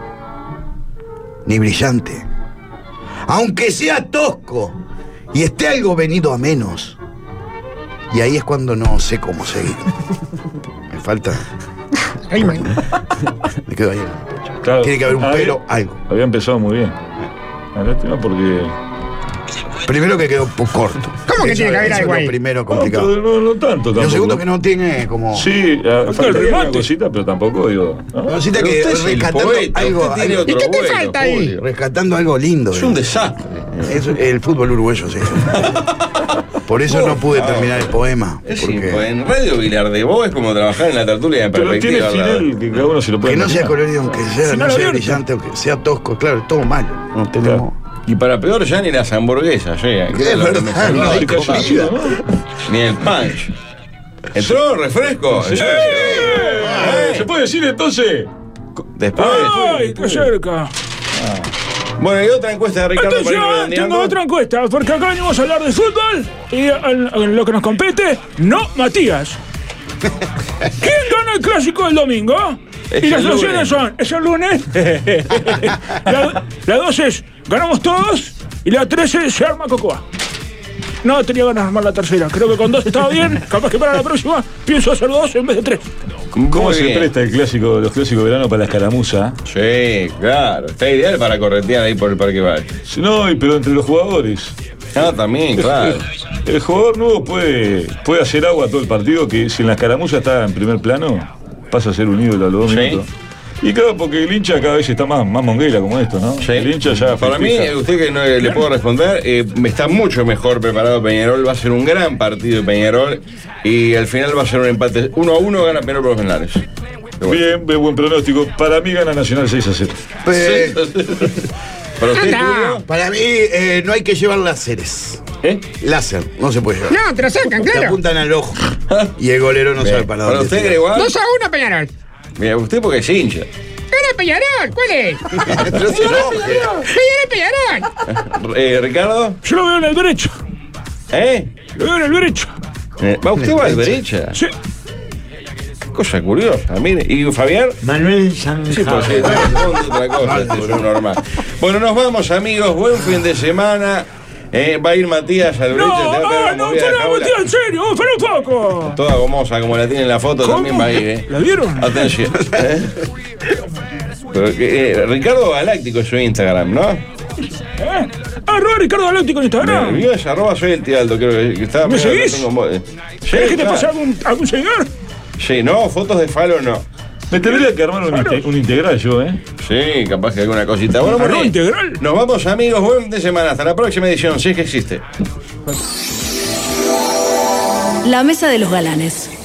Speaker 6: ni brillante, aunque sea tosco y esté algo venido a menos, y ahí es cuando no sé cómo seguir. Me falta.
Speaker 18: Ay, man.
Speaker 6: Me quedo ahí.
Speaker 17: Claro,
Speaker 6: Tiene que haber un
Speaker 17: había-
Speaker 6: pero, algo.
Speaker 17: Había empezado muy bien. La lástima porque
Speaker 6: Primero que quedó po- corto.
Speaker 18: ¿Cómo que
Speaker 6: Eso-
Speaker 18: tiene que haber
Speaker 6: eso
Speaker 18: algo
Speaker 6: es
Speaker 18: ahí?
Speaker 6: lo primero
Speaker 17: No,
Speaker 6: complicado.
Speaker 17: pero no, no tanto
Speaker 6: Lo
Speaker 17: tampoco.
Speaker 6: segundo que no tiene como.
Speaker 17: Sí, a-
Speaker 19: el
Speaker 17: faltaría una
Speaker 19: remate.
Speaker 17: cosita, pero tampoco digo. ¿no?
Speaker 6: Cosita
Speaker 5: Pero
Speaker 6: que
Speaker 5: usted es el
Speaker 6: rescatando
Speaker 5: poeta,
Speaker 6: algo,
Speaker 5: usted tiene
Speaker 6: algo-
Speaker 5: otro
Speaker 18: ¿Y qué te
Speaker 5: vuelo,
Speaker 18: falta ahí?
Speaker 5: Julio.
Speaker 6: rescatando algo lindo.
Speaker 5: Es
Speaker 6: eh.
Speaker 5: un desastre.
Speaker 6: Es el fútbol uruguayo, sí. Por eso no pude terminar el poema.
Speaker 5: Es
Speaker 6: Porque
Speaker 5: impo- en Radio Vilar de Bo es como trabajar en la tertulia de
Speaker 17: Pero tiene
Speaker 5: perspectiva. ¿verdad?
Speaker 17: final que cada uno se lo puede
Speaker 6: que no sea
Speaker 17: imaginar.
Speaker 6: colorido, aunque sea,
Speaker 19: Final
Speaker 6: no sea
Speaker 19: abierto.
Speaker 6: brillante, aunque sea tosco, claro, todo malo. No tenemos.
Speaker 5: Y para peor ya ni las hamburguesas llegan. que
Speaker 6: Es
Speaker 5: es lo que
Speaker 6: verdad,
Speaker 5: me salvaba.
Speaker 6: no hay comida.
Speaker 5: Ni el punch. ¿Entró refresco?
Speaker 17: Sí. Eh, ¿Se puede decir entonces?
Speaker 5: Después.
Speaker 19: ¡Ay, qué cerca!
Speaker 5: Bueno, y otra encuesta de Ricardo para ir
Speaker 19: Atención,
Speaker 5: redondeando.
Speaker 19: tengo otra encuesta, porque acá venimos a hablar de fútbol y en, en lo que nos compete, no Matías. ¿Quién gana el clásico del domingo?
Speaker 5: Es
Speaker 19: y las
Speaker 5: el
Speaker 19: opciones
Speaker 5: lunes.
Speaker 19: son, ¿es el lunes? la, la dos es, ganamos todos, y la trece se arma Cocoa. No tenía ganas de armar la tercera, creo que con dos estaba bien, capaz que para la próxima pienso hacer dos en vez de tres.
Speaker 17: ¿Cómo
Speaker 5: Muy
Speaker 17: se
Speaker 5: bien.
Speaker 17: presta el clásico, los clásicos de verano para la escaramuza?
Speaker 5: Sí, claro. Está ideal para corretear ahí por el Parque Valle.
Speaker 17: No, y- pero entre los jugadores.
Speaker 5: Ah, también, claro.
Speaker 17: El jugador nuevo puede, puede hacer agua todo el partido, que si en la escaramuza está en primer plano, pasa a ser un ídolo a los dos
Speaker 5: Sí.
Speaker 17: minutos. Y claro, porque el hincha cada vez está más, más monguera como esto, ¿no?
Speaker 5: Sí.
Speaker 17: El hincha ya
Speaker 5: Para mí,
Speaker 17: festeja.
Speaker 5: usted que no le puedo responder, eh, está mucho mejor preparado Peñarol. Va a ser un gran partido de Peñarol. Y al final va a ser un empate. Uno a uno gana Peñarol por los penales.
Speaker 17: Bien, bien, buen pronóstico. Para mí gana Nacional seis a cero.
Speaker 6: Pe-
Speaker 5: Para usted,
Speaker 18: Anda.
Speaker 5: Julio.
Speaker 6: Para mí eh, no hay que llevar láseres.
Speaker 5: ¿Eh?
Speaker 6: Láser, no se puede llevar.
Speaker 18: No, te lo sacan,
Speaker 6: Te
Speaker 18: claro.
Speaker 6: apuntan al ojo. Y el golero no
Speaker 5: Bien.
Speaker 6: sabe para
Speaker 5: Para
Speaker 6: dónde.
Speaker 5: usted,
Speaker 6: tirar.
Speaker 5: Gregoire.
Speaker 18: dos a uno Peñarol.
Speaker 5: Mira, usted porque es hincha.
Speaker 18: ¡Gana Peñarol! ¿Cuál es?
Speaker 6: Pero si no,
Speaker 18: ¡Peñarol, Peñarol!
Speaker 5: Eh, Ricardo.
Speaker 19: Yo lo veo en el derecho,
Speaker 5: ¿Eh?
Speaker 19: lo veo en el derecho.
Speaker 5: Eh, ¿Va usted va al derecha?
Speaker 19: Sí.
Speaker 5: Cosa curiosa, mire. ¿Y Fabián?
Speaker 8: Manuel
Speaker 5: Sí,
Speaker 8: Zanjao.
Speaker 5: pues sí, está responde otra cosa, este es un normal. Bueno, nos vamos, amigos. Buen fin de semana. Eh, va a ir Matías al
Speaker 19: No,
Speaker 5: brecha. te va a pegar
Speaker 19: ah,
Speaker 5: una
Speaker 19: no,
Speaker 5: movida de
Speaker 19: para,
Speaker 5: jaula.
Speaker 19: Matías, en serio, espera un poco.
Speaker 5: Toda gomosa, como la tiene en la foto,
Speaker 19: ¿Cómo?
Speaker 5: también va a ir, ¿eh?
Speaker 19: ¿La vieron?
Speaker 5: Atención. ¿eh? Pero que, eh, Ricardo Galáctico es su Instagram, ¿no?
Speaker 19: ¿Eh? Arroba Ricardo Galáctico en Instagram.
Speaker 5: Yo es arroba soy el tío Aldo, creo que, que está.
Speaker 19: ¿Me
Speaker 5: mira, lo
Speaker 19: seguís?
Speaker 5: tengo en mo- eh. Sí,
Speaker 19: ¿Querés que te
Speaker 5: claro.
Speaker 19: pase algún, algún seguidor?
Speaker 5: Sí, no, fotos de falo no.
Speaker 17: Me tendría que armar un, inte- un integral yo, ¿eh?
Speaker 5: Sí, capaz que alguna cosita. Bueno, muy
Speaker 19: ¿Arroba
Speaker 5: bien.
Speaker 19: integral?
Speaker 5: Nos vamos, amigos. Buen fin de semana. Hasta la próxima edición, si es que existe.
Speaker 9: La mesa de los galanes.